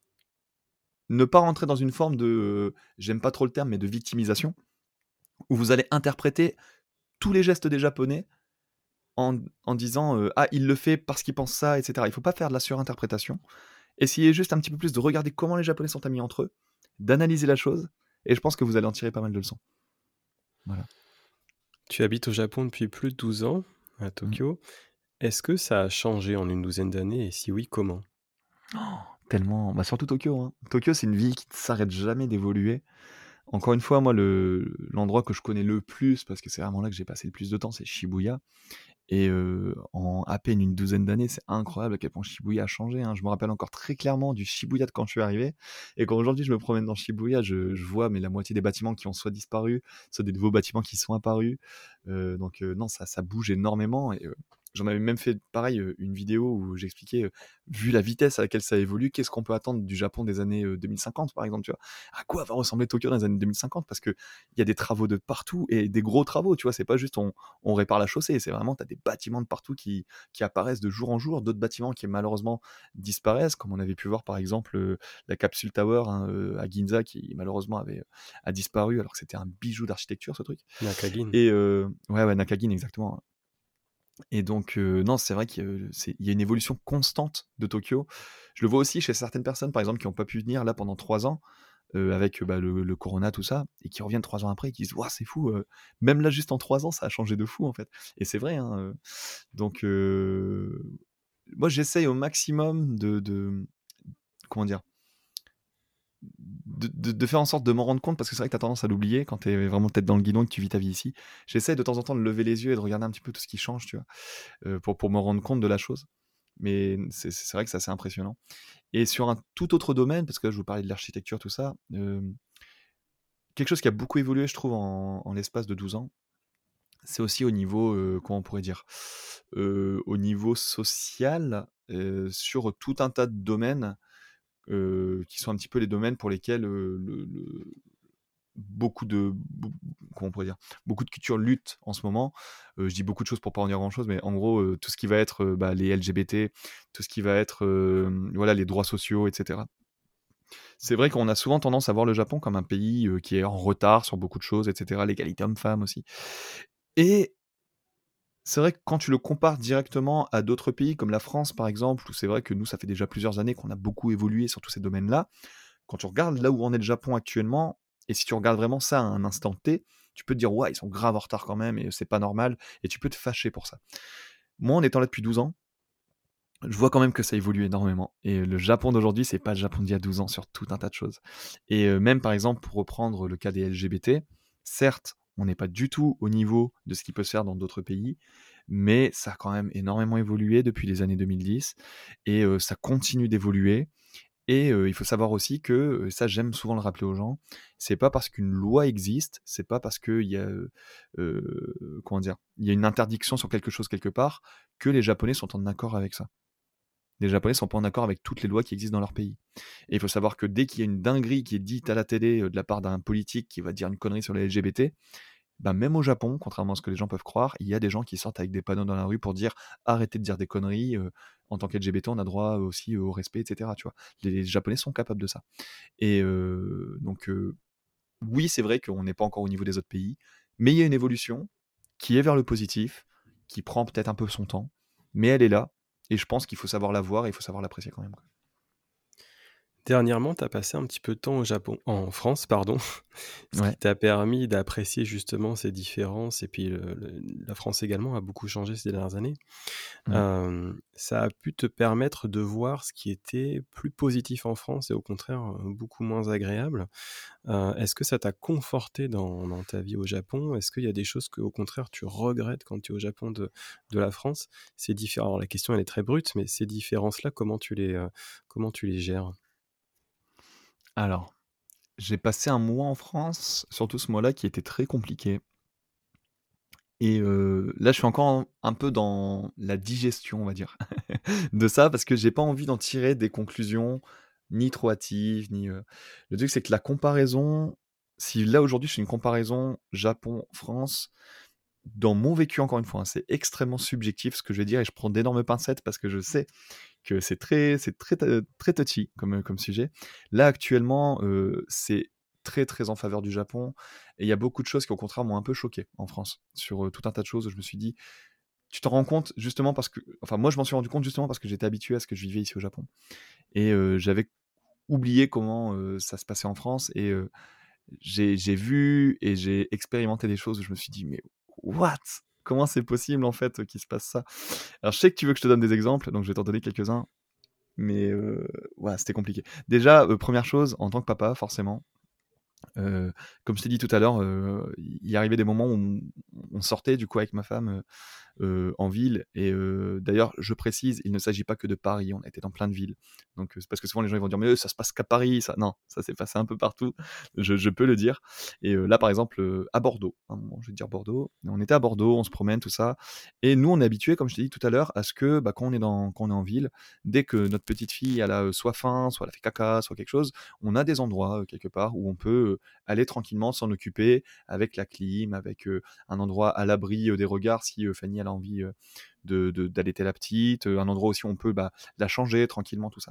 Speaker 2: ne pas rentrer dans une forme de, heu, j'aime pas trop le terme, mais de victimisation, où vous allez interpréter tous les gestes des Japonais en en disant, heu: «Ah, il le fait parce qu'il pense ça» et cetera. Il faut pas faire de la surinterprétation. Essayez juste un petit peu plus de regarder comment les Japonais sont amis entre eux, d'analyser la chose et je pense que vous allez en tirer pas mal de leçons. Voilà.
Speaker 1: Tu habites au Japon depuis plus de douze ans, à
Speaker 2: Mmh.
Speaker 1: Tokyo. Est-ce que ça a changé en une douzaine d'années et si oui, comment?
Speaker 2: Tellement, bah, surtout Tokyo, hein. Tokyo, c'est une ville qui ne s'arrête jamais d'évoluer. Encore une fois, moi, le l'endroit que je connais le plus, parce que c'est vraiment là que j'ai passé le plus de temps, c'est Shibuya. Et heu, en à peine une douzaine d'années, c'est incroyable à quel point Shibuya a changé, hein. Je me rappelle encore très clairement du Shibuya de quand je suis arrivé et quand aujourd'hui je me promène dans Shibuya, je je vois mais la moitié des bâtiments qui ont soit disparu, soit des nouveaux bâtiments qui sont apparus. Heu, donc heu, non, ça ça bouge énormément et heu, j'en avais même fait pareil, heu, une vidéo où j'expliquais, heu, vu la vitesse à laquelle ça évolue, qu'est-ce qu'on peut attendre du Japon des années, heu, deux mille cinquante par exemple, tu vois? À quoi va ressembler Tokyo dans les années deux mille cinquante? Parce qu'il y a des travaux de partout et des gros travaux, tu vois? C'est pas juste on on répare la chaussée. C'est vraiment, tu as des bâtiments de partout qui, qui apparaissent de jour en jour, d'autres bâtiments qui malheureusement disparaissent, comme on avait pu voir par exemple euh, la Capsule Tower hein, euh, à Ginza qui malheureusement avait a disparu alors que c'était un bijou d'architecture ce truc.
Speaker 1: Nakagin.
Speaker 2: Et euh, ouais, ouais, Nakagin exactement. Et donc euh, non, c'est vrai qu'il y, a, c'est- il y a une évolution constante de Tokyo. Je le vois aussi chez certaines personnes, par exemple, qui n'ont pas pu venir là pendant trois ans euh, avec bah, le, le Corona, tout ça, et qui reviennent trois ans après et qui disent Ouah, c'est fou, euh, même là, juste en trois ans, ça a changé de fou en fait. Et c'est vrai, hein, euh, donc euh, moi, j'essaye au maximum de, de- comment dire, de, de- de faire en sorte de m'en rendre compte parce que c'est vrai que tu as tendance à l'oublier quand tu es vraiment tête dans le guidon et que tu vis ta vie ici. J'essaie de temps en temps de lever les yeux et de regarder un petit peu tout ce qui change, tu vois, euh, pour, pour me rendre compte de la chose. Mais c'est c'est vrai que c'est assez impressionnant. Et sur un tout autre domaine, parce que là, je vous parlais de l'architecture, tout ça, euh, quelque chose qui a beaucoup évolué, je trouve, en, en l'espace de douze ans, c'est aussi au niveau, heu, comment on pourrait dire? Heu, au niveau social, heu, sur tout un tas de domaines. heu, qui sont un petit peu les domaines pour lesquels, heu, le le beaucoup de beau comment on pourrait dire? Beaucoup de cultures luttent en ce moment. Heu, je dis beaucoup de choses pour pas en dire grand chose, mais en gros, heu, tout ce qui va être, heu, bah, les L G B T, tout ce qui va être, hem, voilà, les droits sociaux et cetera. C'est vrai qu'on a souvent tendance à voir le Japon comme un pays, heu, qui est en retard sur beaucoup de choses et cetera, l'égalité homme-femme aussi et c'est vrai que quand tu le compares directement à d'autres pays comme la France, par exemple, où c'est vrai que nous, ça fait déjà plusieurs années qu'on a beaucoup évolué sur tous ces domaines-là. Quand tu regardes là où en est le Japon actuellement et si tu regardes vraiment ça à un instant T, tu peux te dire: «Ouais, ils sont grave en retard quand même et c'est pas normal» et tu peux te fâcher pour ça. Moi, en étant là depuis douze ans, je vois quand même que ça évolue énormément et le Japon d'aujourd'hui, c'est pas le Japon d'il y a douze ans sur tout un tas de choses et heu, même par exemple pour reprendre le cas des L G B T, certes, on n'est pas du tout au niveau de ce qui peut se faire dans d'autres pays, mais ça a quand même énormément évolué depuis les années deux mille dix et heu, ça continue d'évoluer et heu, il faut savoir aussi que, heu, ça j'aime souvent le rappeler aux gens, c'est pas parce qu'une loi existe, c'est pas parce qu'il y a, heu heu, comment dire? Il y a une interdiction sur quelque chose quelque part, que les Japonais sont en accord avec ça. Les Japonais sont pas en accord avec toutes les lois qui existent dans leur pays. Et il faut savoir que dès qu'il y a une dinguerie qui est dite à la télé, heu, de la part d'un politique qui va dire une connerie sur les L G B T, bah, même au Japon, contrairement à ce que les gens peuvent croire, il y a des gens qui sortent avec des panneaux dans la rue pour dire: «Arrêtez de dire des conneries, heu, en tant qu'L G B T, on a droit aussi au respect» et cetera, tu vois? Les Japonais sont capables de ça et heu, donc heu, oui, c'est vrai qu'on n'est pas encore au niveau des autres pays, mais il y a une évolution qui est vers le positif, qui prend peut-être un peu son temps, mais elle est là et je pense qu'il faut savoir la voir et il faut savoir l'apprécier quand même, quoi.
Speaker 1: Dernièrement, tu as passé un petit peu de temps au Japon en France, pardon, ce qui
Speaker 2: Ouais.
Speaker 1: t'a permis d'apprécier justement ces différences et puis, le le la France également a beaucoup changé ces dernières années.
Speaker 2: Mmh.
Speaker 1: Hem, ça a pu te permettre de voir ce qui était plus positif en France et au contraire, heu, beaucoup moins agréable. Heu, est-ce que ça t'a conforté dans dans ta vie au Japon? Est-ce qu'il y a des choses qu'au contraire tu regrettes quand tu es au Japon de de la France? Ces différen alors la question elle est très brute, mais ces différences-là, comment tu les, heu, comment tu les gères?
Speaker 2: Alors, j'ai passé un mois en France, surtout ce mois-là qui était très compliqué et heu, là, je suis encore en un peu dans la digestion, on va dire, de ça parce que j'ai pas envie d'en tirer des conclusions ni trop hâtives, ni, heu le truc, c'est que la comparaison, si là, aujourd'hui, je fais une comparaison Japon-France, dans mon vécu, encore une fois, hein, c'est extrêmement subjectif ce que je vais dire et je prends d'énormes pincettes parce que je sais que c'est très c'est très t très touchy comme, heu, comme sujet. Là, actuellement, heu, c'est très, très en faveur du Japon et il y a beaucoup de choses qui, au contraire, m'ont un peu choqué en France, sur, heu, tout un tas de choses où je me suis dit: «Tu t'en rends compte justement parce que» enfin, moi, je m'en suis rendu compte justement parce que j'étais habitué à ce que je vivais ici au Japon et heu, j'avais oublié comment, heu, ça se passait en France et heu, j'ai j'ai vu et j'ai expérimenté des choses où je me suis dit: «Mais what? Comment c'est possible, en fait, qu'il se passe ça?» Alors, je sais que tu veux que je te donne des exemples, donc je vais t'en donner quelques-uns. Mais heu, ouais, c'était compliqué. Déjà, heu, première chose, en tant que papa, forcément, heu, comme je t'ai dit tout à l'heure, heu, il y arrivait des moments où on on sortait du coup avec ma femme, heu heu, en ville et heu, d'ailleurs, je précise, il ne s'agit pas que de Paris, on a été dans plein de villes. Donc heu, c'est parce que souvent les gens ils vont dire: «Mais heu, ça se passe qu'à Paris ça». Non, ça s'est passé un peu partout, je je peux le dire et heu, là, par exemple, heu, à Bordeaux, à un moment, je vais dire Bordeaux, on était à Bordeaux, on se promène, tout ça et nous, on est habitués, comme je t'ai dit tout à l'heure, à ce que, bah, quand on est dans quand on est en ville, dès que notre petite fille, elle a, heu, soit faim, soit elle a fait caca, soit quelque chose, on a des endroits, heu, quelque part où on peut, heu, aller tranquillement s'en occuper avec la clim, avec, heu, un endroit à l'abri, heu, des regards si, heu, Fanny elle a envie, heu, de de d'allaiter la petite, heu, un endroit aussi où on peut, bah, la changer tranquillement, tout ça.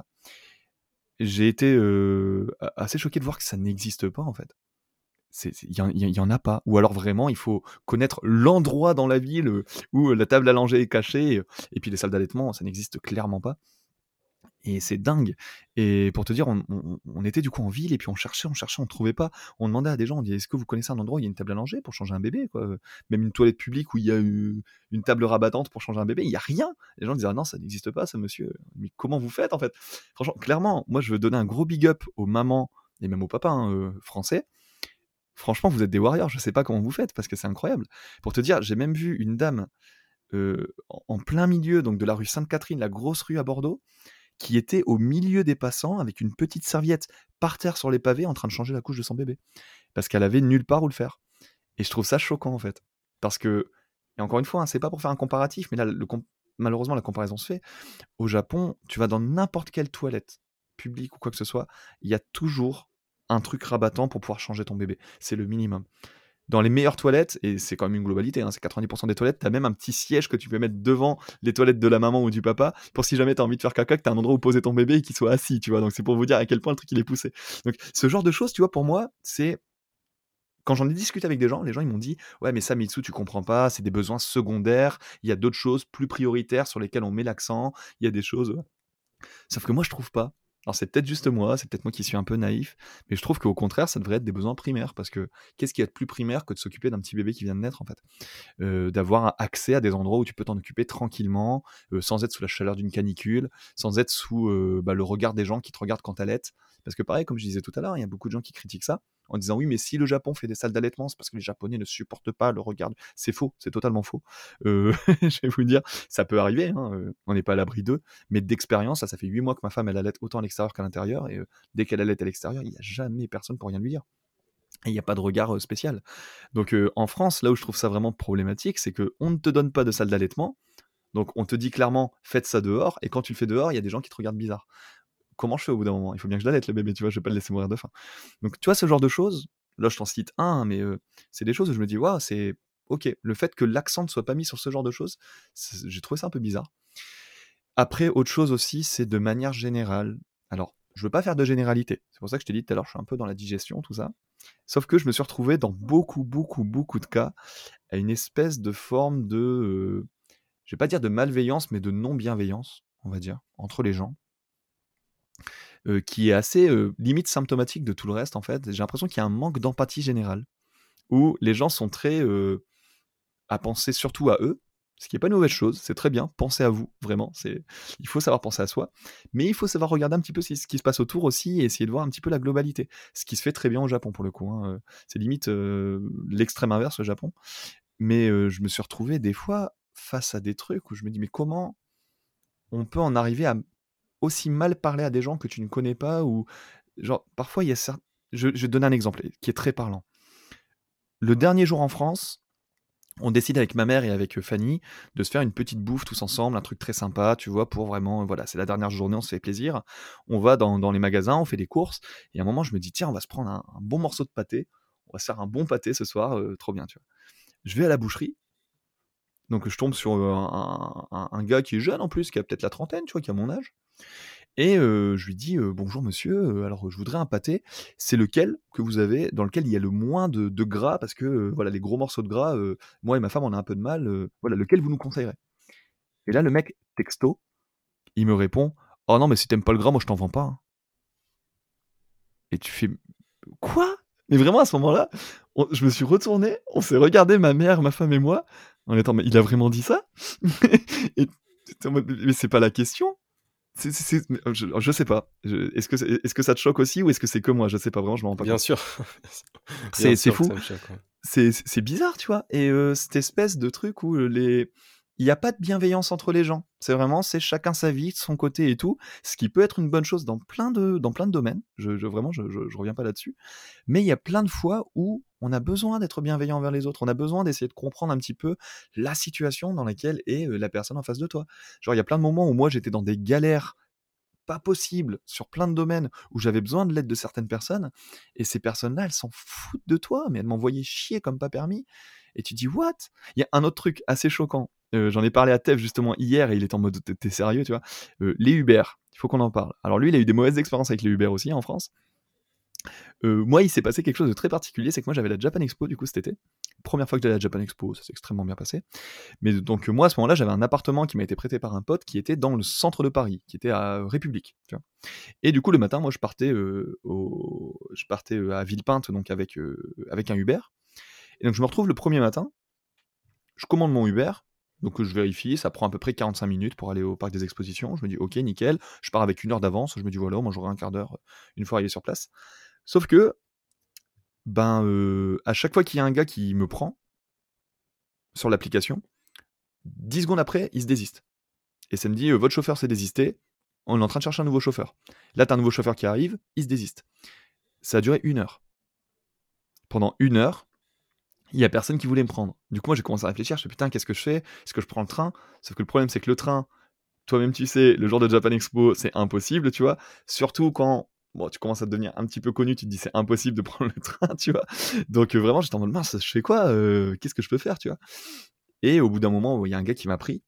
Speaker 2: J'ai été, heu, a assez choqué de voir que ça n'existe pas, en fait. C'est c'est il y en il y il y en a pas ou alors vraiment il faut connaître l'endroit dans la ville, heu, où, heu, la table à langer est cachée, heu et puis les salles d'allaitement, ça n'existe clairement pas et c'est dingue et pour te dire, on on on était du coup en ville et puis on cherchait, on cherchait, on trouvait pas. On demandait à des gens, on dit: «Est-ce que vous connaissez un endroit où il y a une table à langer pour changer un bébé, quoi, heu? Même une toilette publique où il y a, heu, une table rabattante pour changer un bébé?» Il y a rien! Les gens disaient: «Ah non, ça n'existe pas ça monsieur, mais comment vous faites en fait?» Franchement, clairement, moi je veux donner un gros big up aux mamans et même aux papas, hein, heu, français. Franchement, vous êtes des warriors, je sais pas comment vous faites parce que c'est incroyable. Pour te dire, j'ai même vu une dame, heu, en en plein milieu donc de la rue Sainte-Catherine, la grosse rue à Bordeaux, qui était au milieu des passants avec une petite serviette par terre sur les pavés en train de changer la couche de son bébé. Parce qu'elle avait nulle part où le faire et je trouve ça choquant, en fait. Parce que et encore une fois, hein, c'est pas pour faire un comparatif, mais là, le com malheureusement, la comparaison se fait. Au Japon, tu vas dans n'importe quelle toilette. public ou quoi que ce soit, il y a toujours un truc rabattant pour pouvoir changer ton bébé. C'est le minimum. Dans les meilleures toilettes, et c'est quand même une globalité, hein, c'est quatre-vingt-dix pour cent des toilettes, tu as même un petit siège que tu peux mettre devant les toilettes de la maman ou du papa pour si jamais tu as envie de faire caca, que tu as un endroit où poser ton bébé et qu'il soit assis, tu vois. Donc c'est pour vous dire à quel point le truc il est poussé. Donc ce genre de choses, tu vois, pour moi, c'est quand j'en ai discuté avec des gens, les gens ils m'ont dit ouais mais ça Mitsu tu comprends pas, c'est des besoins secondaires, il y a d'autres choses plus prioritaires sur lesquelles on met l'accent, il y a des choses. Sauf que moi je trouve pas. Alors c'est peut-être juste moi, c'est peut-être moi qui suis un peu naïf, mais je trouve qu'au contraire ça devrait être des besoins primaires parce que qu'est-ce qu'il y a de plus primaire que de s'occuper d'un petit bébé qui vient de naître en fait, euh, d'avoir accès à des endroits où tu peux t'en occuper tranquillement, euh, sans être sous la chaleur d'une canicule, sans être sous euh, bah, le regard des gens qui te regardent quand t'allaites. Parce que pareil, comme je disais tout à l'heure, il y a beaucoup de gens qui critiquent ça en disant oui, mais si le Japon fait des salles d'allaitement, c'est parce que les Japonais ne supportent pas le regard. C'est faux, c'est totalement faux. Euh, je vais vous dire, ça peut arriver, hein, euh, on n'est pas à l'abri d'eux, mais d'expérience, ça, ça fait huit mois que ma femme elle allait autant à l'extérieur qu'à l'intérieur, et euh, dès qu'elle allait à l'extérieur, il n'y a jamais personne pour rien lui dire. Et il n'y a pas de regard euh, spécial. Donc euh, en France, là où je trouve ça vraiment problématique, c'est qu'on ne te donne pas de salle d'allaitement, donc on te dit clairement faites ça dehors, et quand tu le fais dehors, il y a des gens qui te regardent bizarre. Comment je fais au bout d'un moment? Il faut bien que je l'allaite le bébé, tu vois, je vais pas le laisser mourir de faim. Donc tu vois ce genre de choses, là je t'en cite un, mais euh, c'est des choses où je me dis waouh, c'est ok. Le fait que l'accent ne soit pas mis sur ce genre de choses, c'est- j'ai trouvé ça un peu bizarre. Après, autre chose aussi, c'est de manière générale. Alors, je veux pas faire de généralité. C'est pour ça que je t'ai dit tout à l'heure, je suis un peu dans la digestion, tout ça. Sauf que je me suis retrouvé dans beaucoup, beaucoup, beaucoup de cas à une espèce de forme de, euh, je vais pas dire de malveillance, mais de non-bienveillance, on va dire, entre les gens, euh, qui est assez euh, limite symptomatique de tout le reste, en fait. J'ai l'impression qu'il y a un manque d'empathie générale, où les gens sont très euh, à penser surtout à eux, ce qui n'est pas une mauvaise chose, c'est très bien, pensez à vous, vraiment, c'est... il faut savoir penser à soi, mais il faut savoir regarder un petit peu ce qui se passe autour aussi, et essayer de voir un petit peu la globalité, ce qui se fait très bien au Japon pour le coup, hein. C'est limite euh, l'extrême inverse au Japon, mais euh, je me suis retrouvé des fois face à des trucs où je me dis mais comment on peut en arriver à aussi mal parler à des gens que tu ne connais pas, ou genre parfois il y a ça. Je, je vais te donner un exemple qui est très parlant. Le dernier jour en France, on décide avec ma mère et avec Fanny de se faire une petite bouffe tous ensemble, un truc très sympa, tu vois, pour vraiment, voilà, c'est la dernière journée, on se fait plaisir. On va dans, dans les magasins, on fait des courses, et à un moment, je me dis, tiens, on va se prendre un, un bon morceau de pâté, on va se faire un bon pâté ce soir, euh, trop bien, tu vois. Je vais à la boucherie, donc je tombe sur euh, un, un- un gars qui est jeune en plus, qui a peut-être la trentaine, tu vois, qui a mon âge. Et euh, je lui dis euh, bonjour monsieur, euh, alors je voudrais un pâté. C'est lequel que vous avez dans lequel il y a le moins de, de gras parce que euh, voilà les gros morceaux de gras, euh, moi et ma femme on a un peu de mal. euh, voilà lequel vous nous conseillerez. Et là le mec texto, il me répond oh non mais si t'aimes pas le gras moi je t'en vends pas, hein. Et tu fais quoi? Mais vraiment à ce moment-là, on- je me suis retourné, on s'est regardé ma mère, ma femme et moi en étant mais il a vraiment dit ça? Et t'es en mode, mais c'est pas la question. C'est, c'est- c'est- mais, euh, je, je sais pas. Je- est-ce que, c'est- est-ce que ça te choque aussi ou est-ce que c'est que moi? Je sais pas vraiment, je me rends pas
Speaker 1: Bien
Speaker 2: compte.
Speaker 1: sûr, bien
Speaker 2: C'est, c'est
Speaker 1: sûr que
Speaker 2: fou.
Speaker 1: ça me choque, ouais.
Speaker 2: C'est, c'est c'est bizarre, tu vois. Et euh, cette espèce de truc où euh, les... il n'y a pas de bienveillance entre les gens. C'est vraiment, c'est chacun sa vie, de son côté et tout. Ce qui peut être une bonne chose dans plein de, dans plein de domaines. Je, je- vraiment, je, je, je reviens pas là-dessus. Mais il y a plein de fois où on a besoin d'être bienveillant envers les autres. On a besoin d'essayer de comprendre un petit peu la situation dans laquelle est euh, la personne en face de toi. Genre, il y a plein de moments où moi j'étais dans des galères pas possible sur plein de domaines où j'avais besoin de l'aide de certaines personnes, et ces personnes-là, elles s'en foutent de toi, mais elles m'envoyaient chier comme pas permis. Et tu dis, what? Il y a un autre truc assez choquant. Euh, j'en ai parlé à Tev justement hier, et il était en mode, t'es t'es sérieux, tu vois? Euh, les Uber, il faut qu'on en parle. Alors lui, il a eu des mauvaises expériences avec les Uber aussi en France. Euh, moi, il s'est passé quelque chose de très particulier, c'est que moi, j'avais la Japan Expo du coup cet été. Première fois que j'allais à la Japan Expo, ça s'est extrêmement bien passé. Mais donc, moi, à ce moment-là, j'avais un appartement qui m'a été prêté par un pote qui était dans le centre de Paris, qui était à République, tu vois. Et du coup, le matin, moi, je partais, euh, au... je partais euh, à Villepinte, donc avec, euh, avec un Uber. Et donc, je me retrouve le premier matin, je commande mon Uber, donc je vérifie, ça prend à peu près quarante-cinq minutes pour aller au parc des expositions. Je me dis, ok, nickel, je pars avec une heure d'avance. Je me dis, voilà, moi, j'aurai un quart d'heure euh, une fois arrivé sur place. Sauf que, ben, euh, à chaque fois qu'il y a un gars qui me prend sur l'application, dix secondes après, il se désiste. Et ça me dit, euh, votre chauffeur s'est désisté, on est en train de chercher un nouveau chauffeur. Là, t'as un nouveau chauffeur qui arrive, il se désiste. Ça a duré une heure. Pendant une heure, il y a personne qui voulait me prendre. Du coup, moi, j'ai commencé à réfléchir, je me suis dit, putain, qu'est-ce que je fais? Est-ce que je prends le train? Sauf que le problème, c'est que le train, toi-même tu sais, le jour de Japan Expo, c'est impossible, tu vois? Surtout quand, bon, tu commences à devenir un petit peu connu, tu te dis: «C'est impossible de prendre le train», tu vois? Donc heu, vraiment, j'étais en mode: «Mince, je fais quoi, heu? Qu'est-ce que je peux faire?» tu vois? Et au bout d'un moment, il y a un gars qui m'a pris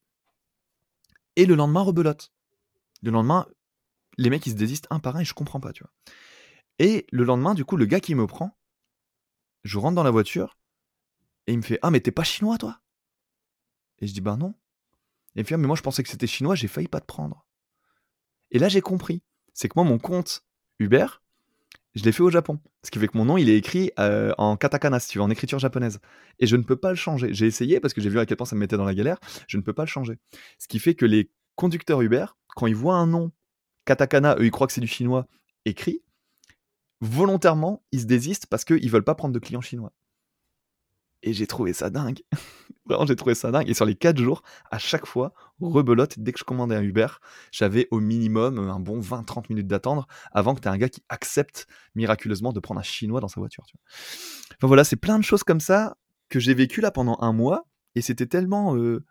Speaker 2: et le lendemain, rebelote. Le lendemain, les mecs, ils se désistent un par un et je comprends pas, tu vois? Et le lendemain, du coup, le gars qui me prend, je rentre dans la voiture et il me fait: «Ah mais tu es pas chinois toi?» Et je dis: «Ben non». Et il me fait: «Ah mais moi je pensais que c'était chinois, j'ai failli pas te prendre». Et là j'ai compris. C'est que moi mon compte Uber, je l'ai fait au Japon. Ce qui fait que mon nom il est écrit, heu, en katakana si tu veux, en écriture japonaise. Et je ne peux pas le changer. J'ai essayé parce que j'ai vu à quel point ça me mettait dans la galère, je ne peux pas le changer. Ce qui fait que les conducteurs Uber, quand ils voient un nom katakana, eux ils croient que c'est du chinois écrit, volontairement, ils se désistent parce qu'ils veulent pas prendre de clients chinois. Et j'ai trouvé ça dingue. Vraiment, j'ai trouvé ça dingue. Et sur les quatre jours, à chaque fois, rebelote, dès que je commandais un Uber, j'avais au minimum euh, un bon vingt trente minutes d'attendre avant que tu aies un gars qui accepte miraculeusement de prendre un chinois dans sa voiture. Tu vois. Enfin voilà, c'est plein de choses comme ça que j'ai vécu là pendant un mois. Et c'était tellement. euh,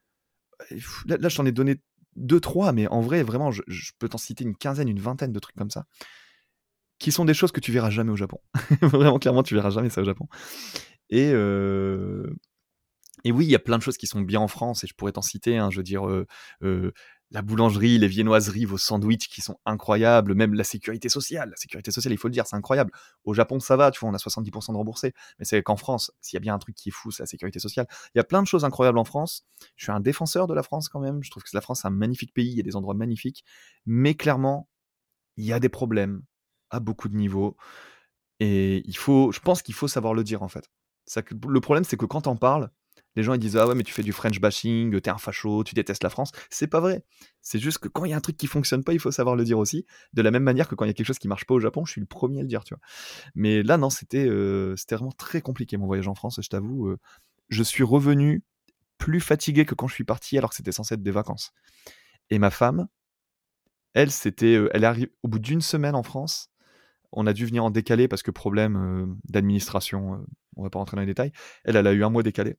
Speaker 2: Là, là, je t'en ai donné deux, trois, mais en vrai, vraiment, je, je peux t'en citer une quinzaine, une vingtaine de trucs comme ça, qui sont des choses que tu verras jamais au Japon. Vraiment, clairement, tu verras jamais ça au Japon. Et, euh, Et oui, il y a plein de choses qui sont bien en France et je pourrais t'en citer, hein, je veux dire, heu heu, la boulangerie, les viennoiseries, vos sandwichs qui sont incroyables, même la sécurité sociale. La sécurité sociale, il faut le dire, c'est incroyable. Au Japon, ça va, tu vois, on a soixante-dix pour cent de remboursés, mais c'est qu'en France, s'il y a bien un truc qui est fou, c'est la sécurité sociale. Il y a plein de choses incroyables en France. Je suis un défenseur de la France quand même, je trouve que la France, c'est un magnifique pays, il y a des endroits magnifiques, mais clairement, il y a des problèmes à beaucoup de niveaux et il faut je pense qu'il faut savoir le dire, en fait. Ça que le problème, c'est que quand tu en parles, les gens ils disent: «Ah ouais, mais tu fais du French bashing, t'es un facho, tu détestes la France». C'est pas vrai. C'est juste que quand il y a un truc qui fonctionne pas, il faut savoir le dire aussi. De la même manière que quand il y a quelque chose qui marche pas au Japon, je suis le premier à le dire, tu vois? Mais là, non, c'était, heu, c'était vraiment très compliqué mon voyage en France, je t'avoue, heu, je suis revenu plus fatigué que quand je suis parti alors que c'était censé être des vacances. Et ma femme, elle, c'était, heu, elle arrive au bout d'une semaine en France, on a dû venir en décalé parce que problème, heu, d'administration, heu, on va pas rentrer dans les détails. Elle, elle a eu un mois décalé.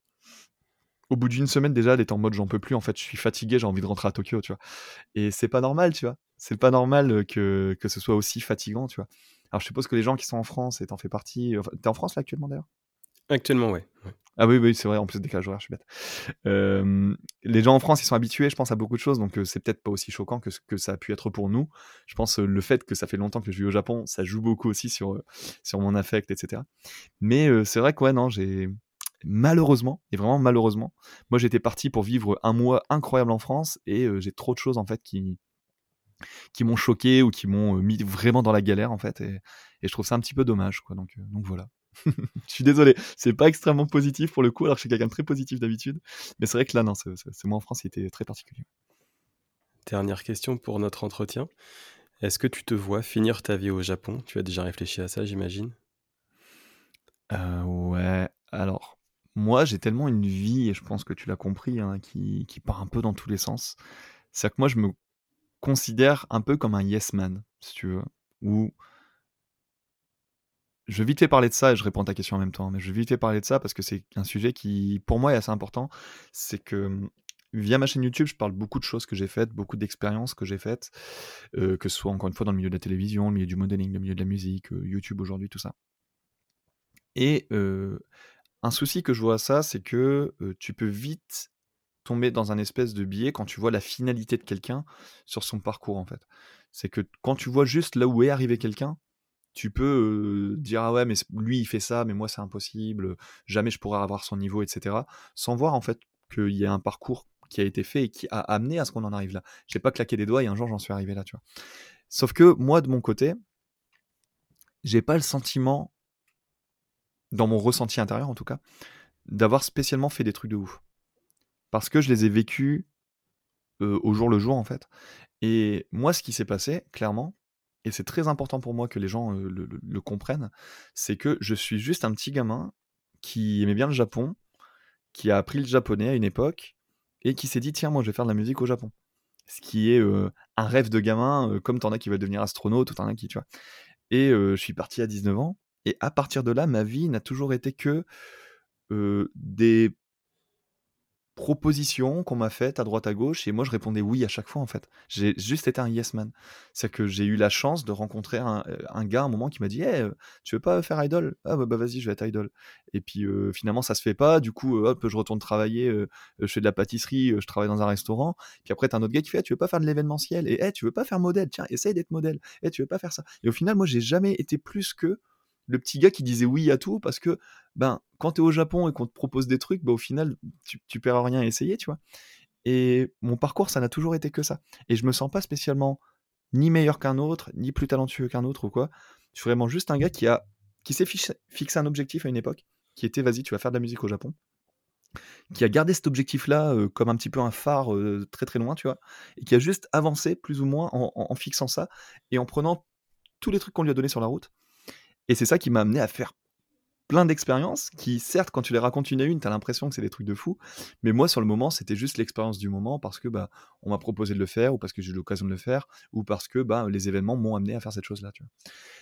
Speaker 2: Au bout d'une semaine déjà, elle était en mode: «J'en peux plus en fait, je suis fatiguée, j'ai envie de rentrer à Tokyo», tu vois? Et c'est pas normal, tu vois? C'est pas normal, heu, que que ce soit aussi fatigant, tu vois? Alors je suppose que les gens qui sont en France et tu en fais partie, enfin tu es en France là actuellement d'ailleurs?
Speaker 1: Actuellement, ouais, ouais.
Speaker 2: Ah oui, oui, c'est vrai, en plus décalage horaire, je suis bête. Hem, les gens en France, ils sont habitués, je pense, à beaucoup de choses, donc heu, c'est peut-être pas aussi choquant que ce que ça a pu être pour nous. Je pense, heu, le fait que ça fait longtemps que je vis au Japon, ça joue beaucoup aussi sur, heu, sur mon affect et cetera. Mais heu, c'est vrai que ouais, non, j'ai malheureusement et vraiment malheureusement, moi j'étais parti pour vivre un mois incroyable en France et heu, j'ai trop de choses en fait qui qui m'ont choqué ou qui m'ont, heu, mis vraiment dans la galère en fait et et je trouve ça un petit peu dommage quoi donc heu, donc voilà. Je suis désolé, c'est pas extrêmement positif pour le coup alors que je suis quelqu'un de très positif d'habitude, mais c'est vrai que là non, ce ce ce mois en France, il était très particulier.
Speaker 1: Dernière question pour notre entretien. Est-ce que tu te vois finir ta vie au Japon? Tu as déjà réfléchi à ça, j'imagine?
Speaker 2: Heu, ouais, alors moi j'ai tellement une vie et je pense que tu l'as compris, hein, qui qui part un peu dans tous les sens. C'est-à-dire que moi je me considère un peu comme un yes man, si tu veux, où je vais vite fait parler de ça et je réponds à ta question en même temps, mais je vais vite fait parler de ça parce que c'est un sujet qui, pour moi, est assez important. C'est que, mmh, via ma chaîne YouTube, je parle beaucoup de choses que j'ai faites, beaucoup d'expériences que j'ai faites, heu, que ce soit encore une fois dans le milieu de la télévision, le milieu du modeling, le milieu de la musique, heu, YouTube aujourd'hui, tout ça. Et heu, un souci que je vois à ça, c'est que, heu, tu peux vite tomber dans un espèce de biais quand tu vois la finalité de quelqu'un sur son parcours, en fait. C'est que quand tu vois juste là où est arrivé quelqu'un, tu peux, heu, dire: «Ah ouais, mais c lui, il fait ça, mais moi, c'est impossible, jamais je pourrais avoir son niveau» et cetera. Sans voir, en fait, qu'il y a un parcours qui a été fait et qui a amené à ce qu'on en arrive là. J'ai pas claqué des doigts et un jour, j'en suis arrivé là, tu vois? Sauf que moi, de mon côté, j'ai pas le sentiment, dans mon ressenti intérieur en tout cas, d'avoir spécialement fait des trucs de ouf. Parce que je les ai vécus, heu, au jour le jour, en fait. Et moi, ce qui s'est passé, clairement, et c'est très important pour moi que les gens, heu, le le le comprennent, c'est que je suis juste un petit gamin qui aimait bien le Japon, qui a appris le japonais à une époque et qui s'est dit: «Tiens, moi, je vais faire de la musique au Japon». Ce qui est, heu, un rêve de gamin, heu, comme tu en as qui veulent devenir astronaute ou tu en as qui tu vois? Et heu, je suis parti à dix-neuf ans et à partir de là, ma vie n'a toujours été que, heu, des propositions qu'on m'a faites à droite à gauche et moi je répondais oui à chaque fois en fait. J'ai juste été un yes man. C'est que j'ai eu la chance de rencontrer un, euh, un gars à un moment qui m'a dit hey, euh, tu veux pas faire idol? Ah bah, bah, vas-y, je vais être idol. Et puis euh, finalement ça se fait pas, du coup euh, hop je retourne travailler, euh, je fais de la pâtisserie, euh, je travaille dans un restaurant. Puis après t'as un autre gars qui fait hey, tu veux pas faire de l'événementiel? Et hey, tu veux pas faire modèle? Tiens, essaye d'être modèle. Hey, tu veux pas faire ça? Et au final moi j'ai jamais été plus que le petit gars qui disait oui à tout parce que ben quand t'es au Japon et qu'on te propose des trucs, bah, au final tu, tu perds rien à essayer, tu vois. Et mon parcours, ça n'a toujours été que ça. Et je me sens pas spécialement ni meilleur qu'un autre, ni plus talentueux qu'un autre ou quoi. Je suis vraiment juste un gars qui a qui s'est fixé, fixé un objectif à une époque, qui était vas-y, tu vas faire de la musique au Japon, qui a gardé cet objectif-là euh, comme un petit peu un phare euh, très très loin, tu vois, et qui a juste avancé plus ou moins en, en- en fixant ça et en prenant tous les trucs qu'on lui a donnés sur la route. Et c'est ça qui m'a amené à faire plein d'expériences qui, certes, quand tu les racontes une à une, t'as l'impression que c'est des trucs de fou. Mais moi, sur le moment, c'était juste l'expérience du moment parce que bah, on m'a proposé de le faire ou parce que j'ai eu l'occasion de le faire ou parce que bah, les événements m'ont amené à faire cette chose-là. Tu vois.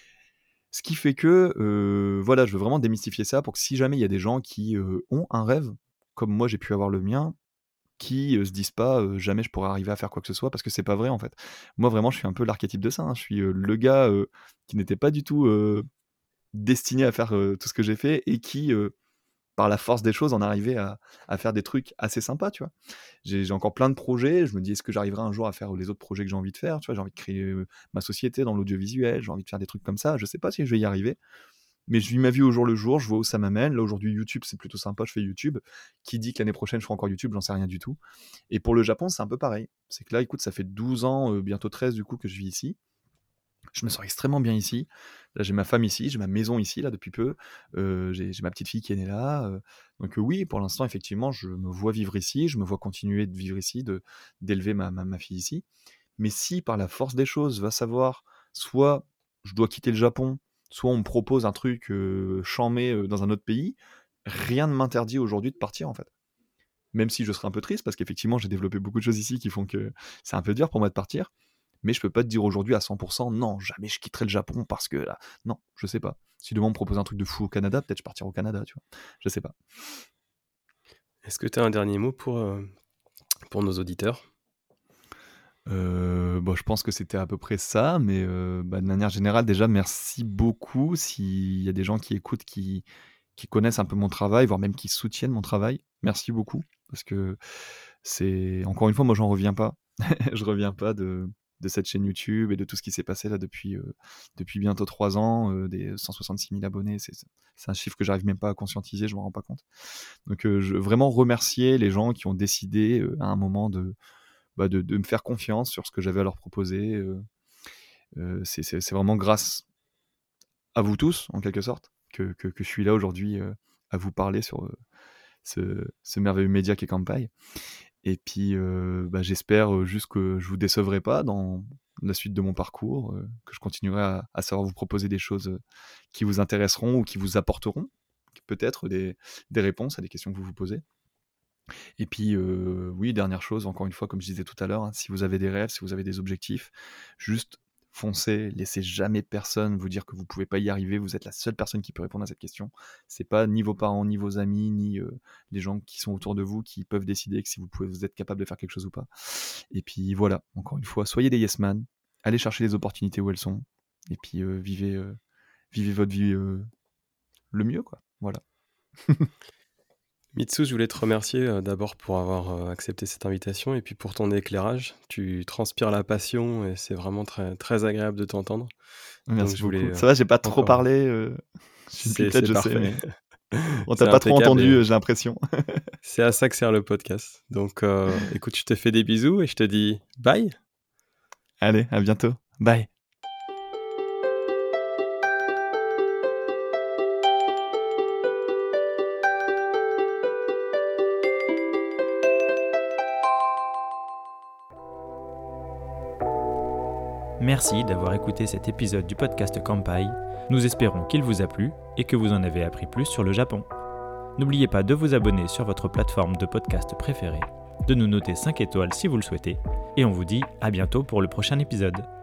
Speaker 2: Ce qui fait que, euh, voilà, je veux vraiment démystifier ça pour que si jamais il y a des gens qui euh, ont un rêve, comme moi j'ai pu avoir le mien, qui euh, se disent pas euh, jamais je pourrais arriver à faire quoi que ce soit parce que c'est pas vrai en fait. Moi vraiment je suis un peu l'archétype de ça, hein. Je suis euh, le gars euh, qui n'était pas du tout euh, destiné à faire euh, tout ce que j'ai fait et qui euh, par la force des choses en arriver à, à faire des trucs assez sympas, tu vois. J'ai, j'ai encore plein de projets, je me dis est-ce que j'arriverai un jour à faire les autres projets que j'ai envie de faire, tu vois, j'ai envie de créer euh, ma société dans l'audiovisuel, j'ai envie de faire des trucs comme ça, je sais pas si je vais y arriver, mais je vis ma vie au jour le jour, je vois où ça m'amène. Là aujourd'hui YouTube c'est plutôt sympa, je fais YouTube, qui dit que l'année prochaine je ferai encore YouTube, j'en sais rien du tout. Et pour le Japon c'est un peu pareil, c'est que là écoute ça fait douze ans, euh, bientôt treize du coup que je vis ici. Je me sens extrêmement bien ici. Là, j'ai ma femme ici, j'ai ma maison ici, là, depuis peu. Euh, j'ai, j'ai ma petite fille qui est née là. euh. Donc euh, oui, pour l'instant, effectivement, je me vois vivre ici, je me vois continuer de vivre ici, de, d'élever ma, ma, ma fille ici. Mais si, par la force des choses, va savoir, soit je dois quitter le Japon, soit on me propose un truc euh, chambé euh, dans un autre pays, rien ne m'interdit aujourd'hui de partir, en fait. Même si je serais un peu triste, parce qu'effectivement, j'ai développé beaucoup de choses ici qui font que c'est un peu dur pour moi de partir. Mais je peux pas te dire aujourd'hui à cent pour cent, non, jamais je quitterai le Japon parce que là, non, je sais pas. Si demain on me propose un truc de fou au Canada, peut-être je partirai au Canada, tu vois. Je sais pas.
Speaker 1: Est-ce que tu as un dernier mot pour, euh, pour nos auditeurs?
Speaker 2: Euh, bon, je pense que c'était à peu près ça, mais euh, bah, de manière générale, déjà, merci beaucoup. S'il y a des gens qui écoutent, qui, qui connaissent un peu mon travail, voire même qui soutiennent mon travail, merci beaucoup. Parce que c'est, encore une fois, moi, j'en reviens pas. Je reviens pas de, de cette chaîne YouTube et de tout ce qui s'est passé là depuis, euh, depuis bientôt trois ans, euh, des cent soixante-six mille abonnés. C'est, c'est un chiffre que j'arrive même pas à conscientiser, je m'en rends pas compte. Donc, euh, je veux vraiment remercier les gens qui ont décidé euh, à un moment de, bah, de, de me faire confiance sur ce que j'avais à leur proposer. Euh, euh, c'est, c'est, c'est vraiment grâce à vous tous, en quelque sorte, que, que, que je suis là aujourd'hui euh, à vous parler sur euh, ce, ce merveilleux média qu'est Kampai. Et puis, euh, bah, j'espère euh, juste que je vous décevrai pas dans la suite de mon parcours, euh, que je continuerai à, à savoir vous proposer des choses euh, qui vous intéresseront ou qui vous apporteront peut-être des, des réponses à des questions que vous vous posez. Et puis, euh, oui, dernière chose, encore une fois, comme je disais tout à l'heure, hein, si vous avez des rêves, si vous avez des objectifs, juste foncez, laissez jamais personne vous dire que vous pouvez pas y arriver, vous êtes la seule personne qui peut répondre à cette question. C'est pas ni vos parents, ni vos amis, ni euh, les gens qui sont autour de vous qui peuvent décider que si vous pouvez, vous êtes capable de faire quelque chose ou pas. Et puis voilà, encore une fois, soyez des yes man, allez chercher les opportunités où elles sont, et puis euh, vivez, euh, vivez votre vie euh, le mieux, quoi. Voilà.
Speaker 1: Mitsu, je voulais te remercier euh, d'abord pour avoir euh, accepté cette invitation et puis pour ton éclairage. Tu transpires la passion et c'est vraiment très, très agréable de t'entendre. Donc
Speaker 2: Merci
Speaker 1: je
Speaker 2: beaucoup.
Speaker 1: voulais
Speaker 2: Ça
Speaker 1: euh,
Speaker 2: va, j'ai pas trop
Speaker 1: encore...
Speaker 2: parlé. euh, Je suis une
Speaker 1: C'est,
Speaker 2: pipelette,
Speaker 1: c'est
Speaker 2: je sais,
Speaker 1: parfait.
Speaker 2: mais on
Speaker 1: C'est
Speaker 2: t'a pas trop
Speaker 1: impeccable
Speaker 2: entendu,
Speaker 1: et
Speaker 2: euh, j'ai l'impression.
Speaker 1: c'est à ça que sert le podcast. Donc euh, écoute, je te fais des bisous et je te dis bye.
Speaker 2: Allez, à bientôt. Bye.
Speaker 3: Merci d'avoir écouté cet épisode du podcast Kampai. Nous espérons qu'il vous a plu et que vous en avez appris plus sur le Japon. N'oubliez pas de vous abonner sur votre plateforme de podcast préférée, de nous noter cinq étoiles si vous le souhaitez, et on vous dit à bientôt pour le prochain épisode.